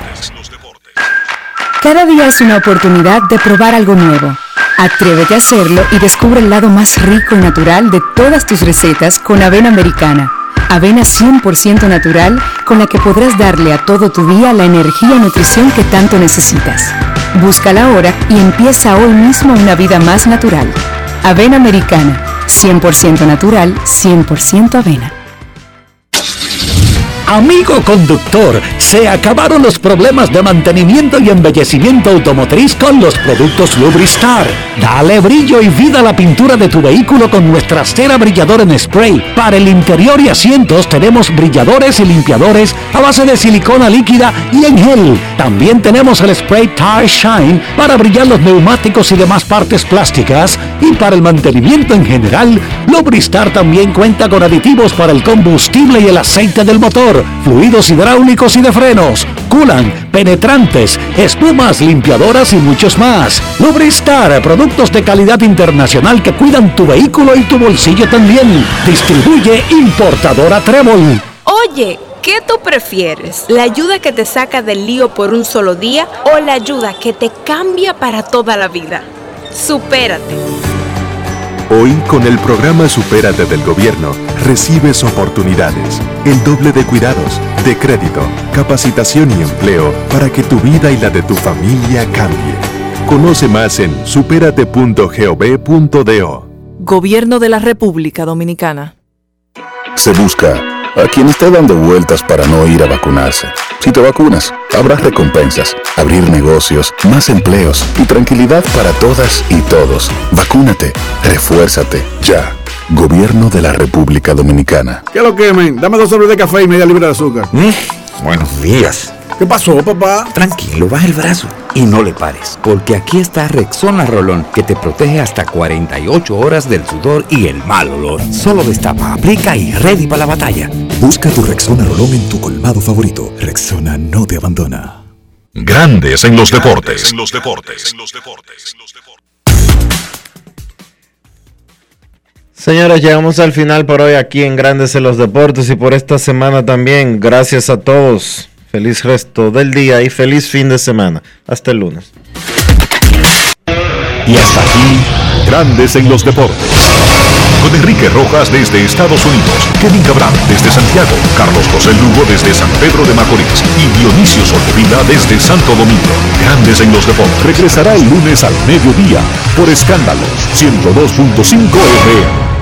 Cada día es una oportunidad de probar algo nuevo. Atrévete a hacerlo y descubre el lado más rico y natural de todas tus recetas con avena americana. Avena cien por ciento natural con la que podrás darle a todo tu día la energía y nutrición que tanto necesitas. Búscala ahora y empieza hoy mismo una vida más natural. Avena americana, cien por ciento natural, cien por ciento avena. Amigo conductor, se acabaron los problemas de mantenimiento y embellecimiento automotriz con los productos Lubristar. Dale brillo y vida a la pintura de tu vehículo con nuestra cera brilladora en spray. Para el interior y asientos tenemos brilladores y limpiadores a base de silicona líquida y en gel. También tenemos el spray Tire Shine para brillar los neumáticos y demás partes plásticas. Y para el mantenimiento en general, Lubristar también cuenta con aditivos para el combustible y el aceite del motor, fluidos hidráulicos y de frenos, culan, penetrantes, espumas, limpiadoras y muchos más. Lubristar, productos de calidad internacional que cuidan tu vehículo y tu bolsillo también. Distribuye importadora Trébol. Oye, ¿qué tú prefieres? ¿La ayuda que te saca del lío por un solo día o la ayuda que te cambia para toda la vida? Supérate. Hoy, con el programa Supérate del Gobierno, recibes oportunidades, el doble de cuidados, de crédito, capacitación y empleo para que tu vida y la de tu familia cambie. Conoce más en supérate punto gov punto do. Gobierno de la República Dominicana. Se busca a quien esté dando vueltas para no ir a vacunarse. Si te vacunas, habrá recompensas, abrir negocios, más empleos y tranquilidad para todas y todos. Vacúnate, refuérzate, ya. Gobierno de la República Dominicana. ¿Qué lo quemen? Dame dos sobres de café y media libra de azúcar. Mm, buenos días. ¿Qué pasó, papá? Tranquilo, baja el brazo y no le pares, porque aquí está Rexona Rolón, que te protege hasta cuarenta y ocho horas del sudor y el mal olor. Solo destapa, aplica y ready para la batalla. Busca tu Rexona Rolón en tu colmado favorito. Rexona no te abandona. Grandes en los deportes. Grandes en los deportes. En los deportes. Señores, llegamos al final por hoy aquí en Grandes en los Deportes y por esta semana también. Gracias a todos. Feliz resto del día y feliz fin de semana. Hasta el lunes. Y hasta aquí, Grandes en los Deportes. Con Enrique Rojas desde Estados Unidos, Kevin Cabral desde Santiago, Carlos José Lugo desde San Pedro de Macorís y Dionisio Solterida desde Santo Domingo. Grandes en los Deportes regresará el lunes al mediodía por Escándalos ciento dos punto cinco F M.